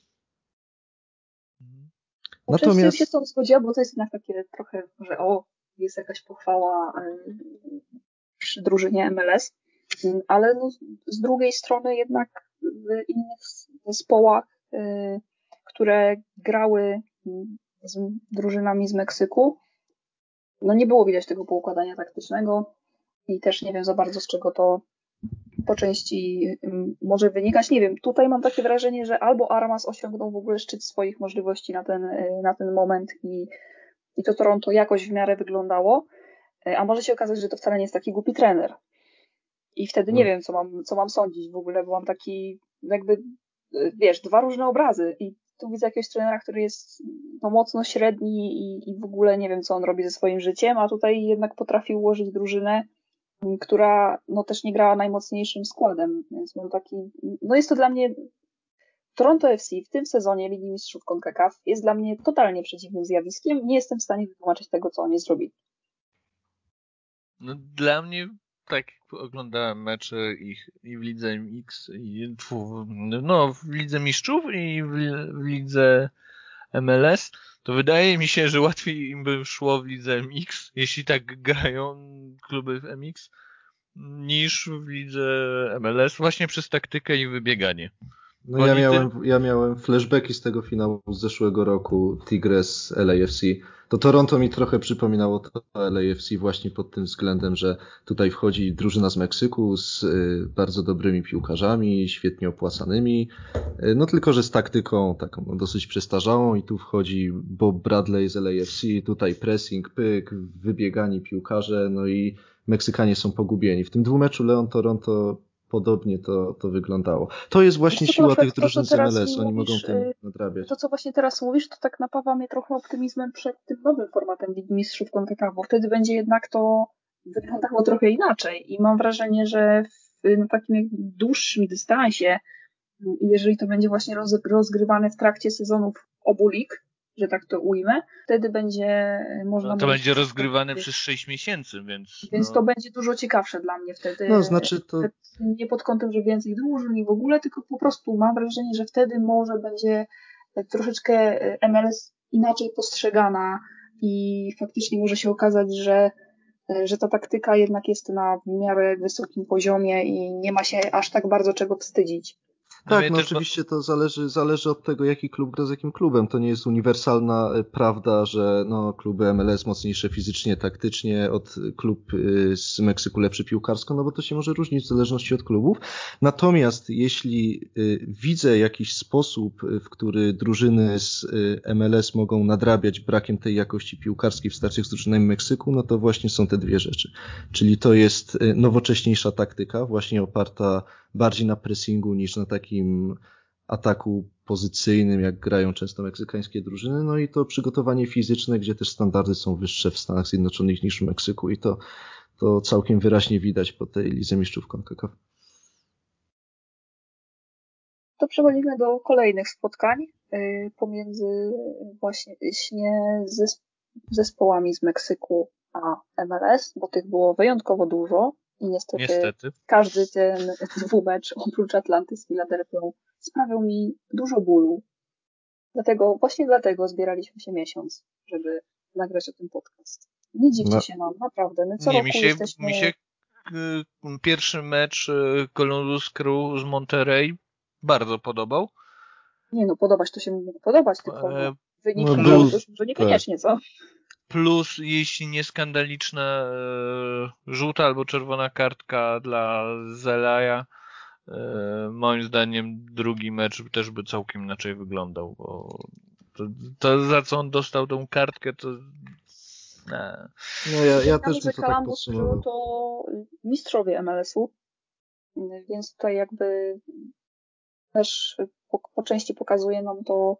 Speaker 1: Natomiast ja się z tą zgodziłam, bo to jest jednak takie trochę, że o, jest jakaś pochwała przy drużynie M L S, ale no, z drugiej strony jednak w innych zespołach, które grały z drużynami z Meksyku, no nie było widać tego poukładania taktycznego i też nie wiem za bardzo, z czego to po części może wynikać. Nie wiem, tutaj mam takie wrażenie, że albo Armas osiągnął w ogóle szczyt swoich możliwości na ten, na ten moment i, i to Toronto jakoś w miarę wyglądało, a może się okazać, że to wcale nie jest taki głupi trener. I wtedy nie no. wiem, co mam, co mam sądzić w ogóle, bo mam taki jakby, wiesz, dwa różne obrazy i tu widzę jakiegoś trenera, który jest no, mocno średni i, i w ogóle nie wiem, co on robi ze swoim życiem, a tutaj jednak potrafił ułożyć drużynę, która no też nie grała najmocniejszym składem, więc mam taki, no jest to dla mnie Toronto F C w tym sezonie Ligi Mistrzów CONCACAF jest dla mnie totalnie przeciwnym zjawiskiem, nie jestem w stanie wytłumaczyć tego, co oni zrobili.
Speaker 4: No dla mnie, tak jak oglądałem mecze ich i w Lidze M X, i no w Lidze Mistrzów i w, w Lidze M L S, to wydaje mi się, że łatwiej im by szło w Lidze M X, jeśli tak grają kluby w M X, niż w Lidze M L S, właśnie przez taktykę i wybieganie.
Speaker 3: No ja miałem, ty... ja miałem flashbacki z tego finału z zeszłego roku, Tigres L A F C. To Toronto mi trochę przypominało to L A F C właśnie pod tym względem, że tutaj wchodzi drużyna z Meksyku z y, bardzo dobrymi piłkarzami, świetnie opłacanymi, y, no tylko, że z taktyką taką no, dosyć przestarzałą i tu wchodzi Bob Bradley z L A F C, tutaj pressing, pyk, wybiegani piłkarze, no i Meksykanie są pogubieni. W tym dwumeczu Leon-Toronto podobnie to, to wyglądało. To jest właśnie
Speaker 1: to,
Speaker 3: siła
Speaker 1: to,
Speaker 3: tych drużyn z M L S.
Speaker 1: mówisz,
Speaker 3: Oni mogą tym nadrabiać.
Speaker 1: To, co właśnie teraz mówisz, to tak napawa mnie trochę optymizmem przed tym nowym formatem Ligi Mistrzów CONCACAF, bo wtedy będzie jednak to wyglądało trochę inaczej i mam wrażenie, że w na takim dłuższym dystansie, jeżeli to będzie właśnie roz, rozgrywane w trakcie sezonów obu lig, że tak to ujmę, wtedy będzie można...
Speaker 4: No to będzie rozgrywane przez sześć miesięcy, więc...
Speaker 1: Więc
Speaker 4: no...
Speaker 1: to będzie dużo ciekawsze dla mnie wtedy.
Speaker 3: No, znaczy to...
Speaker 1: Nie pod kątem, że więcej drużyn i w ogóle, tylko po prostu mam wrażenie, że wtedy może będzie troszeczkę M L S inaczej postrzegana i faktycznie może się okazać, że, że ta taktyka jednak jest na w miarę wysokim poziomie i nie ma się aż tak bardzo czego wstydzić.
Speaker 3: Tak, no oczywiście to zależy, zależy od tego, jaki klub gra z jakim klubem. To nie jest uniwersalna prawda, że no, kluby M L S mocniejsze fizycznie, taktycznie, od klub z Meksyku lepszy piłkarsko, no bo to się może różnić w zależności od klubów. Natomiast jeśli widzę jakiś sposób, w który drużyny z M L S mogą nadrabiać brakiem tej jakości piłkarskiej w starciach z drużynami Meksyku, no to właśnie są te dwie rzeczy. Czyli to jest nowocześniejsza taktyka, właśnie oparta bardziej na pressingu niż na takim ataku pozycyjnym, jak grają często meksykańskie drużyny, no i to przygotowanie fizyczne, gdzie też standardy są wyższe w Stanach Zjednoczonych niż w Meksyku i to, to całkiem wyraźnie widać po tej Lidze Mistrzów CONCACAF.
Speaker 1: To przechodzimy do kolejnych spotkań yy, pomiędzy właśnie zespołami z Meksyku a M L S, bo tych było wyjątkowo dużo. I niestety, niestety każdy ten dwumecz oprócz Atlanty z Filadelfią sprawiał mi dużo bólu. Dlatego, właśnie dlatego zbieraliśmy się miesiąc, żeby nagrać o tym podcast. Nie dziwcie no. się nam, naprawdę. My co
Speaker 4: nie,
Speaker 1: roku
Speaker 4: mi się,
Speaker 1: jesteśmy...
Speaker 4: Mi się y, pierwszy mecz y, Columbus Crew z Monterey bardzo podobał.
Speaker 1: Nie no, podobać to się mógł podobać, tylko e, wynik
Speaker 3: no,
Speaker 1: był, to może niekoniecznie, co?
Speaker 4: Plus, jeśli nie skandaliczna e, żółta albo czerwona kartka dla Zelaja, e, moim zdaniem drugi mecz też by całkiem inaczej wyglądał, bo to, to za co on dostał tą kartkę, to
Speaker 3: nie. No ja, ja też bym to tak podsumował.
Speaker 1: To mistrzowie M L S-u, więc tutaj jakby też po, po części pokazuje nam to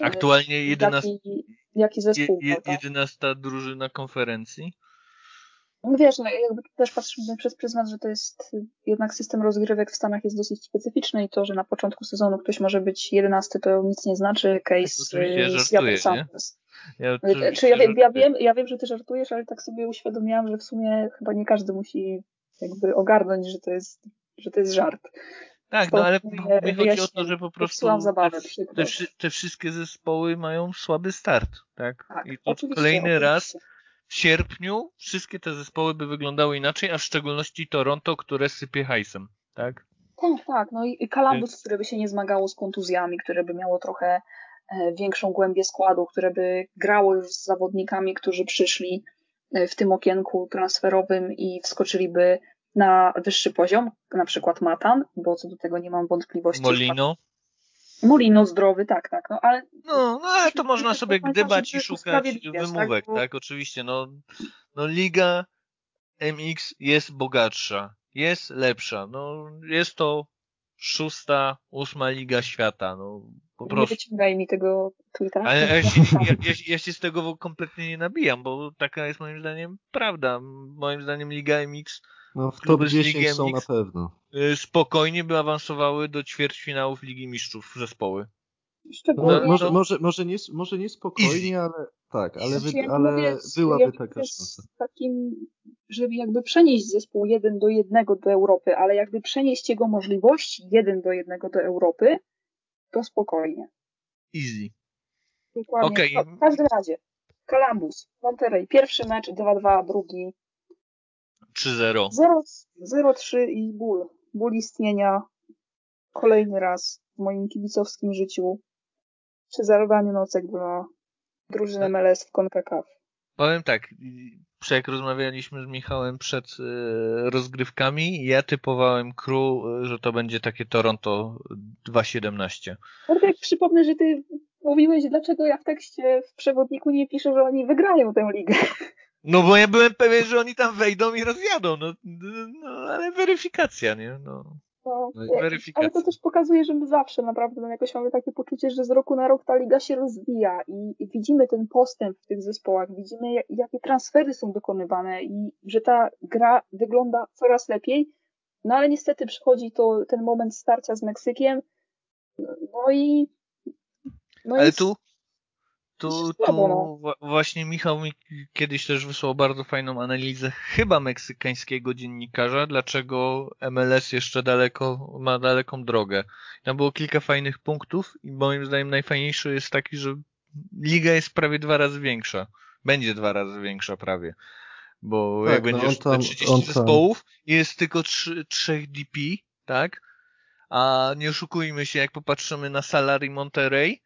Speaker 4: aktualnie jedenasta,
Speaker 1: jaki, jaki zespół.
Speaker 4: je, je, jedenasta drużyna konferencji.
Speaker 1: No wiesz, no jakby też patrzymy przez pryzmat, że to jest jednak system rozgrywek w Stanach jest dosyć specyficzny i to, że na początku sezonu ktoś może być jedenasty, to nic nie znaczy. Case
Speaker 4: Oczywiście ja
Speaker 1: y,
Speaker 4: żartuję,
Speaker 1: Seattle
Speaker 4: nie?
Speaker 1: Sounders.
Speaker 4: Ja
Speaker 1: Czy
Speaker 4: oczywiście
Speaker 1: ja, wiem, ja,
Speaker 4: żartuję.
Speaker 1: wiem, ja wiem, że ty żartujesz, ale tak sobie uświadomiłam, że w sumie chyba nie każdy musi jakby ogarnąć, że to jest, że to jest żart.
Speaker 4: Tak, no
Speaker 1: Stąd
Speaker 4: ale
Speaker 1: moje
Speaker 4: mi chodzi o to,
Speaker 1: wyjaśnienie.
Speaker 4: że po
Speaker 1: Popsułam
Speaker 4: prostu te,
Speaker 1: zabawę,
Speaker 4: te,
Speaker 1: przykro.
Speaker 4: wszy- te wszystkie zespoły mają słaby start, tak?
Speaker 1: Tak,
Speaker 4: I to
Speaker 1: oczywiście,
Speaker 4: kolejny raz
Speaker 1: oczywiście.
Speaker 4: w sierpniu wszystkie te zespoły by wyglądały inaczej, a w szczególności Toronto, które sypie hajsem, tak?
Speaker 1: Tak, tak. No i Columbus, które by się nie zmagało z kontuzjami, które by miało trochę e, większą głębię składu, które by grało już z zawodnikami, którzy przyszli e, w tym okienku transferowym i wskoczyliby na wyższy poziom, na przykład Matan, bo co do tego nie mam wątpliwości.
Speaker 4: Molino.
Speaker 1: Molino zdrowy, tak, tak. No ale
Speaker 4: No, no ale to
Speaker 1: musimy
Speaker 4: można
Speaker 1: też
Speaker 4: sobie
Speaker 1: pamiętać,
Speaker 4: gdybać i
Speaker 1: żeby
Speaker 4: szukać
Speaker 1: usprawiedliwiać,
Speaker 4: wymówek,
Speaker 1: tak? Bo
Speaker 4: tak? Oczywiście, no, no Liga M X jest bogatsza, jest lepsza, no jest to szósta, ósma liga świata, no po
Speaker 1: nie
Speaker 4: prostu.
Speaker 1: wyciągaj mi tego tweeta.
Speaker 4: Ale ja się, ja, ja, ja się z tego kompletnie nie nabijam, bo taka jest moim zdaniem prawda. Moim zdaniem Liga M X,
Speaker 3: No w top
Speaker 4: kluby z Ligi
Speaker 3: dziesięć są na
Speaker 4: M X
Speaker 3: pewno.
Speaker 4: y, spokojnie by awansowały do ćwierćfinałów Ligi Mistrzów zespoły.
Speaker 3: No,
Speaker 1: Szczególnie
Speaker 3: może,
Speaker 4: no,
Speaker 3: może, może, nie, może nie
Speaker 4: easy.
Speaker 3: spokojnie, ale tak, ale,
Speaker 1: Znaczy,
Speaker 3: wy,
Speaker 1: ja nie
Speaker 3: ale
Speaker 1: mówię, z-
Speaker 3: byłaby
Speaker 1: ja
Speaker 3: taka
Speaker 1: mówię
Speaker 3: szansa.
Speaker 1: z takim, żeby jakby przenieść zespół jeden do jednego do Europy, ale jakby przenieść jego możliwości jeden do jednego do Europy, to spokojnie.
Speaker 4: Easy.
Speaker 1: Dokładnie.
Speaker 4: Okej.
Speaker 1: Okay. W każdym razie, Columbus, Monterey, pierwszy mecz dwa dwa, drugi
Speaker 4: trzy zero.
Speaker 1: zero trzy i ból. Ból istnienia kolejny raz w moim kibicowskim życiu przy zarobaniu nocek dla drużyny M L S w CONCACAF.
Speaker 4: Powiem tak, jak rozmawialiśmy z Michałem przed y, rozgrywkami, ja typowałem Crew, y, że to będzie takie Toronto dwa siedemnaście.
Speaker 1: Bartek, przypomnę, że ty mówiłeś, dlaczego ja w tekście w przewodniku nie piszę, że oni wygrają tę ligę.
Speaker 4: No bo ja byłem pewien, że oni tam wejdą i rozjadą, no, no ale weryfikacja, nie? No,
Speaker 1: No,
Speaker 3: No i
Speaker 1: ale
Speaker 4: weryfikacja.
Speaker 1: to też pokazuje, że my zawsze naprawdę no, jakoś mamy takie poczucie, że z roku na rok ta liga się rozwija i, i widzimy ten postęp w tych zespołach, widzimy jak, jakie transfery są dokonywane i że ta gra wygląda coraz lepiej, no ale niestety przychodzi to ten moment starcia z Meksykiem, no i no
Speaker 4: Ale
Speaker 1: jest,
Speaker 4: tu, tu,
Speaker 1: jest
Speaker 4: tu
Speaker 1: słabo, no.
Speaker 4: wa- właśnie Michał mi kiedyś też wysłał bardzo fajną analizę chyba meksykańskiego dziennikarza, dlaczego M L S jeszcze daleko, ma daleką drogę. Tam było kilka fajnych punktów i moim zdaniem najfajniejszy jest taki, że liga jest prawie dwa razy większa. Będzie dwa razy większa prawie. Bo jak
Speaker 3: tak, no on
Speaker 4: będziesz
Speaker 3: tam,
Speaker 4: trzydzieści
Speaker 3: on tam,
Speaker 4: zespołów i jest tylko trzy, trzech D P, tak? A nie oszukujmy się, jak popatrzymy na salary Monterey,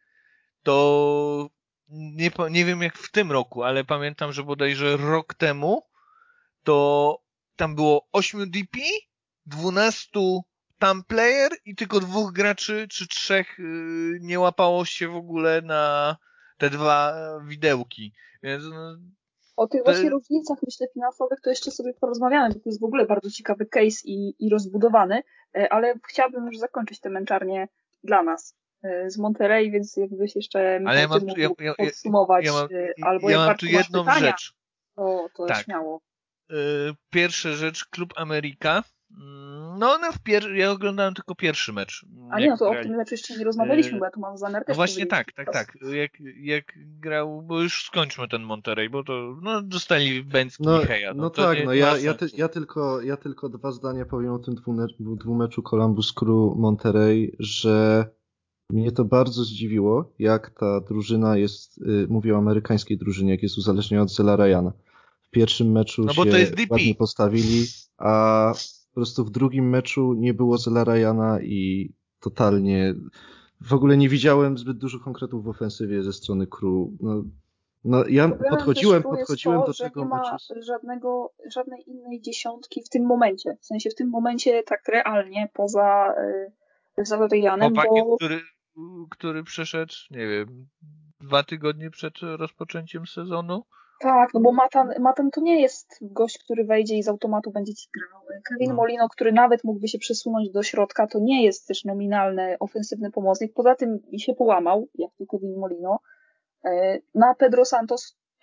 Speaker 4: to nie, nie wiem jak w tym roku, ale pamiętam, że bodajże rok temu to tam było ośmiu D P, dwunastu tam player i tylko dwóch graczy czy trzech yy, nie łapało się w ogóle na te dwa widełki. Więc no,
Speaker 1: O tych
Speaker 4: to,
Speaker 1: właśnie różnicach, myślę, finansowych to jeszcze sobie porozmawiamy, bo to jest w ogóle bardzo ciekawy case i, i rozbudowany, ale chciałabym już zakończyć tę męczarnię dla nas z Monterey, więc jakbyś jeszcze
Speaker 4: ale ja
Speaker 1: Michał, ty
Speaker 4: mam tu, ja,
Speaker 1: mógł
Speaker 4: ja,
Speaker 1: podsumować,
Speaker 4: ja, mam,
Speaker 1: albo
Speaker 4: ja
Speaker 1: jak
Speaker 4: mam tu
Speaker 1: Bartku masz
Speaker 4: jedną
Speaker 1: pytania,
Speaker 4: rzecz.
Speaker 1: to, to
Speaker 4: Tak.
Speaker 1: śmiało.
Speaker 4: Pierwsza rzecz, Klub Ameryka. No, no w pier... ja oglądałem tylko pierwszy mecz.
Speaker 1: A nie,
Speaker 4: jak
Speaker 1: no to o
Speaker 4: grali.
Speaker 1: tym meczu jeszcze nie rozmawialiśmy,
Speaker 4: Yy,
Speaker 1: bo ja tu mam zamiar
Speaker 4: No
Speaker 1: też
Speaker 4: właśnie
Speaker 1: powiedzieć.
Speaker 4: tak, tak, tak. Jak, jak grał, bo już skończmy ten Monterey, bo to no, dostali Bęcki
Speaker 3: no,
Speaker 4: i Heja. No,
Speaker 3: no
Speaker 4: to
Speaker 3: tak,
Speaker 4: nie,
Speaker 3: no
Speaker 4: nie ma
Speaker 3: ja, ja, ty,
Speaker 4: sensu.
Speaker 3: ja, tylko, ja tylko dwa zdania powiem o tym dwume- dwumeczu Columbus Crew Monterey, że mnie to bardzo zdziwiło, jak ta drużyna jest, y, mówię o amerykańskiej drużynie, jak jest uzależniona od Zela Ryana. W pierwszym meczu
Speaker 4: No bo to
Speaker 3: się
Speaker 4: jest D P.
Speaker 3: ładnie postawili, a po prostu w drugim meczu nie było Zela Ryana i totalnie w ogóle nie widziałem zbyt dużo konkretów w ofensywie ze strony Crew. No, no ja
Speaker 1: Problemem też
Speaker 3: podchodziłem,
Speaker 1: Crew jest
Speaker 3: podchodziłem
Speaker 1: to,
Speaker 3: do
Speaker 1: że
Speaker 3: tego
Speaker 1: nie
Speaker 3: meczu.
Speaker 1: ma żadnego, żadnej innej dziesiątki w tym momencie. W sensie w tym momencie tak realnie poza y, Zalaryjanem,
Speaker 4: Chłopakiem,
Speaker 1: bo
Speaker 4: który, który przeszedł, nie wiem, dwa tygodnie przed rozpoczęciem sezonu.
Speaker 1: tak, no bo Matan, Matan to nie jest gość, który wejdzie i z automatu będzie ci grał. Kevin
Speaker 3: No.
Speaker 1: Molino, który nawet mógłby się przesunąć do środka, to nie jest też nominalny, ofensywny pomocnik. Poza tym i się połamał, jak to Kevin Molino. Na Pedro Santos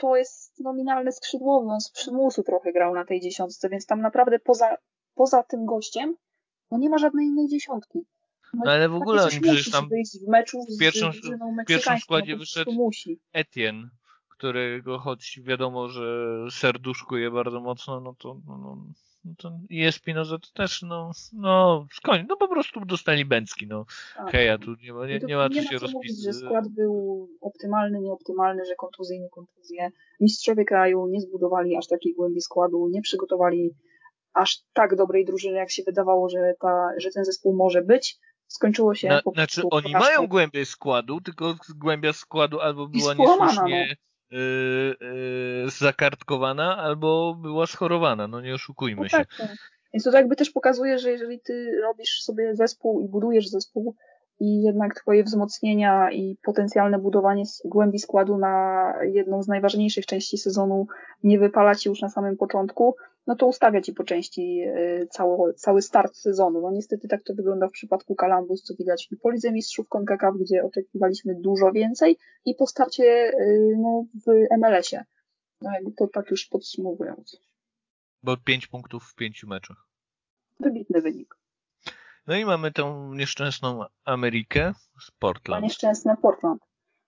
Speaker 1: to jest nominalny skrzydłowy, on z przymusu trochę grał na tej dziesiątce, więc tam naprawdę poza, poza tym gościem no nie ma żadnej innej dziesiątki. No,
Speaker 4: no ale w ogóle oni przecież tam
Speaker 1: wyjść w meczu z
Speaker 4: w pierwszym,
Speaker 1: drużyną
Speaker 4: w pierwszym
Speaker 1: meksykańską,
Speaker 4: składzie
Speaker 1: no
Speaker 4: wyszedł
Speaker 1: musi.
Speaker 4: Etienne, którego choć wiadomo, że serduszkuje bardzo mocno, no to, no, no, no to i Espinoza to też, no, no, skoń, no po prostu dostali bęcki, no.
Speaker 1: Tak.
Speaker 4: Heja, tu nie ma, nie, nie ma
Speaker 1: nie
Speaker 4: co się
Speaker 1: co mówić, że
Speaker 4: rozpisać.
Speaker 1: skład był optymalny, nieoptymalny, że kontuzje, nie kontuzje. Mistrzowie kraju nie zbudowali aż takiej głębi składu, nie przygotowali aż tak dobrej drużyny, jak się wydawało, że, ta, że ten zespół może być. Skończyło się
Speaker 4: Na,
Speaker 1: po
Speaker 4: znaczy
Speaker 1: prostu
Speaker 4: oni
Speaker 1: porażką.
Speaker 4: mają głębię składu, tylko głębia składu albo była
Speaker 1: połamana,
Speaker 4: niesłusznie
Speaker 1: no.
Speaker 4: yy, yy, zakartkowana, albo była schorowana, no nie oszukujmy
Speaker 1: no
Speaker 4: się.
Speaker 1: Tak, tak. Więc to jakby też pokazuje, że jeżeli ty robisz sobie zespół i budujesz zespół i jednak twoje wzmocnienia i potencjalne budowanie głębi składu na jedną z najważniejszych części sezonu nie wypala ci już na samym początku, no to ustawia ci po części cało, cały start sezonu. No niestety tak to wygląda w przypadku Columbus, co widać i po Lidze Mistrzów CONCACAF, gdzie oczekiwaliśmy dużo więcej, i po starcie no, w M L S-ie. No jakby to tak już podsumowując.
Speaker 4: Bo pięć punktów w pięciu meczach.
Speaker 1: Wybitny wynik.
Speaker 4: No i mamy tą nieszczęsną Amerykę z Portland.
Speaker 1: A nieszczęsne Portland.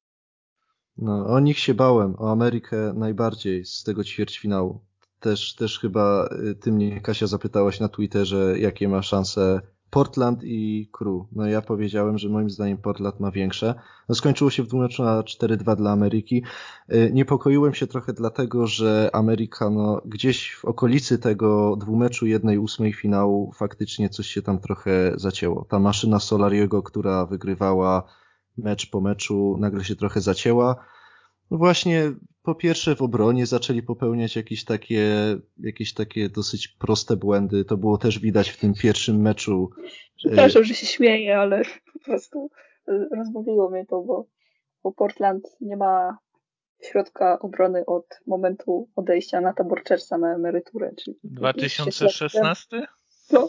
Speaker 3: No, o nich się bałem, o Amerykę najbardziej z tego ćwierćfinału. Też, też chyba ty mnie, Kasia, zapytałaś na Twitterze, jakie ma szanse Portland i Crew. No ja powiedziałem, że moim zdaniem Portland ma większe. No skończyło się w dwumeczu na cztery dwa dla Ameryki. Niepokoiłem się trochę dlatego, że Ameryka no, gdzieś w okolicy tego dwumeczu jednej ósmej finału faktycznie coś się tam trochę zacięło. Ta maszyna Solariego, która wygrywała mecz po meczu, nagle się trochę zacięła. No właśnie, po pierwsze w obronie zaczęli popełniać jakieś takie, jakieś takie dosyć proste błędy. To było też widać w tym pierwszym meczu.
Speaker 1: Przepraszam, że się śmieję, ale po prostu rozbawiło mnie to, bo, bo Portland nie ma środka obrony od momentu odejścia Nata Borchersa na emeryturę. Czyli
Speaker 4: dwa tysiące szesnasty?
Speaker 1: No,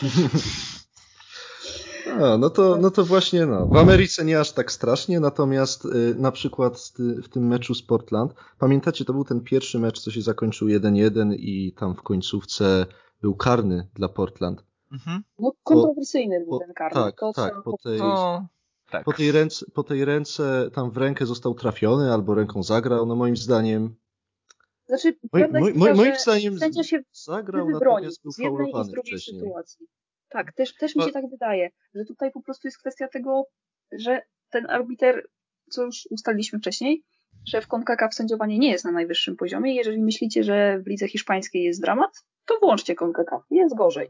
Speaker 3: A, no to, no to właśnie, no. W Ameryce nie aż tak strasznie, natomiast y, na przykład w tym meczu z Portland, pamiętacie, to był ten pierwszy mecz, co się zakończył jeden jeden i tam w końcówce był karny dla Portland.
Speaker 1: Mhm. No kontrowersyjny był
Speaker 3: po,
Speaker 1: ten karny.
Speaker 3: Tak,
Speaker 1: to
Speaker 3: tak, po tej,
Speaker 4: no, tak.
Speaker 3: Po tej ręce, po tej ręce tam w rękę został trafiony albo ręką zagrał, no moim zdaniem
Speaker 1: Znaczy,
Speaker 3: Moj, mój, mój, moim zdaniem
Speaker 1: sędzia się
Speaker 3: zagrał,
Speaker 1: wybroni
Speaker 3: natomiast był
Speaker 1: z jednej i z
Speaker 3: faulowany
Speaker 1: drugiej
Speaker 3: wcześniej.
Speaker 1: sytuacji. Tak, też, też mi się tak wydaje, że tutaj po prostu jest kwestia tego, że ten arbiter, co już ustaliliśmy wcześniej, że w CONCACAF sędziowanie nie jest na najwyższym poziomie. Jeżeli myślicie, że w lidze hiszpańskiej jest dramat, to włączcie CONCACAF, jest gorzej.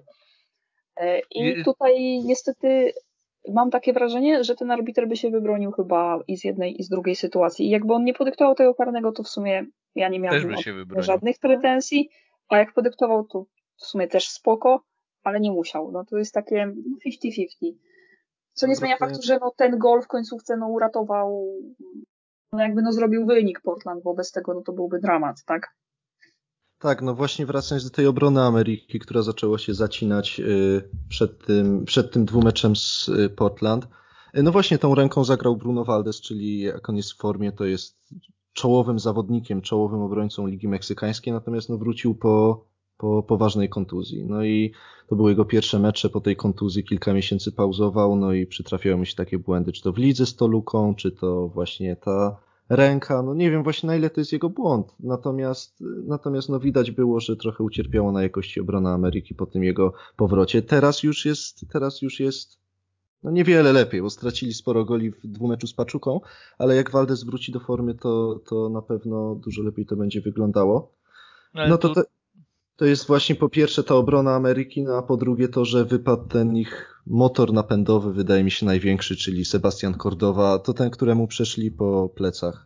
Speaker 1: I tutaj niestety mam takie wrażenie, że ten arbiter by się wybronił chyba i z jednej, i z drugiej sytuacji. I jakby on nie podyktował tego karnego, to w sumie ja nie miałabym żadnych pretensji, a jak podyktował, to w sumie też spoko, ale nie musiał. No to jest takie pięćdziesiąt pięćdziesiąt. Co nie zmienia faktu, że no ten gol w końcówce no uratował, no jakby no zrobił wynik Portland, bo bez tego no to byłby dramat, tak?
Speaker 3: Tak, no właśnie wracając do tej obrony Ameryki, która zaczęła się zacinać przed tym, przed tym dwumeczem z Portland. No właśnie tą ręką zagrał Bruno Valdez, czyli jak on jest w formie, to jest czołowym zawodnikiem, czołowym obrońcą Ligi Meksykańskiej, natomiast no wrócił po, po poważnej kontuzji. No i to były jego pierwsze mecze po tej kontuzji, kilka miesięcy pauzował, no i przytrafiały mi się takie błędy, czy to w lidze z Toluką, czy to właśnie ta ręka, no nie wiem właśnie na ile to jest jego błąd, natomiast, natomiast no widać było, że trochę ucierpiało na jakości obrona Ameryki po tym jego powrocie. Teraz już jest, teraz już jest no niewiele lepiej, bo stracili sporo goli w dwumeczu z Paczuką, ale jak Valdez wróci do formy, to, to na pewno dużo lepiej to będzie wyglądało. No to, to, to jest właśnie po pierwsze ta obrona Ameryki, no a po drugie to, że wypadł ten ich motor napędowy, wydaje mi się największy, czyli Sebastian Cordowa, to ten, któremu przeszli po plecach,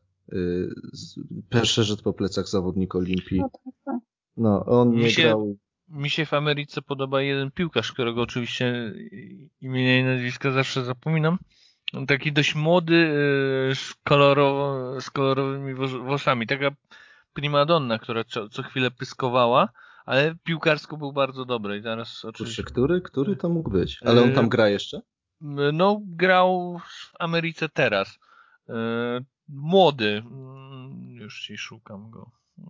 Speaker 3: yy, przeszedł po plecach zawodnik Olimpii. No, on
Speaker 4: mi
Speaker 3: nie
Speaker 4: się,
Speaker 3: grał.
Speaker 4: Mi się w Ameryce podoba jeden piłkarz, którego oczywiście imienia i nazwiska zawsze zapominam. On taki dość młody, z, kolorowo, z kolorowymi włosami. Taka primadonna, która co, co chwilę pyskowała, ale piłkarsko był bardzo dobry. I teraz oczywiście...
Speaker 3: Kurczę, który, który to mógł być? Ale on tam gra jeszcze?
Speaker 4: No, grał w Ameryce teraz. Młody. już ci szukam go.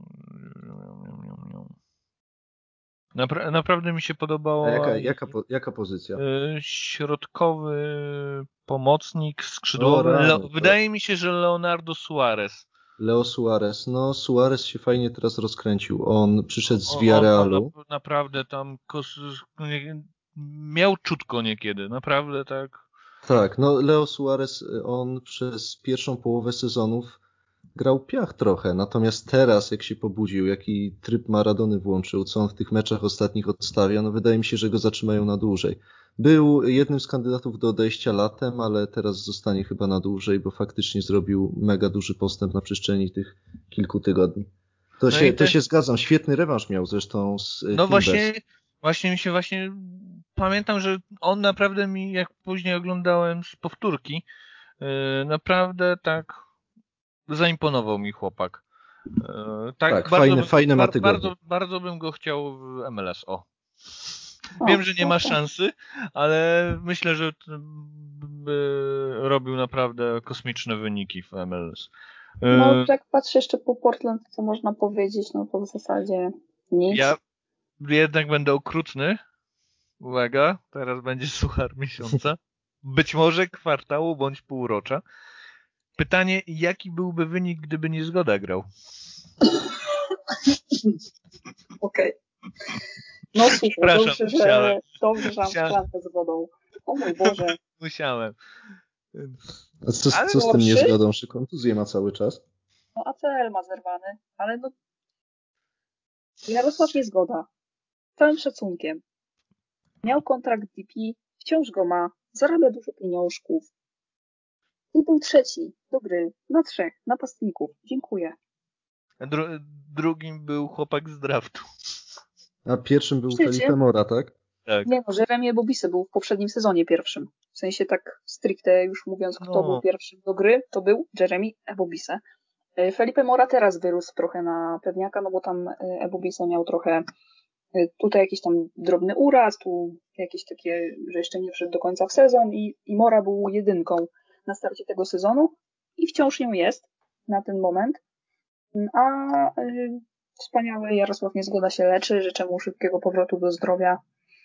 Speaker 4: Napra- naprawdę mi się podobało.
Speaker 3: A jaka, jaka, po, jaka pozycja?
Speaker 4: Środkowy pomocnik skrzydłowy.
Speaker 3: O, rany,
Speaker 4: Le-
Speaker 3: to-
Speaker 4: Wydaje mi się, że Leonardo Suarez.
Speaker 3: Leo Suarez. No, Suarez się fajnie teraz rozkręcił. On przyszedł z
Speaker 4: On-
Speaker 3: Villarealu.
Speaker 4: on na- naprawdę tam kos- nie- miał czutko niekiedy. Naprawdę tak.
Speaker 3: Tak, no Leo Suarez, on przez pierwszą połowę sezonów grał piach trochę, natomiast teraz jak się pobudził, jaki tryb Maradony włączył, co on w tych meczach ostatnich odstawia, no wydaje mi się, że go zatrzymają na dłużej. Był jednym z kandydatów do odejścia latem, ale teraz zostanie chyba na dłużej, bo faktycznie zrobił mega duży postęp na przestrzeni tych kilku tygodni. To,
Speaker 4: No
Speaker 3: się,
Speaker 4: i
Speaker 3: to
Speaker 4: te-
Speaker 3: się zgadzam, świetny rewanż miał zresztą z
Speaker 4: No
Speaker 3: Timbers.
Speaker 4: właśnie, właśnie mi się właśnie pamiętam, że on naprawdę mi, jak później oglądałem z powtórki, yy, naprawdę tak zaimponował mi chłopak. Yy, tak,
Speaker 3: Tak,
Speaker 4: bardzo,
Speaker 3: fajne,
Speaker 4: bym-
Speaker 3: fajne ma
Speaker 4: bar-
Speaker 3: tygodnie.
Speaker 4: bardzo, bardzo bym go chciał w M L S. O.
Speaker 1: O,
Speaker 4: Wiem, że nie ma
Speaker 1: no tak.
Speaker 4: szansy, ale myślę, że t- by robił naprawdę kosmiczne wyniki w M L S. Yy,
Speaker 1: No, jak patrzę jeszcze po Portland, co można powiedzieć, no to w zasadzie nic.
Speaker 4: Ja jednak będę okrutny. Uwaga, teraz będzie suchar miesiąca. Być może kwartału bądź półrocza. Pytanie, jaki byłby wynik, gdyby Niezgoda grał?
Speaker 1: Okej. No super,
Speaker 4: Przepraszam,
Speaker 1: dobrze, że,
Speaker 4: musiałem.
Speaker 1: dobrze, że mam
Speaker 4: Musiałem.
Speaker 1: szklankę z wodą. O mój Boże.
Speaker 4: Musiałem.
Speaker 3: A co,
Speaker 4: Ale
Speaker 3: co z tym
Speaker 1: gorszy?
Speaker 3: niezgodą, że kontuzję ma cały czas?
Speaker 1: No A C L ma zerwany, ale no Jarosław Niezgoda. Z całym szacunkiem. Miał kontrakt D P, wciąż go ma, zarabia dużo pieniążków. I był trzeci do gry, na trzech, napastników. Dziękuję.
Speaker 4: Dru- drugim był chłopak z draftu.
Speaker 3: A pierwszym był
Speaker 1: Myślicie?
Speaker 3: Felipe Mora, tak?
Speaker 4: Tak.
Speaker 1: Nie no, Jeremy Ebobisse był w poprzednim sezonie pierwszym. W sensie tak stricte już mówiąc, kto
Speaker 4: No.
Speaker 1: był pierwszy do gry, to był Jeremy Ebobisse. E, Felipe Mora teraz wyrósł trochę na pewniaka, no bo tam e, Ebobisse miał trochę e, tutaj jakiś tam drobny uraz, tu jakieś takie, że jeszcze nie wszedł do końca w sezon i, i Mora był jedynką na starcie tego sezonu i wciąż nią jest na ten moment. A y, wspaniały Jarosław Niezgoda się leczy, życzę mu szybkiego powrotu do zdrowia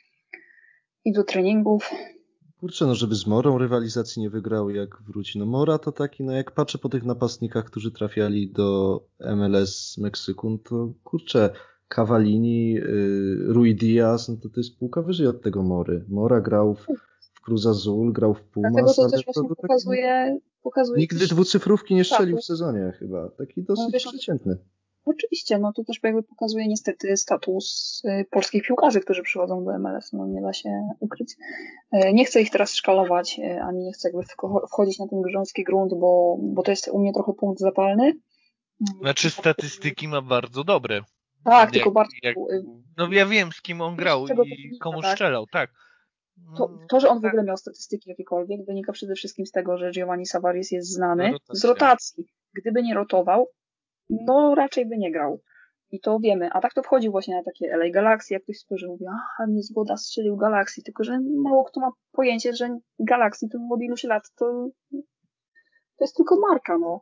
Speaker 1: i do treningów.
Speaker 3: Kurczę, no żeby z Morą rywalizacji nie wygrał, jak wróci. No Mora to taki, no jak patrzę po tych napastnikach, którzy trafiali do M L S z Meksyku, no to kurczę, Cavallini, yy, Rui Diaz, no to to jest półka wyżej od tego Mory. Mora grał w, w Cruz Azul, grał w Pumas.
Speaker 1: Dlatego to
Speaker 3: ale
Speaker 1: też właśnie
Speaker 3: był taki-
Speaker 1: pokazuje, pokazuje
Speaker 3: Nigdy
Speaker 1: też,
Speaker 3: dwucyfrówki nie strzelił w
Speaker 1: status.
Speaker 3: sezonie chyba. Taki dosyć
Speaker 1: wiesz, no-
Speaker 3: przeciętny.
Speaker 1: Oczywiście, no to też jakby pokazuje niestety status y, polskich piłkarzy, którzy przychodzą do M L S, no nie da się ukryć. Y, nie chcę ich teraz szkalować, y, ani nie chcę jakby wko- wchodzić na ten grząski grunt, bo, bo to jest u mnie trochę punkt zapalny.
Speaker 4: Znaczy statystyki ma bardzo dobre.
Speaker 1: Tak,
Speaker 4: Jak-
Speaker 1: tylko bardzo...
Speaker 4: jak-
Speaker 1: y,
Speaker 4: No ja wiem, z kim on grał
Speaker 1: z czego to
Speaker 4: i
Speaker 1: wynika,
Speaker 4: komu
Speaker 1: tak?
Speaker 4: strzelał, tak.
Speaker 1: To, to, że on w ogóle miał statystyki jakiekolwiek, wynika przede wszystkim z tego, że Giovanni Savaris jest znany
Speaker 4: Rotacja.
Speaker 1: z rotacji. Gdyby nie rotował, no raczej by nie grał. I to wiemy. A tak to wchodzi właśnie na takie L A Galaxy, jak ktoś spojrzy, mówi, aha, Niezgoda strzelił Galaxy, tylko że mało kto ma pojęcie, że Galaxy to od iluś lat to, to jest tylko marka, no.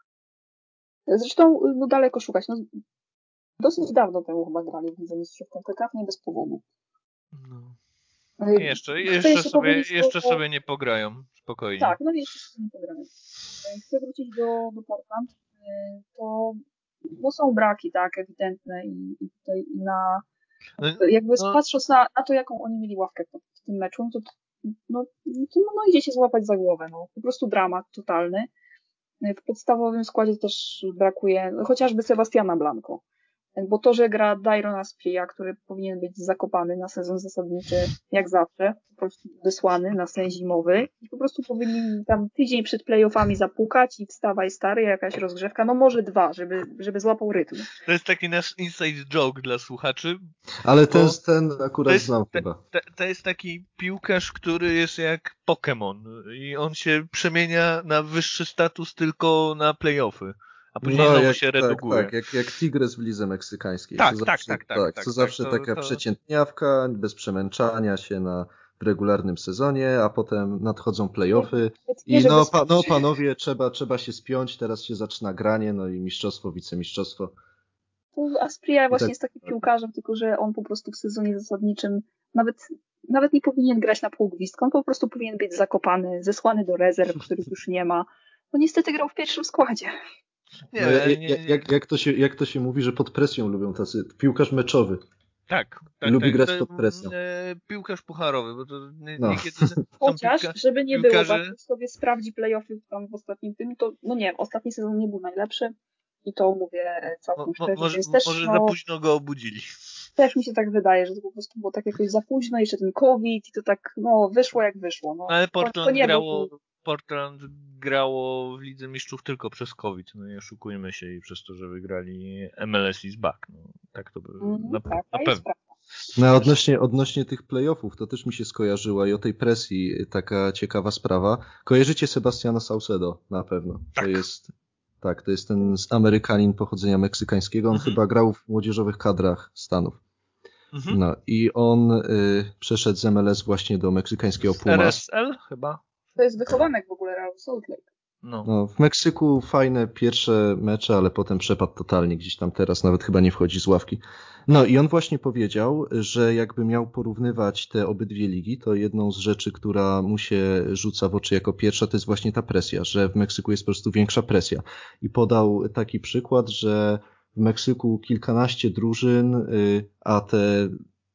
Speaker 1: Zresztą, no daleko szukać, no dosyć dawno temu chyba grali w Lidze Mistrzów CONCACAF, nie bez powodu.
Speaker 4: No.
Speaker 1: Y,
Speaker 4: Jeszcze,
Speaker 1: chcę
Speaker 4: jeszcze,
Speaker 1: jeszcze
Speaker 4: sobie,
Speaker 1: powiedzieć,
Speaker 4: jeszcze
Speaker 1: to-
Speaker 4: sobie nie pograją, spokojnie.
Speaker 1: Tak, no jeszcze sobie nie pogramy. E, Chcę wrócić do, do Portland. E, To no są braki, tak, ewidentne i, i tutaj na
Speaker 4: No,
Speaker 1: jakby
Speaker 4: no,
Speaker 1: patrząc na, na to, jaką oni mieli ławkę w, w tym meczu, no to no, to, no idzie się złapać za głowę, no. Po prostu dramat totalny. E, W podstawowym składzie też brakuje no, chociażby Sebastiana Blanco. E, Bo to, że gra Dairon Asprilla, który powinien być zakopany na sezon zasadniczy, jak zawsze, po prostu wysłany na sen zimowy i po prostu powinni tam tydzień przed playoffami zapukać i wstawaj stary, jakaś rozgrzewka, no może dwa, żeby, żeby złapał rytm.
Speaker 4: to jest taki nasz inside joke dla słuchaczy.
Speaker 3: Ale ten,
Speaker 4: Bo
Speaker 3: ten akurat
Speaker 4: to jest-
Speaker 3: znam
Speaker 4: te-
Speaker 3: chyba.
Speaker 4: To, to jest taki piłkarz, który jest jak Pokémon i on się przemienia na wyższy status tylko na playoffy, a później znowu
Speaker 3: jak,
Speaker 4: się
Speaker 3: tak,
Speaker 4: redukuje.
Speaker 3: tak, jak, jak Tigres w lidze meksykańskiej.
Speaker 4: Tak,
Speaker 3: co
Speaker 4: tak,
Speaker 3: zawsze,
Speaker 4: tak, tak, tak,
Speaker 3: co
Speaker 4: tak,
Speaker 3: zawsze
Speaker 4: to-
Speaker 3: taka
Speaker 4: to-
Speaker 3: przeciętniawka, bez przemęczania się na regularnym sezonie, a potem nadchodzą play-offy
Speaker 1: Nie,
Speaker 3: i no,
Speaker 1: żeby
Speaker 3: pa, no panowie, trzeba, trzeba się spiąć, teraz się zaczyna granie, no i mistrzostwo, wicemistrzostwo.
Speaker 1: To Asprilla właśnie
Speaker 3: tak-
Speaker 1: jest takim piłkarzem, tylko że on po prostu w sezonie zasadniczym nawet, nawet nie powinien grać na półgwistka, on po prostu powinien być zakopany, zesłany do rezerw, których już nie ma. No niestety grał w pierwszym składzie.
Speaker 4: Nie,
Speaker 3: No, jak,
Speaker 4: nie,
Speaker 3: jak, jak, jak, to się, jak to się mówi, że pod presją lubią tacy, piłkarz meczowy.
Speaker 4: Tak, tak,
Speaker 3: Lubi
Speaker 4: tak.
Speaker 3: grać
Speaker 4: To,
Speaker 3: pod presją.
Speaker 4: E, piłkarz pucharowy, bo to nie,
Speaker 3: No.
Speaker 4: niekiedy są
Speaker 1: Chociaż,
Speaker 4: piłka,
Speaker 1: żeby nie
Speaker 4: piłkarze...
Speaker 1: było, tak, sobie sprawdzi play-offy tam w ostatnim tym, to no nie, ostatni sezon nie był najlepszy i to mówię całkiem
Speaker 4: Mo,
Speaker 1: szczerze,
Speaker 4: może
Speaker 1: więc też,
Speaker 4: może
Speaker 1: no,
Speaker 4: za późno go obudzili.
Speaker 1: też mi się tak wydaje, że to po prostu było tak jakoś za późno, jeszcze ten COVID i to tak, no, wyszło jak wyszło. No.
Speaker 4: Ale
Speaker 1: To, to
Speaker 4: Portland
Speaker 1: nie
Speaker 4: grało,
Speaker 1: był...
Speaker 4: Portland grało w Lidze Mistrzów tylko przez COVID, no nie oszukujmy się, i przez to, że wygrali M L S is back. No, tak to by
Speaker 1: Mm,
Speaker 4: na,
Speaker 1: tak,
Speaker 4: na
Speaker 1: to jest
Speaker 4: pewno.
Speaker 1: prawda.
Speaker 3: No a odnośnie, odnośnie tych playoffów, to też mi się skojarzyła i o tej presji taka ciekawa sprawa. Kojarzycie Sebastiana Saucedo na pewno.
Speaker 4: Tak.
Speaker 3: To jest, tak, to jest ten Amerykanin pochodzenia meksykańskiego. On
Speaker 4: Mhm.
Speaker 3: chyba grał w młodzieżowych kadrach Stanów.
Speaker 4: Mhm.
Speaker 3: No i on y, przeszedł z M L S właśnie do meksykańskiego
Speaker 4: R
Speaker 3: Pumas.
Speaker 4: S L chyba?
Speaker 1: To jest wychowanek w ogóle Real Salt Lake.
Speaker 4: No.
Speaker 3: No, w Meksyku fajne pierwsze mecze, ale potem przepadł totalnie gdzieś tam teraz, nawet chyba nie wchodzi z ławki. No i on właśnie powiedział, że jakby miał porównywać te obydwie ligi, to jedną z rzeczy, która mu się rzuca w oczy jako pierwsza, to jest właśnie ta presja, że w Meksyku jest po prostu większa presja. I podał taki przykład, że w Meksyku kilkanaście drużyn, y, a te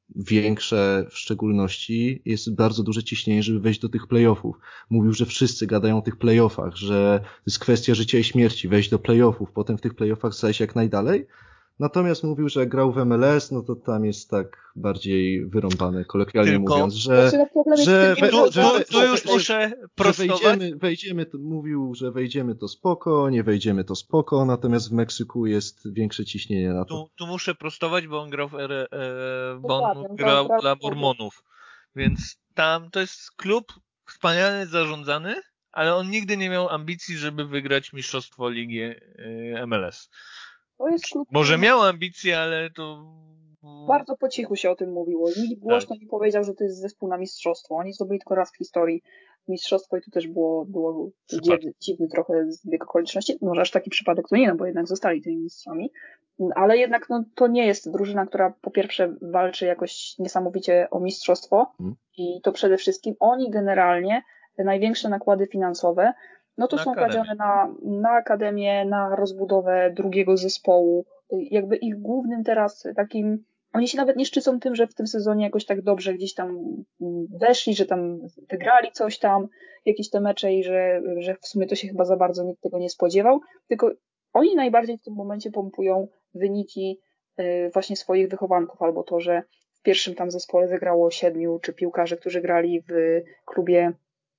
Speaker 3: większe w szczególności, jest bardzo duże ciśnienie, żeby wejść do tych playoffów. Mówił, że wszyscy gadają o tych playoffach, że to jest kwestia życia i śmierci, wejść do playoffów, potem w tych playoffach zajść jak najdalej. Natomiast mówił, że jak grał w M L S, no to tam jest tak bardziej wyrąbane, kolokwialnie
Speaker 4: Tylko-
Speaker 3: mówiąc, że,
Speaker 1: Znaczy, no problem jest
Speaker 3: że,
Speaker 1: w tym,
Speaker 3: we-
Speaker 1: że-
Speaker 4: Tu,
Speaker 3: że-
Speaker 4: tu,
Speaker 3: że-
Speaker 4: tu już
Speaker 3: że-
Speaker 4: muszę
Speaker 3: że
Speaker 4: prostować.
Speaker 3: wejdziemy, wejdziemy to, mówił, że wejdziemy to spoko, nie wejdziemy to spoko, natomiast w Meksyku jest większe ciśnienie na to.
Speaker 4: Tu, tu muszę prostować, bo on grał w R, e, bo on
Speaker 1: Dokładnie, on
Speaker 4: grał
Speaker 1: grał-
Speaker 4: dla
Speaker 1: grał-
Speaker 4: Mormonów. Więc tam to jest klub wspaniale zarządzany, ale on nigdy nie miał ambicji, żeby wygrać mistrzostwo ligi e, M L S.
Speaker 1: To jest klub,
Speaker 4: Może
Speaker 1: który
Speaker 4: miał ambicje, ale to...
Speaker 1: bardzo po cichu się o tym mówiło. Nikt głośno nie powiedział, że to jest zespół na mistrzostwo. Oni zdobyli tylko raz w historii mistrzostwo i to też było, było dziwny, dziwny trochę zbieg okoliczności. Może aż taki przypadek to nie, no bo jednak zostali tymi mistrzami. Ale jednak no, to nie jest drużyna, która po pierwsze walczy jakoś niesamowicie o mistrzostwo
Speaker 3: Hmm.
Speaker 1: i to przede wszystkim oni generalnie te największe nakłady finansowe no to
Speaker 4: Na
Speaker 1: są
Speaker 4: akademię.
Speaker 1: kładzione na, na akademię, na rozbudowę drugiego zespołu. Jakby ich głównym teraz takim, oni się nawet nie szczycą tym, że w tym sezonie jakoś tak dobrze gdzieś tam weszli, że tam wygrali coś tam, jakieś te mecze i że, że w sumie to się chyba za bardzo nikt tego nie spodziewał, tylko oni najbardziej w tym momencie pompują wyniki właśnie swoich wychowanków, albo to, że w pierwszym tam zespole zagrało siedmiu czy piłkarzy, którzy grali w klubie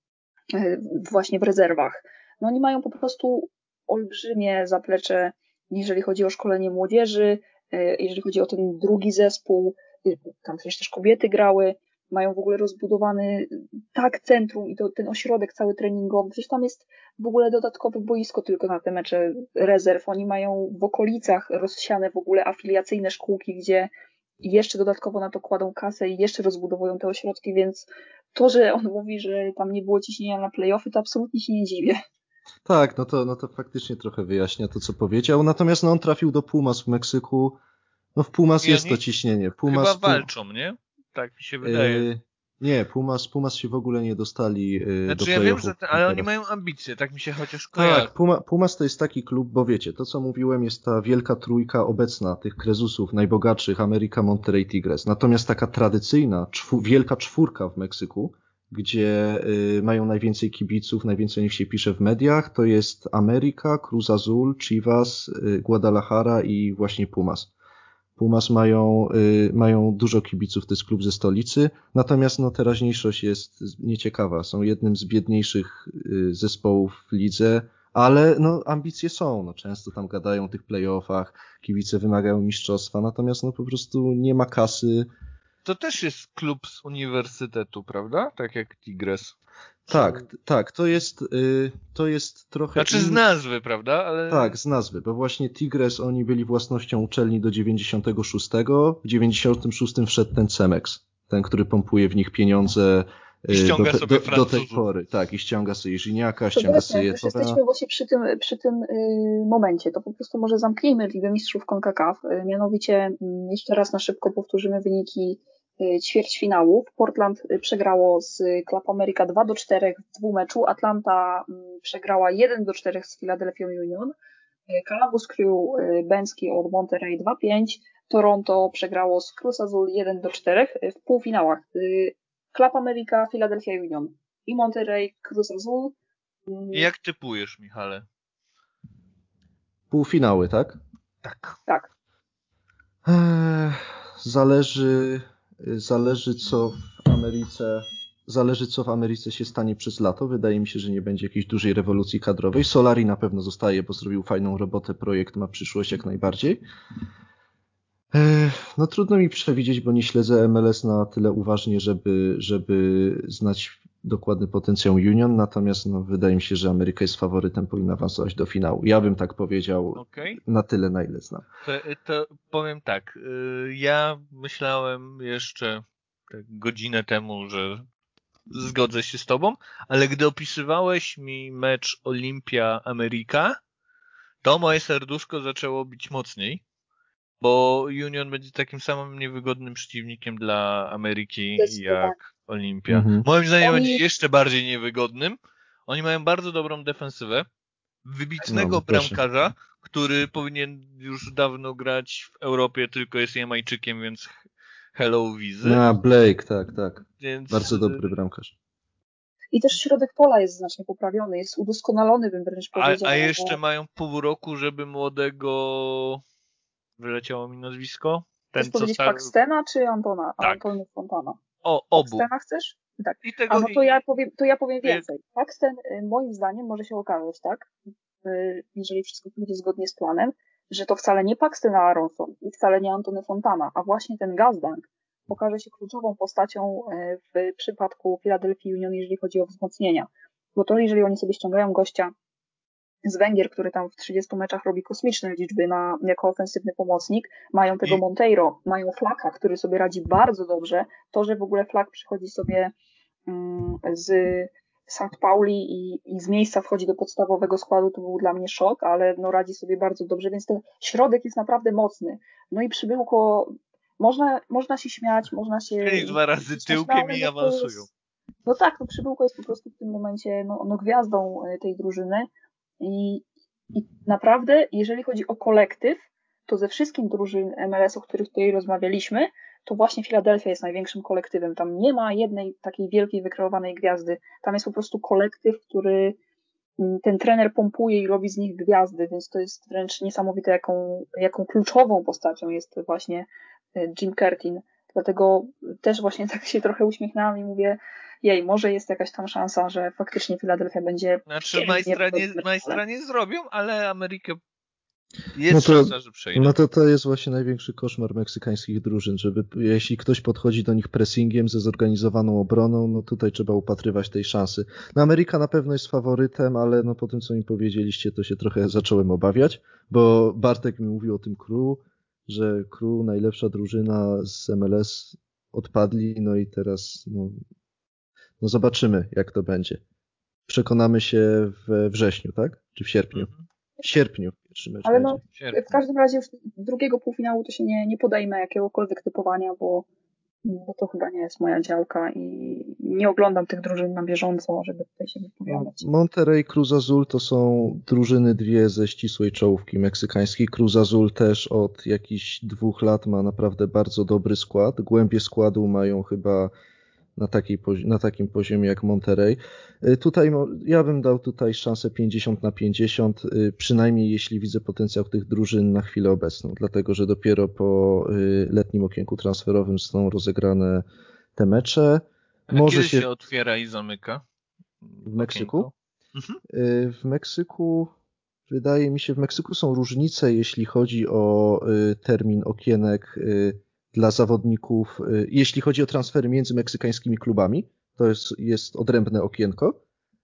Speaker 1: właśnie w rezerwach. No oni mają po prostu olbrzymie zaplecze, jeżeli chodzi o szkolenie młodzieży, jeżeli chodzi o ten drugi zespół, tam przecież też kobiety grały, mają w ogóle rozbudowany tak centrum i to, ten ośrodek cały treningowy, przecież tam jest w ogóle dodatkowe boisko tylko na te mecze rezerw, oni mają w okolicach rozsiane w ogóle afiliacyjne szkółki, gdzie jeszcze dodatkowo na to kładą kasę i jeszcze rozbudowują te ośrodki, więc to, że on mówi, że tam nie było ciśnienia na play-offy, to absolutnie się nie dziwię.
Speaker 3: Tak, no to, no to faktycznie trochę wyjaśnia to, co powiedział. Natomiast no, on trafił do Pumas w Meksyku. No w Pumas
Speaker 4: I
Speaker 3: jest
Speaker 4: oni
Speaker 3: to ciśnienie. Pumas,
Speaker 4: Chyba walczą, nie? Tak mi się wydaje.
Speaker 3: Yy, nie, Pumas, Pumas się w ogóle nie dostali yy,
Speaker 4: Znaczy
Speaker 3: do
Speaker 4: ja wiem,
Speaker 3: playoffów.
Speaker 4: że te, ale oni mają ambicje, tak mi się chociaż
Speaker 3: Tak,
Speaker 4: kojarzy.
Speaker 3: Puma, Pumas to jest taki klub, bo wiecie, to co mówiłem jest ta wielka trójka obecna tych krezusów najbogatszych, America, Monterrey, Tigres. Natomiast taka tradycyjna, czwu, wielka czwórka w Meksyku, gdzie y, mają najwięcej kibiców, najwięcej o nich się pisze w mediach, to jest America, Cruz Azul, Chivas, y, Guadalajara i właśnie Pumas. Pumas mają, y, mają dużo kibiców, to jest klub ze stolicy, natomiast no, teraźniejszość jest nieciekawa. Są jednym z biedniejszych y, zespołów w lidze, ale no, ambicje są. No, często tam gadają o tych playoffach, kibice wymagają mistrzostwa, natomiast no, po prostu nie ma kasy.
Speaker 4: To też jest klub z uniwersytetu, prawda? Tak jak Tigres.
Speaker 3: Tak, t- tak, to jest, y, to jest trochę...
Speaker 4: Znaczy z
Speaker 3: in-
Speaker 4: nazwy, prawda? Ale...
Speaker 3: Tak, z nazwy, bo właśnie Tigres, oni byli własnością uczelni do dziewięćdziesiątego szóstego, w dziewięćdziesiątym szóstym wszedł ten Cemex, ten, który pompuje w nich pieniądze
Speaker 4: I ściąga
Speaker 3: do,
Speaker 4: sobie
Speaker 3: do, do tej
Speaker 4: Francuzów.
Speaker 3: pory. Tak, i ściąga sobie Żyniaka,
Speaker 1: To
Speaker 3: ściąga
Speaker 1: właśnie,
Speaker 3: sobie
Speaker 1: już
Speaker 3: Tobena.
Speaker 1: jesteśmy właśnie przy tym, przy tym y, momencie. To po prostu może zamknijmy Ligę Mistrzów CONCACAF. Y, mianowicie y, jeszcze raz na szybko powtórzymy wyniki y, ćwierćfinałów. Portland y, przegrało z Club America dwa do czterech w dwumeczu. Atlanta y, przegrała jeden do czterech z Philadelphia Union. Y, Columbus Crew y, Bęcki od Monterey dwa pięć. Toronto przegrało z Cruz Azul jeden do czterech w półfinałach. Y, Club America, Philadelphia Union i Monterey, Cruz Azul.
Speaker 4: I jak typujesz, Michale?
Speaker 3: Półfinały, tak?
Speaker 4: Tak.
Speaker 1: Tak.
Speaker 3: Eee, Zależy, zależy co w Ameryce, zależy co w Ameryce się stanie przez lato. Wydaje mi się, że nie będzie jakiejś dużej rewolucji kadrowej. Solari na pewno zostaje, bo zrobił fajną robotę, projekt ma przyszłość jak najbardziej. Eee, No trudno mi przewidzieć, bo nie śledzę M L S na tyle uważnie, żeby, żeby znać dokładny potencjał Union, natomiast no, wydaje mi się, że Ameryka jest faworytem, powinna awansować do finału. Ja bym tak powiedział
Speaker 4: Okay.
Speaker 3: na tyle, na ile znam.
Speaker 4: To, to powiem tak, ja myślałem jeszcze tak godzinę temu, że zgodzę się z tobą, ale gdy opisywałeś mi mecz Olimpia-Ameryka, to moje serduszko zaczęło bić mocniej, bo Union będzie takim samym niewygodnym przeciwnikiem dla Ameryki jak Olimpia.
Speaker 3: Mhm.
Speaker 4: Moim zdaniem
Speaker 1: Oni...
Speaker 4: będzie jeszcze bardziej niewygodnym. Oni mają bardzo dobrą defensywę, wybitnego
Speaker 3: No,
Speaker 4: bramkarza, który powinien już dawno grać w Europie, tylko jest Jamajczykiem, więc hello wizy.
Speaker 3: No, Blake, tak, tak.
Speaker 4: Więc...
Speaker 3: Bardzo dobry bramkarz.
Speaker 1: I też środek pola jest znacznie poprawiony, jest udoskonalony, bym wręcz powiedział.
Speaker 4: A, a jeszcze mają pół roku, żeby młodego... Wyleciało mi nazwisko?
Speaker 1: Ten, chcesz powiedzieć star... Paxtena czy Antona?
Speaker 4: Tak.
Speaker 1: Antony Fontana.
Speaker 4: O, obu.
Speaker 1: Paxtena chcesz? Tak.
Speaker 4: I tego...
Speaker 1: A no to ja powiem, to ja powiem więcej. Paxten moim zdaniem może się okazać, tak? Jeżeli wszystko pójdzie zgodnie z planem, że to wcale nie Paxton Aronson i wcale nie Antony Fontana, a właśnie ten Gazdank okaże się kluczową postacią w przypadku Philadelphia Union, jeżeli chodzi o wzmocnienia. Bo to, jeżeli oni sobie ściągają gościa z Węgier, który tam w trzydziestu meczach robi kosmiczne liczby na, jako ofensywny pomocnik, mają tego Monteiro, mają Flaka, który sobie radzi bardzo dobrze. To, że w ogóle Flak przychodzi sobie um, z Sankt Pauli i, i z miejsca wchodzi do podstawowego składu, to był dla mnie szok, ale no radzi sobie bardzo dobrze, więc ten środek jest naprawdę mocny. No i przybyłko, można, można się śmiać, można się...
Speaker 4: Czyli dwa razy tyłkiem i awansują.
Speaker 1: No tak, no przybyłko jest po prostu w tym momencie no, no gwiazdą tej drużyny i, i naprawdę, jeżeli chodzi o kolektyw, to ze wszystkich drużyn M L S, o których tutaj rozmawialiśmy, to właśnie Philadelphia jest największym kolektywem. Tam nie ma jednej takiej wielkiej, wykreowanej gwiazdy. Tam jest po prostu kolektyw, który ten trener pompuje i robi z nich gwiazdy, więc to jest wręcz niesamowite, jaką, jaką kluczową postacią jest właśnie Jim Curtin. Dlatego też właśnie tak się trochę uśmiechnęłam i mówię, jej, może jest jakaś tam szansa, że faktycznie Philadelphia będzie...
Speaker 4: Znaczy majstra nie, majstra nie zrobią, ale Amerykę jest
Speaker 3: no to,
Speaker 4: szansa, że przejdą.
Speaker 3: No to to jest właśnie największy koszmar meksykańskich drużyn, żeby jeśli ktoś podchodzi do nich pressingiem ze zorganizowaną obroną, no tutaj trzeba upatrywać tej szansy. No Ameryka na pewno jest faworytem, ale no po tym co mi powiedzieliście, to się trochę zacząłem obawiać, bo Bartek mi mówił o tym Crew, że Crew, najlepsza drużyna z M L S, odpadli, no i teraz no, no zobaczymy jak to będzie. Przekonamy się we wrześniu, tak? Czy w sierpniu?
Speaker 4: Mhm.
Speaker 3: W sierpniu pierwszy mecz
Speaker 1: Ale
Speaker 3: będzie.
Speaker 1: no, w każdym razie już drugiego półfinału to się nie, nie podejmę jakiegokolwiek typowania, bo, bo to chyba nie jest moja działka i nie oglądam tych drużyn na bieżąco, żeby tutaj się wypowiadać.
Speaker 3: Monterey, Cruz Azul to są drużyny dwie ze ścisłej czołówki meksykańskiej. Cruz Azul też od jakichś dwóch lat ma naprawdę bardzo dobry skład. Głębie składu mają chyba na, takiej, na takim poziomie jak Monterey. Tutaj ja bym dał tutaj szansę pięćdziesiąt na pięćdziesiąt, przynajmniej jeśli widzę potencjał tych drużyn na chwilę obecną, dlatego że dopiero po letnim okienku transferowym zostaną rozegrane te mecze.
Speaker 4: A
Speaker 3: Może
Speaker 4: kiedy
Speaker 3: się...
Speaker 4: się otwiera i zamyka?
Speaker 3: W Meksyku? Mhm. W Meksyku wydaje mi się, w Meksyku są różnice, jeśli chodzi o termin okienek dla zawodników, jeśli chodzi o transfery między meksykańskimi klubami, to jest, jest odrębne okienko,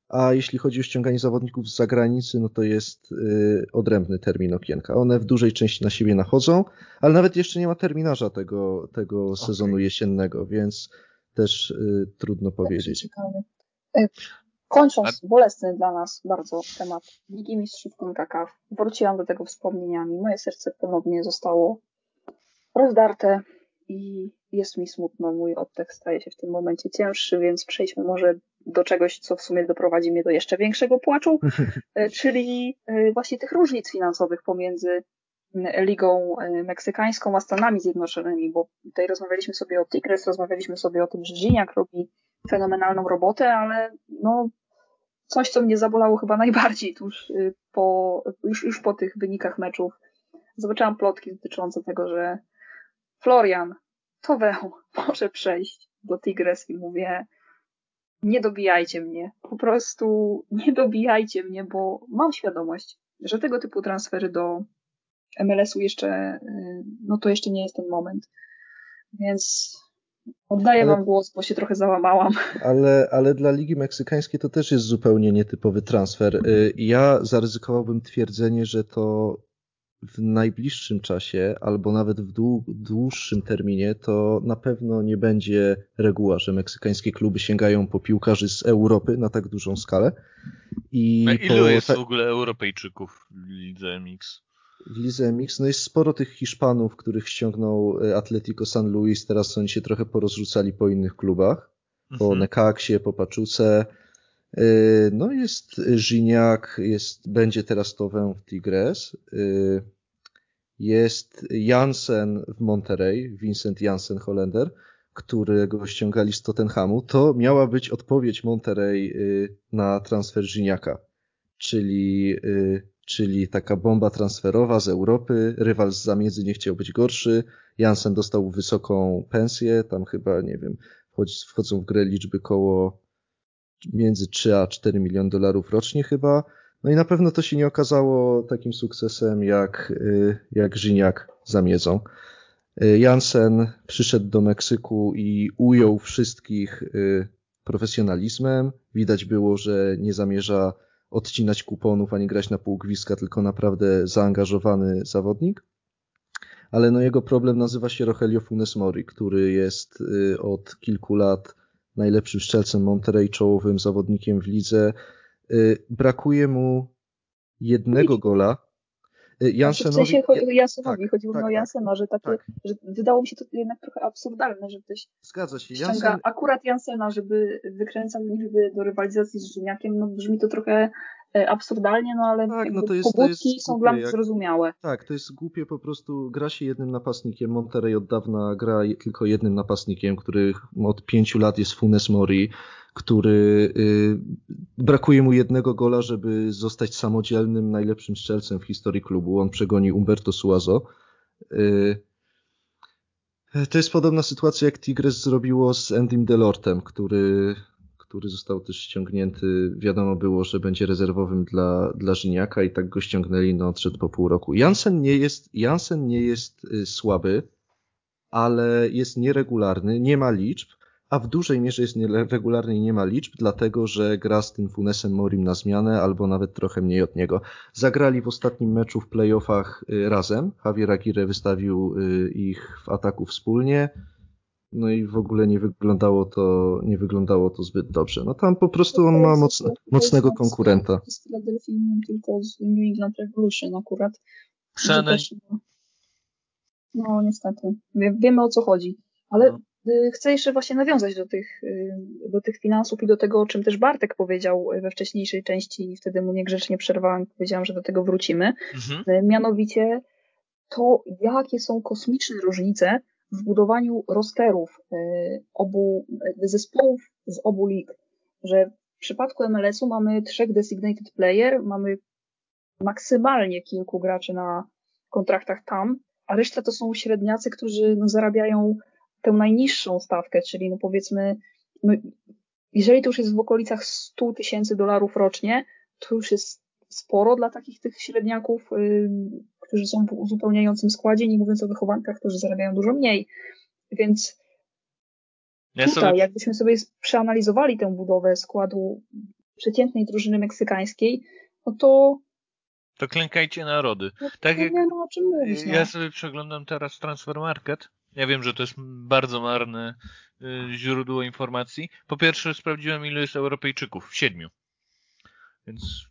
Speaker 3: a jeśli chodzi o ściąganie zawodników z zagranicy, no to jest y, odrębny termin okienka. One w dużej części na siebie nachodzą, ale nawet jeszcze nie ma terminarza tego, tego okay. sezonu jesiennego, więc też y, trudno powiedzieć.
Speaker 1: Ciekawe. Kończąc, bolesny dla nas bardzo temat Ligi Mistrzów CONCACAF, wróciłam do tego wspomnieniami. Moje serce ponownie zostało rozdarte i jest mi smutno. Mój oddech staje się w tym momencie cięższy, więc przejdźmy może do czegoś, co w sumie doprowadzi mnie do jeszcze większego płaczu, czyli właśnie tych różnic finansowych pomiędzy Ligą Meksykańską a Stanami Zjednoczonymi, bo tutaj rozmawialiśmy sobie o Tigres, rozmawialiśmy sobie o tym, że Gignac robi fenomenalną robotę, ale no coś, co mnie zabolało chyba najbardziej tuż po, już, już po tych wynikach meczów. Zobaczyłam plotki dotyczące tego, że Florian Thauvin może przejść do Tigres i mówię, nie dobijajcie mnie, po prostu nie dobijajcie mnie, bo mam świadomość, że tego typu transfery do M L S-u jeszcze, no to jeszcze nie jest ten moment. Więc oddaję ale, wam głos, bo się trochę załamałam.
Speaker 3: Ale, ale dla Ligi Meksykańskiej to też jest zupełnie nietypowy transfer. Ja zaryzykowałbym twierdzenie, że to w najbliższym czasie, albo nawet w dłuższym terminie, to na pewno nie będzie reguła, że meksykańskie kluby sięgają po piłkarzy z Europy na tak dużą skalę. I
Speaker 4: A ilu po, jest ta... w ogóle Europejczyków w Lidze M X?
Speaker 3: W Lidze M X no jest sporo tych Hiszpanów, których ściągnął Atletico San Luis, teraz oni się trochę porozrzucali po innych klubach, po mhm. Necaxie, po Pachuce. No jest Gignac, jest, będzie teraz Thauvin w Tigres, jest Jansen w Monterrey, Vincent Jansen, Holender, którego ściągali z Tottenhamu. To miała być odpowiedź Monterrey na transfer Gignaca, czyli, czyli taka bomba transferowa z Europy, rywal z zamiedzy nie chciał być gorszy, Jansen dostał wysoką pensję, tam chyba, nie wiem, wchodzą w grę liczby koło między trzy a cztery miliony dolarów rocznie chyba. No i na pewno to się nie okazało takim sukcesem jak, jak Gignac za miedzą. Jansen przyszedł do Meksyku i ujął wszystkich profesjonalizmem. Widać było, że nie zamierza odcinać kuponów ani grać na pół gwizdka, tylko naprawdę zaangażowany zawodnik. Ale no jego problem nazywa się Rogelio Funes Mori, który jest od kilku lat najlepszym strzelcem Monterrey, czołowym zawodnikiem w lidze. Brakuje mu jednego gola.
Speaker 1: Jansenowi... W sensie chodzi, Jansenowi,
Speaker 3: tak,
Speaker 1: chodziło
Speaker 3: tak,
Speaker 1: mi o Jansena,
Speaker 3: tak,
Speaker 1: że, takie,
Speaker 3: tak.
Speaker 1: że wydało mi się to jednak trochę absurdalne, że ktoś
Speaker 3: Zgadza się.
Speaker 1: ściąga
Speaker 3: Jansen...
Speaker 1: akurat Jansena, żeby wykręcał liczby do rywalizacji z Gigniaciem. No brzmi to trochę absurdalnie, no ale
Speaker 3: tak, no to jest,
Speaker 1: pobudki
Speaker 3: to jest
Speaker 1: są
Speaker 3: głupie,
Speaker 1: dla mnie
Speaker 3: jak...
Speaker 1: zrozumiałe.
Speaker 3: Tak, to jest głupie, po prostu gra się jednym napastnikiem. Monterrey od dawna gra tylko jednym napastnikiem, który od pięciu lat jest Funes Mori, który yy, brakuje mu jednego gola, żeby zostać samodzielnym najlepszym strzelcem w historii klubu. On przegoni Humberto Suazo. Yy, to jest podobna sytuacja, jak Tigres zrobiło z Endym Delortem, który... który został też ściągnięty, wiadomo było, że będzie rezerwowym dla, dla Gignaca i tak go ściągnęli, no odszedł po pół roku. Jansen nie jest, Jansen nie jest y, słaby, ale jest nieregularny, nie ma liczb, a w dużej mierze jest nieregularny i nie ma liczb, dlatego, że gra z tym Funesem Morim na zmianę, albo nawet trochę mniej od niego. Zagrali w ostatnim meczu w playoffach y, razem, Javier Aguirre wystawił y, ich w ataku wspólnie, no i w ogóle nie wyglądało to, nie wyglądało to zbyt dobrze. No tam po prostu on ma mocne, mocnego konkurenta.
Speaker 1: Z Philadelphia tylko z New England Revolution akurat.
Speaker 4: Też,
Speaker 1: no niestety. Wiemy o co chodzi. Ale no. Chcę jeszcze właśnie nawiązać do tych, do tych finansów i do tego, o czym też Bartek powiedział we wcześniejszej części i wtedy mu niegrzecznie przerwałem i powiedziałam, że do tego wrócimy. Mhm. Mianowicie to, jakie są kosmiczne różnice w budowaniu rosterów obu zespołów z obu lig, że w przypadku M L S-u mamy trzech designated player, mamy maksymalnie kilku graczy na kontraktach tam, a reszta to są średniacy, którzy no, zarabiają tę najniższą stawkę, czyli no powiedzmy, no, jeżeli to już jest w okolicach stu tysięcy dolarów rocznie, to już jest sporo dla takich tych średniaków, yy, którzy są w uzupełniającym składzie, nie mówiąc o wychowankach, którzy zarabiają dużo mniej. Więc ja tutaj, sobie... jakbyśmy sobie przeanalizowali tę budowę składu przeciętnej drużyny meksykańskiej, no to...
Speaker 4: To klękajcie narody.
Speaker 1: No,
Speaker 4: Tak
Speaker 1: nie
Speaker 4: jak
Speaker 1: wiem o czym mówić, no.
Speaker 4: ja sobie przeglądam teraz Transfer Market. Ja wiem, że to jest bardzo marne y, źródło informacji. Po pierwsze sprawdziłem, ile jest Europejczyków. Siedmiu. Więc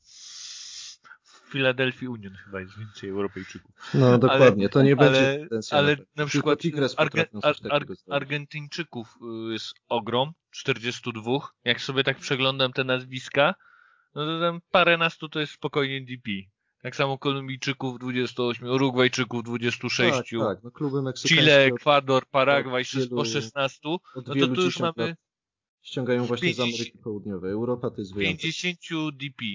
Speaker 4: w Philadelphia Union chyba jest więcej Europejczyków.
Speaker 3: No dokładnie,
Speaker 4: ale,
Speaker 3: to nie będzie
Speaker 4: ale,
Speaker 3: tendencja.
Speaker 4: ale
Speaker 3: na,
Speaker 4: na przykład
Speaker 3: Tigres
Speaker 4: Arge,
Speaker 3: potrafią coś
Speaker 4: Ar,
Speaker 3: takiego
Speaker 4: Ar,
Speaker 3: zrobić.
Speaker 4: Argentyńczyków jest ogrom, czterdziestu dwóch. Jak sobie tak przeglądam te nazwiska, no to tam paręnastu to jest spokojnie D P. Tak samo Kolumbijczyków dwudziestu ośmiu, Urugwajczyków dwudziestu sześciu,
Speaker 3: Tak, tak. No, kluby meksykańskie
Speaker 4: Chile,
Speaker 3: od,
Speaker 4: Ekwador, Paragwaj
Speaker 3: od wielu,
Speaker 4: po szesnastu,
Speaker 3: od
Speaker 4: no to
Speaker 3: wielu
Speaker 4: tu już
Speaker 3: dziesiąt
Speaker 4: mamy
Speaker 3: lat ściągają właśnie z
Speaker 4: pięćdziesiąt
Speaker 3: Ameryki Południowej. Europa to jest wyjątek.
Speaker 4: pięćdziesięciu D P.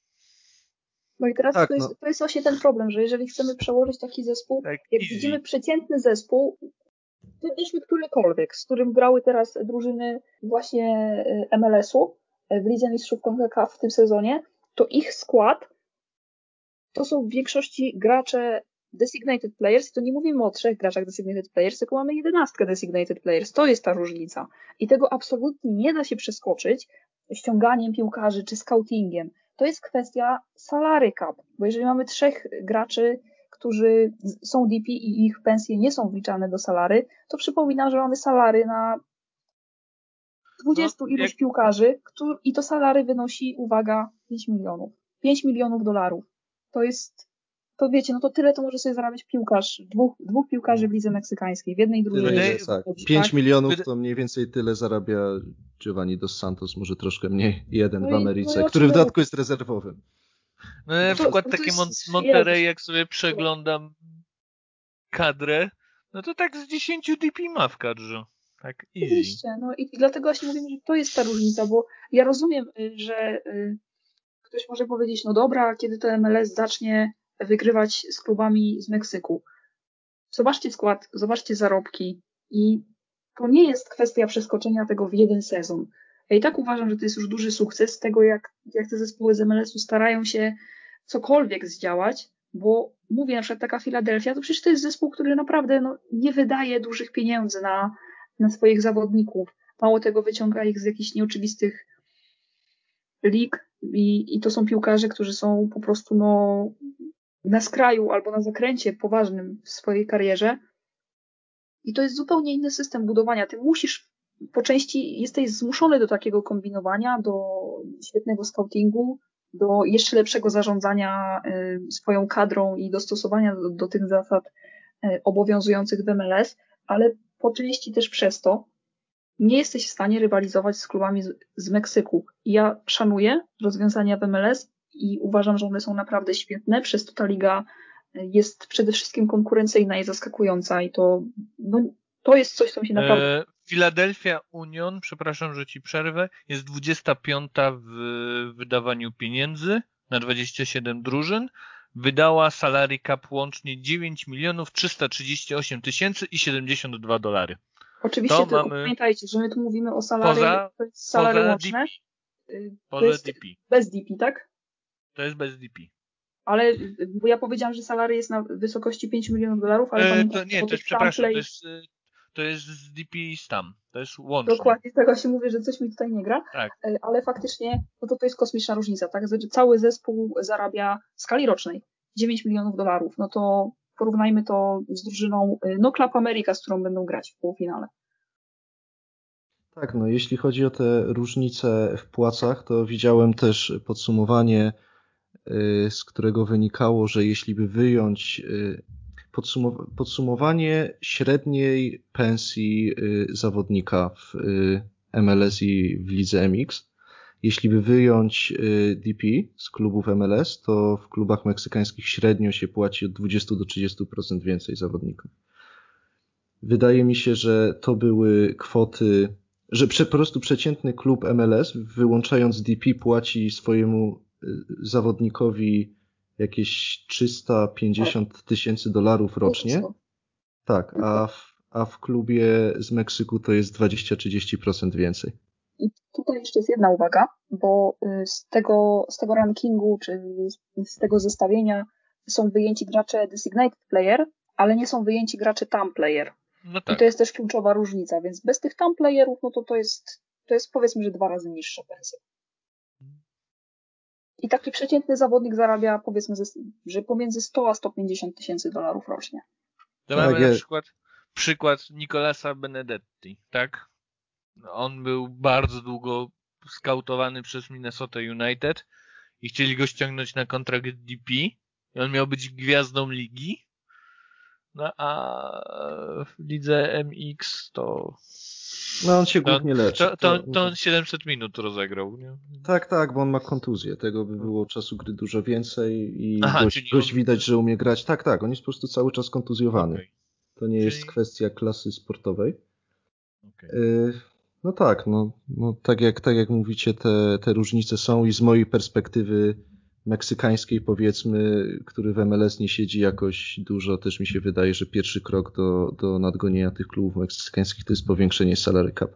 Speaker 1: No i teraz
Speaker 3: Tak,
Speaker 1: to, jest,
Speaker 3: no.
Speaker 1: to jest właśnie ten problem, że jeżeli chcemy przełożyć taki zespół,
Speaker 4: Tak,
Speaker 1: jak
Speaker 4: easy.
Speaker 1: widzimy przeciętny zespół, to bierzmy którykolwiek, z którym grały teraz drużyny właśnie M L S-u w Lidze Mistrzów CONCACAF w tym sezonie, to ich skład to są w większości gracze designated players, to nie mówimy o trzech graczach designated players, tylko mamy jedenastkę designated players. To jest ta różnica. I tego absolutnie nie da się przeskoczyć ściąganiem piłkarzy czy scoutingiem. To jest kwestia salary cap, bo jeżeli mamy trzech graczy, którzy są D P i ich pensje nie są wliczane do salary, to przypominam, że mamy salary na dwudziestu
Speaker 4: No,
Speaker 1: iluś
Speaker 4: jak...
Speaker 1: piłkarzy który, i to salary wynosi, uwaga, pięć milionów. pięć milionów dolarów. To jest, to wiecie, no to tyle to może sobie zarabiać piłkarz, dwóch, dwóch piłkarzy w lidze meksykańskiej, w jednej drużynie.
Speaker 3: Tyle,
Speaker 4: Wydaje-
Speaker 3: ile, tak.
Speaker 1: tak?
Speaker 3: pięć milionów to mniej więcej tyle zarabia Giovanni Dos Santos, może troszkę mniej, jeden
Speaker 1: No
Speaker 3: w
Speaker 1: i-
Speaker 3: Ameryce,
Speaker 1: no i o
Speaker 3: który w
Speaker 1: czym
Speaker 3: dodatku jest rezerwowym.
Speaker 4: No na
Speaker 1: To-
Speaker 4: przykład
Speaker 1: to
Speaker 4: takie
Speaker 1: jest-
Speaker 4: Mon-
Speaker 1: Jezus.
Speaker 4: Monterey, jak sobie przeglądam kadrę, no to tak z dziesięciu D P ma w kadrze. Tak easy.
Speaker 1: Oczywiście, no i, i dlatego właśnie mówimy, że to jest ta różnica, bo ja rozumiem, y, że y, ktoś może powiedzieć, no dobra, kiedy to M L S zacznie wygrywać z klubami z Meksyku. Zobaczcie skład, zobaczcie zarobki i to nie jest kwestia przeskoczenia tego w jeden sezon. Ja i tak uważam, że to jest już duży sukces tego, jak, jak te zespoły z M L S-u starają się cokolwiek zdziałać, bo mówię, na przykład taka Filadelfia, to przecież to jest zespół, który naprawdę no, nie wydaje dużych pieniędzy na, na swoich zawodników. Mało tego, wyciąga ich z jakichś nieoczywistych lig i, i to są piłkarze, którzy są po prostu no, na skraju albo na zakręcie poważnym w swojej karierze. I to jest zupełnie inny system budowania. Ty musisz, po części jesteś zmuszony do takiego kombinowania, do świetnego scoutingu, do jeszcze lepszego zarządzania y, swoją kadrą i dostosowania do, do tych zasad y, obowiązujących w M L S, ale po części też przez to nie jesteś w stanie rywalizować z klubami z, z Meksyku. I ja szanuję rozwiązania w M L S i uważam, że one są naprawdę świetne, przez to ta liga jest przede wszystkim konkurencyjna i zaskakująca i to, no, to jest coś, co mi się naprawdę...
Speaker 4: E, Philadelphia Union, przepraszam, że ci przerwę, jest dwudziesta piąta w wydawaniu pieniędzy na dwadzieścia siedem drużyn. Wydała salary cap łącznie dziewięć milionów trzysta trzydzieści osiem tysięcy i siedemdziesiąt dwa dolary.
Speaker 1: Oczywiście,
Speaker 4: to
Speaker 1: tylko
Speaker 4: mamy...
Speaker 1: pamiętajcie, że my tu mówimy o salary,
Speaker 4: Poza,
Speaker 1: to jest salary
Speaker 4: poza
Speaker 1: łączne.
Speaker 4: D P.
Speaker 1: Y, To
Speaker 4: Poza
Speaker 1: jest
Speaker 4: D P.
Speaker 1: bez D P, tak?
Speaker 4: To jest bez D P.
Speaker 1: Ale, bo ja powiedziałam, że salary jest na wysokości pięć milionów dolarów, ale
Speaker 4: E,
Speaker 1: pamiętajcie,
Speaker 4: to nie,
Speaker 1: o
Speaker 4: to jest,
Speaker 1: tych
Speaker 4: przepraszam,
Speaker 1: play...
Speaker 4: to jest, e, to jest z D P i z tam. To jest łącznie.
Speaker 1: Dokładnie, tego się mówię, że coś mi tutaj nie gra,
Speaker 4: Tak.
Speaker 1: ale faktycznie, no to to jest kosmiczna różnica, tak? Znaczy, cały zespół zarabia w skali rocznej dziewięć milionów dolarów, no to porównajmy to z drużyną, no Club America, z którą będą grać w półfinale.
Speaker 3: Tak, no jeśli chodzi o te różnice w płacach, to widziałem też podsumowanie, z którego wynikało, że jeśli by wyjąć podsumowanie średniej pensji zawodnika w M L S i w lidze M X, jeśli by wyjąć D P z klubów M L S, to w klubach meksykańskich średnio się płaci od dwudziestu do trzydziestu procent więcej zawodnikom. Wydaje mi się, że to były kwoty, że po prostu przeciętny klub M L S, wyłączając D P, płaci swojemu zawodnikowi jakieś trzysta pięćdziesiąt tysięcy dolarów rocznie. Tak, a w, a w klubie z Meksyku to jest dwadzieścia do trzydziestu procent więcej.
Speaker 1: I tutaj jeszcze jest jedna uwaga, bo z tego, z tego rankingu, czy z tego zestawienia są wyjęci gracze designated player, ale nie są wyjęci gracze thumb player.
Speaker 4: No tak.
Speaker 1: I to jest też kluczowa różnica, więc bez tych thumb playerów, no to to jest, to jest powiedzmy, że dwa razy niższa pensja. I taki przeciętny zawodnik zarabia powiedzmy, że pomiędzy sto a sto pięćdziesiąt tysięcy dolarów rocznie.
Speaker 4: To
Speaker 3: Tak,
Speaker 4: mamy
Speaker 3: ja-
Speaker 4: na przykład przykład Nicolasa Benedetti, tak? On był bardzo długo skautowany przez Minnesota United i chcieli go ściągnąć na kontrakt D P i on miał być gwiazdą ligi. No a w lidze M X to...
Speaker 3: No on się
Speaker 4: To on,
Speaker 3: głównie leczy.
Speaker 4: to, to, to on siedemset minut rozegrał, nie?
Speaker 3: Tak, tak, bo on ma kontuzję. Tego by było czasu gry dużo więcej i
Speaker 4: Aha,
Speaker 3: gość,
Speaker 4: czyli
Speaker 3: gość
Speaker 4: on-
Speaker 3: widać, że umie grać. Tak, tak, on jest po prostu cały czas kontuzjowany.
Speaker 4: Okej,
Speaker 3: To nie
Speaker 4: Czyli-
Speaker 3: jest kwestia klasy sportowej.
Speaker 4: okej.
Speaker 3: Y, No tak, no, no tak, jak, tak jak mówicie, te, te różnice są i z mojej perspektywy meksykańskiej, powiedzmy, który w M L S nie siedzi jakoś dużo, też mi się wydaje, że pierwszy krok do, do nadgonienia tych klubów meksykańskich to jest powiększenie salary cap.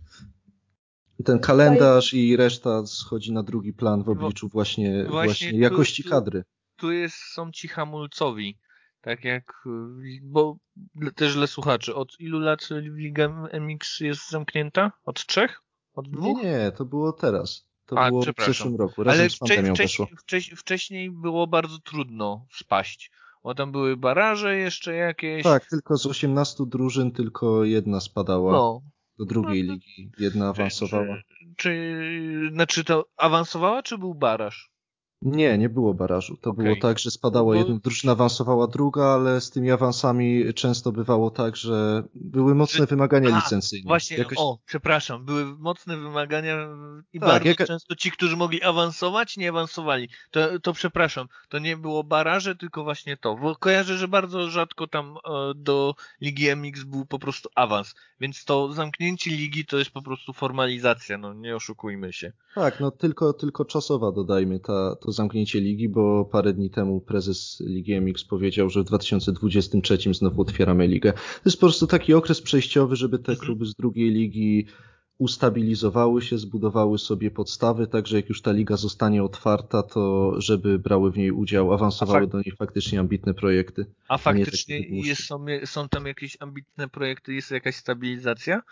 Speaker 3: Ten kalendarz i reszta schodzi na drugi plan w obliczu właśnie,
Speaker 4: właśnie
Speaker 3: właśnie
Speaker 4: tu-
Speaker 3: jakości
Speaker 4: tu-
Speaker 3: kadry.
Speaker 4: Tu jest, są ci hamulcowi. Tak jak, y, bo le- też dla słuchaczy, od ilu lat Liga M X jest zamknięta? Od trzech? Od
Speaker 3: Nie,
Speaker 4: dwóch?
Speaker 3: nie, to było teraz. To
Speaker 4: A,
Speaker 3: było w
Speaker 4: przepraszam.
Speaker 3: zeszłym roku, razem
Speaker 4: Ale
Speaker 3: z
Speaker 4: wcze,
Speaker 3: pandemią weszło.
Speaker 4: wcześniej, wcześniej, wcześniej było bardzo trudno spaść. Bo tam były baraże jeszcze jakieś.
Speaker 3: Tak, tylko z osiemnastu drużyn tylko jedna spadała
Speaker 4: No.
Speaker 3: do drugiej ligi, jedna
Speaker 4: Czy,
Speaker 3: awansowała.
Speaker 4: czy, czy, znaczy to awansowała, czy był baraż?
Speaker 3: Nie, nie było barażu. To
Speaker 4: Okej.
Speaker 3: było tak, że spadała
Speaker 4: Bo-
Speaker 3: jedna drużyna, awansowała druga, ale z tymi awansami często bywało tak, że były mocne
Speaker 4: Że-
Speaker 3: wymagania
Speaker 4: A,
Speaker 3: licencyjne.
Speaker 4: Właśnie,
Speaker 3: Jakoś...
Speaker 4: o, przepraszam, były mocne wymagania i
Speaker 3: Tak,
Speaker 4: bardzo
Speaker 3: jaka-
Speaker 4: często ci, którzy mogli awansować, nie awansowali. To, to przepraszam, to nie było baraże, tylko właśnie to. Bo kojarzę, że bardzo rzadko tam e, do Ligi M X był po prostu awans. Więc to zamknięcie ligi to jest po prostu formalizacja, no nie oszukujmy się.
Speaker 3: Tak, no tylko, tylko czasowa dodajmy ta, to zamknięcie ligi, bo parę dni temu prezes Ligi M X powiedział, że w dwa tysiące dwudziestym trzecim znowu otwieramy ligę. To jest po prostu taki okres przejściowy, żeby te
Speaker 4: Mhm.
Speaker 3: kluby z drugiej ligi ustabilizowały się, zbudowały sobie podstawy, tak że jak już ta liga zostanie otwarta, to żeby brały w niej udział, awansowały
Speaker 4: fakt-
Speaker 3: do niej faktycznie ambitne projekty.
Speaker 4: A
Speaker 3: nie
Speaker 4: faktycznie
Speaker 3: takie wydmuszki.
Speaker 4: jest, są, są tam jakieś ambitne projekty, jest jakaś stabilizacja?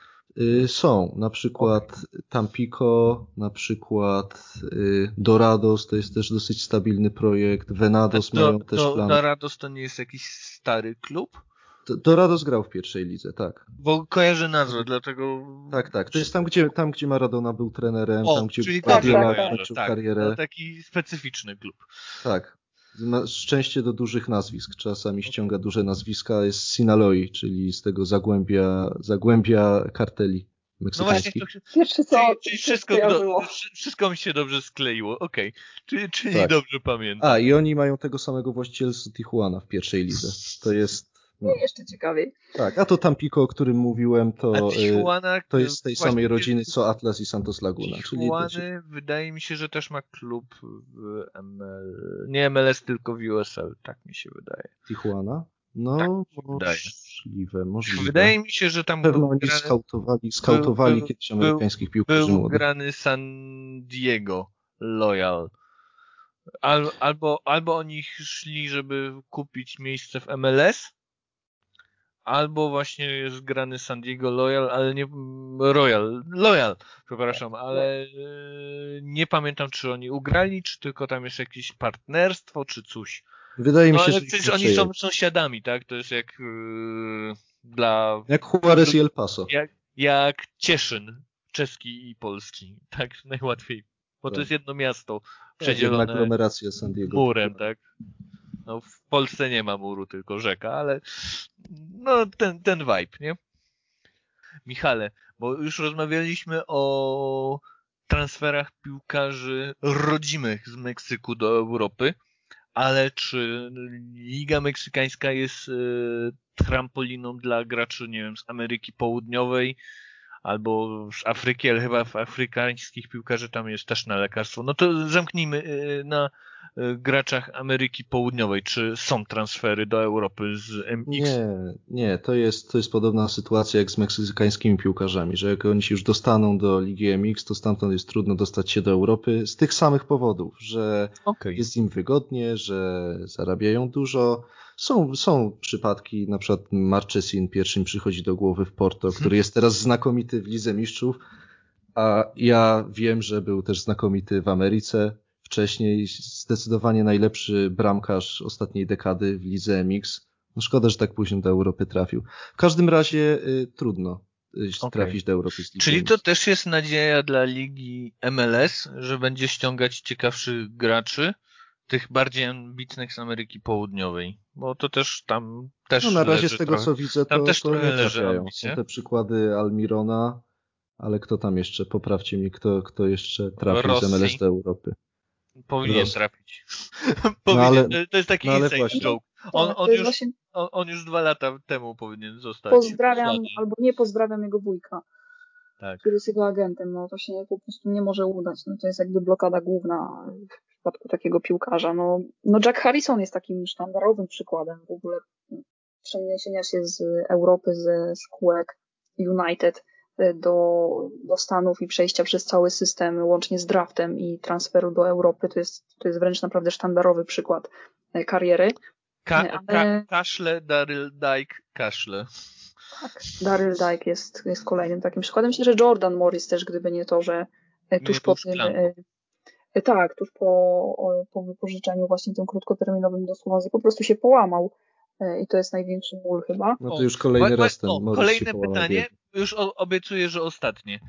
Speaker 3: Y, Są, na przykład Tampico, na przykład y, Dorados, to jest też dosyć stabilny projekt, Venados
Speaker 4: Do,
Speaker 3: mają też
Speaker 4: do,
Speaker 3: plan.
Speaker 4: Dorados to nie jest jakiś stary klub?
Speaker 3: D- Dorados grał w pierwszej lidze, tak.
Speaker 4: Bo kojarzę nazwę, dlatego...
Speaker 3: Tak, tak. To jest tam, gdzie, tam, gdzie Maradona był trenerem,
Speaker 4: O,
Speaker 3: tam, gdzie
Speaker 4: czyli
Speaker 3: Guardiola
Speaker 1: tak, tak,
Speaker 3: kończył
Speaker 4: tak.
Speaker 3: karierę.
Speaker 4: No, taki specyficzny klub.
Speaker 3: Tak. Ma szczęście do dużych nazwisk. Czasami ściąga duże nazwiska. Jest Sinaloi, czyli z tego zagłębia, zagłębia karteli
Speaker 4: No właśnie,
Speaker 3: meksykańskich.
Speaker 4: to,
Speaker 1: Pierwsze co
Speaker 4: czyli, czyli
Speaker 1: się
Speaker 4: wszystko,
Speaker 1: skojarzyło.
Speaker 4: do, wszystko mi się dobrze skleiło, okej. Czyli, czyli
Speaker 3: Tak.
Speaker 4: dobrze pamiętam.
Speaker 3: A, i oni mają tego samego właściciela z Tijuana w pierwszej lidze. To jest... No,
Speaker 1: Jeszcze ciekawiej.
Speaker 3: tak, a to Tampico, o którym mówiłem, to,
Speaker 4: A
Speaker 3: y,
Speaker 4: Tijuana...
Speaker 3: to jest z tej
Speaker 4: właśnie
Speaker 3: samej rodziny co Atlas i Santos Laguna. Czyli
Speaker 4: Tijuany wydaje mi się, że też ma klub w M L... Nie M L S, tylko w U S L, tak mi się wydaje.
Speaker 3: Tijuana? No,
Speaker 4: Tak mi się wydaje.
Speaker 3: możliwe, możliwe.
Speaker 4: Wydaje mi się, że tam
Speaker 3: Pewno
Speaker 4: był
Speaker 3: oni
Speaker 4: grany,
Speaker 3: skautowali, skautowali
Speaker 4: był-
Speaker 3: kiedyś
Speaker 4: był-
Speaker 3: amerykańskich piłkarzy
Speaker 4: był
Speaker 3: młodych.
Speaker 4: grany San Diego Loyal. Al, albo, albo oni szli, żeby kupić miejsce w M L S, albo właśnie jest grany San Diego Loyal, ale nie Royal, Loyal, przepraszam, ale yy, nie pamiętam, czy oni ugrali, czy tylko tam jest jakieś partnerstwo, czy coś.
Speaker 3: Wydaje mi
Speaker 4: No
Speaker 3: się,
Speaker 4: ale
Speaker 3: że
Speaker 4: przecież
Speaker 3: ich
Speaker 4: oni
Speaker 3: przejęli.
Speaker 4: są sąsiadami, tak? To jest jak yy, dla
Speaker 3: Jak Juarez i El Paso.
Speaker 4: jak, jak Cieszyn, czeski i polski, tak najłatwiej. Bo to
Speaker 3: Tak.
Speaker 4: jest jedno miasto
Speaker 3: Tak, jedna
Speaker 4: przedzielone
Speaker 3: aglomeracja San Diego.
Speaker 4: murem, tak? No w Polsce nie ma muru, tylko rzeka, ale no ten, ten vibe, nie? Michale, bo już rozmawialiśmy o transferach piłkarzy rodzimych z Meksyku do Europy, ale czy Liga Meksykańska jest y, trampoliną dla graczy, nie wiem, z Ameryki Południowej albo z Afryki, ale chyba w afrykańskich piłkarzy tam jest też na lekarstwo. No to zamknijmy y, na y, graczach Ameryki Południowej. Czy są transfery do Europy z M X?
Speaker 3: Nie, nie, to jest, to jest podobna sytuacja jak z meksykańskimi piłkarzami, że jak oni się już dostaną do Ligi M X, to stamtąd jest trudno dostać się do Europy z tych samych powodów, że
Speaker 4: Okej.
Speaker 3: jest im wygodnie, że zarabiają dużo. Są, są przypadki, na przykład Marchesin pierwszy mi przychodzi do głowy w Porto, który jest teraz znakomity w Lidze Mistrzów, a ja wiem, że był też znakomity w Ameryce, w wcześniej, zdecydowanie najlepszy bramkarz ostatniej dekady w lidze M X. No szkoda, że tak późno do Europy trafił. W każdym razie y, trudno y,
Speaker 4: Okay.
Speaker 3: trafić do Europy z Ligi
Speaker 4: Czyli
Speaker 3: M X.
Speaker 4: to też jest nadzieja dla ligi M L S, że będzie ściągać ciekawszych graczy, tych bardziej ambitnych z Ameryki Południowej, bo to też tam też
Speaker 3: No na razie
Speaker 4: leży
Speaker 3: z tego
Speaker 4: trochę,
Speaker 3: co widzę,
Speaker 4: tam
Speaker 3: to,
Speaker 4: też
Speaker 3: to
Speaker 4: trochę
Speaker 3: nie
Speaker 4: leży
Speaker 3: trafiają.
Speaker 4: ambicie.
Speaker 3: Są te przykłady Almirona, ale kto tam jeszcze? Poprawcie mi, kto, kto jeszcze trafił
Speaker 4: Rossi.
Speaker 3: z M L S do Europy.
Speaker 4: Powinien
Speaker 3: Rossi.
Speaker 4: trafić.
Speaker 3: No
Speaker 4: Powinien.
Speaker 3: ale,
Speaker 4: To jest taki
Speaker 3: no ale
Speaker 4: inside
Speaker 3: właśnie.
Speaker 4: joke.
Speaker 1: Tak,
Speaker 4: On,
Speaker 1: to
Speaker 4: on,
Speaker 1: jest
Speaker 4: już,
Speaker 1: właśnie...
Speaker 4: on, on już dwa lata temu powinien zostać
Speaker 1: Pozdrawiam,
Speaker 4: posłany.
Speaker 1: albo nie pozdrawiam jego wujka,
Speaker 4: Tak.
Speaker 1: który jest jego agentem. No to się po prostu nie może udać. No to jest jakby blokada główna w przypadku takiego piłkarza. No, no Jack Harrison jest takim sztandarowym przykładem w ogóle przeniesienia się z Europy, ze szkółek United do, do Stanów i przejścia przez cały system, łącznie z draftem i transferu do Europy. To jest, to jest wręcz naprawdę sztandarowy przykład kariery.
Speaker 4: Ka- ka- kaszle, Daryl Dike, kaszle.
Speaker 1: Tak, Daryl Dike jest, jest kolejnym takim przykładem. Myślę, że Jordan Morris też, gdyby nie to, że tuż
Speaker 4: nie
Speaker 1: po tym, e, tak, tuż po, po wypożyczeniu właśnie tym krótkoterminowym do Swansea po prostu się połamał e, i to jest największy ból chyba.
Speaker 3: No to już kolejny
Speaker 4: o,
Speaker 3: raz ten
Speaker 4: o,
Speaker 3: Morris
Speaker 4: kolejne
Speaker 3: się połamał.
Speaker 4: pytanie, już o, obiecuję, że ostatnie.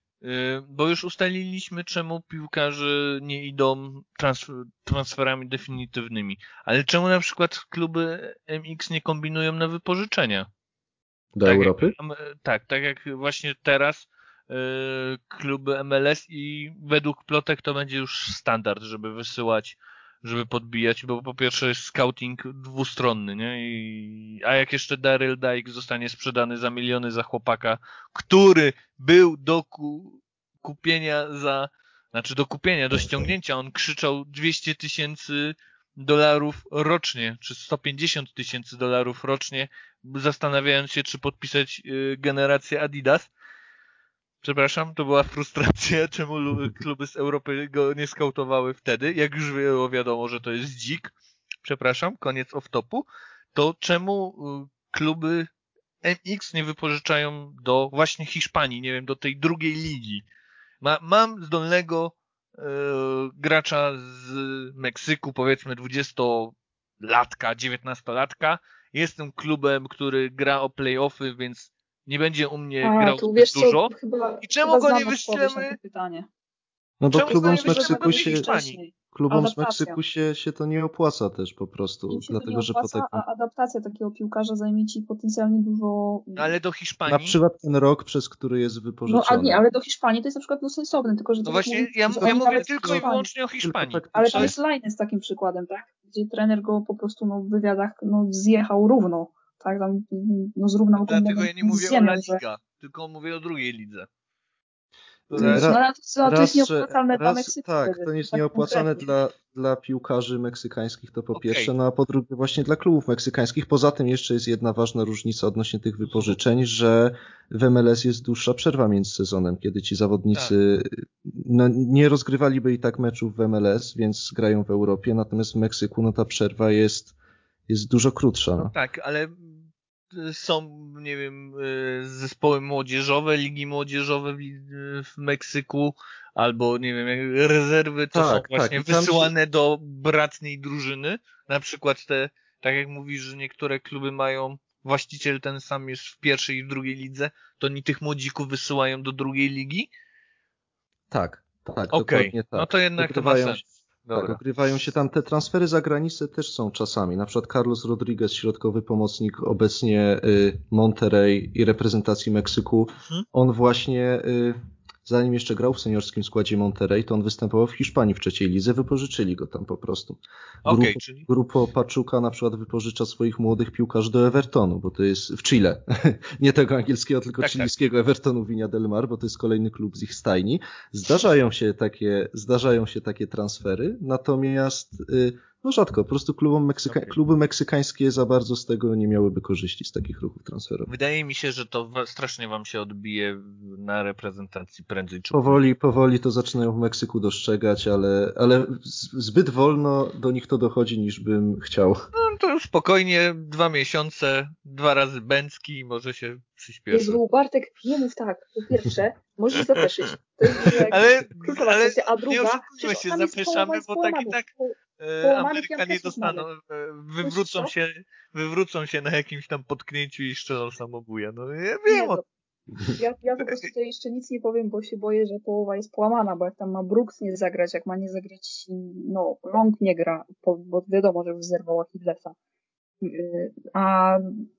Speaker 4: Bo już ustaliliśmy, czemu piłkarze nie idą transfer, transferami definitywnymi. Ale czemu na przykład kluby M X nie kombinują na wypożyczenia?
Speaker 3: Do
Speaker 4: tak
Speaker 3: Europy?
Speaker 4: Jak, tak, tak jak właśnie teraz yy, kluby M L S i według plotek to będzie już standard, żeby wysyłać, żeby podbijać, bo po pierwsze jest scouting dwustronny, nie? I, a jak jeszcze Daryl Dike zostanie sprzedany za miliony za chłopaka, który był do ku, kupienia za, znaczy do kupienia, do ściągnięcia, on krzyczał dwieście tysięcy dolarów rocznie, czy sto pięćdziesiąt tysięcy dolarów rocznie, zastanawiając się, czy podpisać y, generację Adidas. Przepraszam, to była frustracja, czemu kluby z Europy go nie skautowały wtedy, jak już było wiadomo, że to jest dzik. Przepraszam, koniec off-topu. To czemu y, kluby M X nie wypożyczają do właśnie Hiszpanii, nie wiem, do tej drugiej ligi? Ma, mam zdolnego y, gracza z Meksyku, powiedzmy dwudziestolatka, dziewiętnastolatka. Jestem klubem, który gra o play-offy, więc nie będzie u mnie
Speaker 1: A,
Speaker 4: grał
Speaker 1: tu
Speaker 4: zbyt
Speaker 1: wiesz co,
Speaker 4: dużo.
Speaker 1: chyba,
Speaker 4: I czemu
Speaker 1: chyba
Speaker 4: go nie
Speaker 1: znam odpowiedź na
Speaker 4: wyślemy?
Speaker 1: to pytanie.
Speaker 3: No bo
Speaker 4: Czemu
Speaker 3: klubom z
Speaker 4: go nie wyślemy
Speaker 3: Meksyku
Speaker 4: do
Speaker 3: się,
Speaker 4: Hiszpanii?
Speaker 3: klubom z
Speaker 1: Adaptacja.
Speaker 3: Meksyku się, się to nie opłaca też po prostu,
Speaker 1: Im się
Speaker 3: dlatego
Speaker 1: to nie
Speaker 3: że
Speaker 1: opłaca,
Speaker 3: potem
Speaker 1: a adaptacja takiego piłkarza zajmie ci potencjalnie dużo...
Speaker 4: No ale do
Speaker 3: na
Speaker 4: Hiszpanii.
Speaker 3: przykład ten rok, przez który jest
Speaker 1: No
Speaker 3: wypożyczony.
Speaker 1: a nie, ale do Hiszpanii to jest na przykład no, sensowne, tylko że...
Speaker 4: No
Speaker 1: tak
Speaker 4: właśnie,
Speaker 1: mówię,
Speaker 4: ja,
Speaker 1: że
Speaker 4: ja
Speaker 1: oni
Speaker 4: mówię
Speaker 1: nawet
Speaker 4: tylko i
Speaker 1: Hiszpanii.
Speaker 4: wyłącznie o Hiszpanii.
Speaker 3: Tylko
Speaker 1: Ale
Speaker 3: faktycznie.
Speaker 1: tam jest Lajny z takim przykładem, tak? Gdzie trener go po prostu no, w wywiadach no, zjechał równo. Tak, tam no, zrównał go
Speaker 4: Dlatego ja nie mówię
Speaker 1: z
Speaker 4: o
Speaker 1: ziemią,
Speaker 4: La
Speaker 1: że...
Speaker 4: Liga, tylko mówię o drugiej lidze.
Speaker 1: Wiesz, no, ale to, to jest
Speaker 3: raz, że-
Speaker 1: nieopłacalne dla
Speaker 3: raz,
Speaker 1: Meksyku.
Speaker 3: tak,
Speaker 1: wtedy,
Speaker 3: to jest
Speaker 1: tak
Speaker 3: nieopłacalne
Speaker 1: konkretnie.
Speaker 3: dla, dla piłkarzy meksykańskich, to po
Speaker 4: Okej.
Speaker 3: pierwsze, no a po drugie właśnie dla klubów meksykańskich. Poza tym jeszcze jest jedna ważna różnica odnośnie tych wypożyczeń, że w M L S jest dłuższa przerwa między sezonem, kiedy ci zawodnicy no, nie rozgrywaliby i tak meczów w M L S, więc grają w Europie, natomiast w Meksyku no ta przerwa jest, jest dużo krótsza. No.
Speaker 4: Tak, ale są, nie wiem, zespoły młodzieżowe, ligi młodzieżowe w, w Meksyku, albo, nie wiem, jak rezerwy, to
Speaker 3: Tak,
Speaker 4: są
Speaker 3: tak,
Speaker 4: właśnie
Speaker 3: i tam
Speaker 4: wysyłane do bratniej drużyny. Na przykład te, tak jak mówisz, że niektóre kluby mają, właściciel ten sam jest w pierwszej i w drugiej lidze, to oni tych młodzików wysyłają do drugiej ligi?
Speaker 3: Tak, tak,
Speaker 4: Okej,
Speaker 3: dokładnie tak.
Speaker 4: no to jednak to ma
Speaker 3: Ogrywają
Speaker 4: sens. Dobra.
Speaker 3: Tak, ogrywają się tam. Te transfery za granicę też są czasami. Na przykład Carlos Rodriguez, środkowy pomocnik obecnie y, Monterrey i reprezentacji Meksyku.
Speaker 4: Mhm.
Speaker 3: On właśnie, y, zanim jeszcze grał w seniorskim składzie Monterrey, to on występował w Hiszpanii w trzeciej lidze. Wypożyczyli go tam po prostu.
Speaker 4: Okej,
Speaker 3: Grupo,
Speaker 4: czyli...
Speaker 3: Grupo Pachuca na przykład wypożycza swoich młodych piłkarzy do Evertonu, bo to jest w Chile. Nie tego angielskiego, tylko
Speaker 4: Tak,
Speaker 3: chilijskiego Evertonu Viña del Mar, bo to jest kolejny klub z ich stajni. Zdarzają się takie, zdarzają się takie transfery, natomiast y, No rzadko, po prostu klubom Meksyka...
Speaker 4: Okay.
Speaker 3: kluby meksykańskie za bardzo z tego nie miałyby korzyści z takich ruchów transferowych.
Speaker 4: Wydaje mi się, że to strasznie wam się odbije na reprezentacji prędzej czy
Speaker 3: Powoli, powoli to zaczynają w Meksyku dostrzegać, ale, ale zbyt wolno do nich to dochodzi, niż bym chciał.
Speaker 4: No to spokojnie, dwa miesiące, dwa razy Bęcki i może się przyspieszy.
Speaker 1: Jezu, Bartek, nie mów tak. Po pierwsze, możesz zapeszyć. To jest
Speaker 4: ale,
Speaker 1: kluczowa
Speaker 4: ale
Speaker 1: kwestia. A
Speaker 4: nie
Speaker 1: druga,
Speaker 4: oszukujmy się, zapraszamy, bo tak i tak e, Amerykanie dostaną, e, wywrócą się, wywrócą się na jakimś tam potknięciu i strzelą samobuja. No ja wiem o
Speaker 1: Ja, ja po prostu tutaj jeszcze nic nie powiem, bo się boję, że połowa jest połamana, bo jak tam ma Brooks nie zagrać, jak ma nie zagrać, no, Long nie gra, bo, bo wiadomo, że zerwał Achillesa. A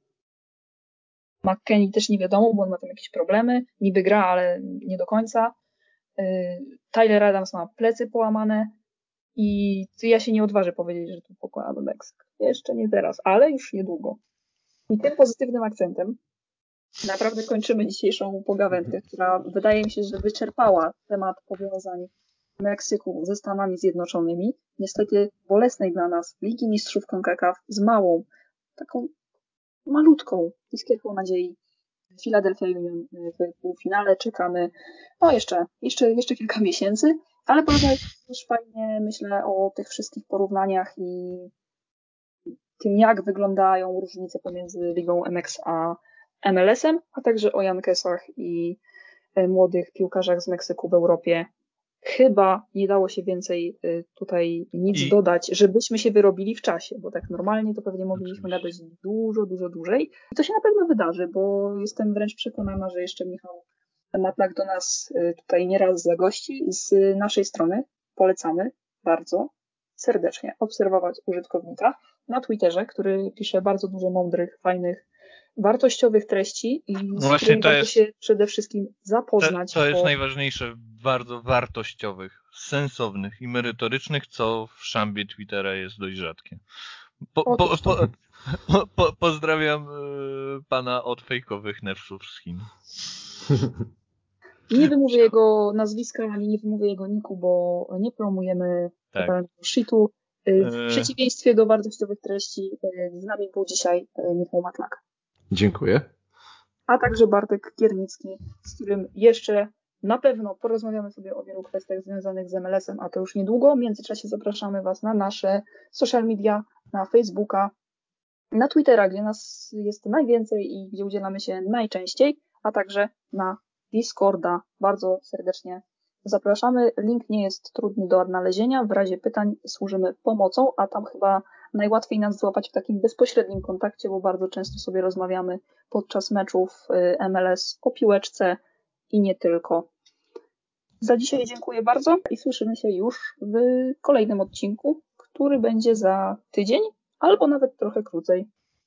Speaker 1: McKennie też nie wiadomo, bo on ma tam jakieś problemy. Niby gra, ale nie do końca. Tyler Adams ma plecy połamane i ja się nie odważę powiedzieć, że tu pokładamy Meksyk. Jeszcze nie teraz, ale już niedługo. I tym pozytywnym akcentem naprawdę kończymy dzisiejszą pogawędkę, która wydaje mi się, że wyczerpała temat powiązań Meksyku ze Stanami Zjednoczonymi. Niestety bolesnej dla nas Ligi Mistrzów CONCACAF z małą, taką malutką iskierką nadziei Philadelphia Union w półfinale. Czekamy no jeszcze, jeszcze, jeszcze kilka miesięcy, ale porozmawiać też fajnie, myślę, o tych wszystkich porównaniach i tym, jak wyglądają różnice pomiędzy Ligą M X a M L S-em, a także o Yankesach i młodych piłkarzach z Meksyku w Europie. Chyba nie dało się więcej tutaj nic I... dodać, żebyśmy się wyrobili w czasie, bo tak normalnie to pewnie mogliśmy gadać dużo, dużo dłużej. I to się na pewno wydarzy, bo jestem wręcz przekonana, że jeszcze Michał Matlak do nas tutaj nieraz zagości. Z naszej strony polecamy bardzo serdecznie obserwować użytkownika na Twitterze, który pisze bardzo dużo mądrych, fajnych, wartościowych treści i z
Speaker 4: no
Speaker 1: którymi warto
Speaker 4: jest,
Speaker 1: się przede wszystkim zapoznać.
Speaker 4: To, to jest bo... najważniejsze, bardzo wartościowych, sensownych i merytorycznych, co w szambie Twittera jest dość rzadkie. Po, po, po, po, po, pozdrawiam y, pana od fejkowych nefsów z Chin.
Speaker 1: Nie wymówię jego nazwiska, ani nie wymówię jego niku, bo nie promujemy totalnego tak. shitu. W przeciwieństwie do wartościowych treści z nami był dzisiaj Michał Matlak.
Speaker 3: Dziękuję.
Speaker 1: A także Bartek Kiernicki, z którym jeszcze na pewno porozmawiamy sobie o wielu kwestiach związanych z M L S-em, a to już niedługo. W międzyczasie zapraszamy Was na nasze social media, na Facebooka, na Twittera, gdzie nas jest najwięcej i gdzie udzielamy się najczęściej, a także na Discorda. Bardzo serdecznie zapraszamy. Link nie jest trudny do odnalezienia. W razie pytań służymy pomocą, a tam chyba najłatwiej nas złapać w takim bezpośrednim kontakcie, bo bardzo często sobie rozmawiamy podczas meczów M L S o piłeczce i nie tylko. Za dzisiaj dziękuję bardzo i słyszymy się już w kolejnym odcinku, który będzie za tydzień albo nawet trochę krócej.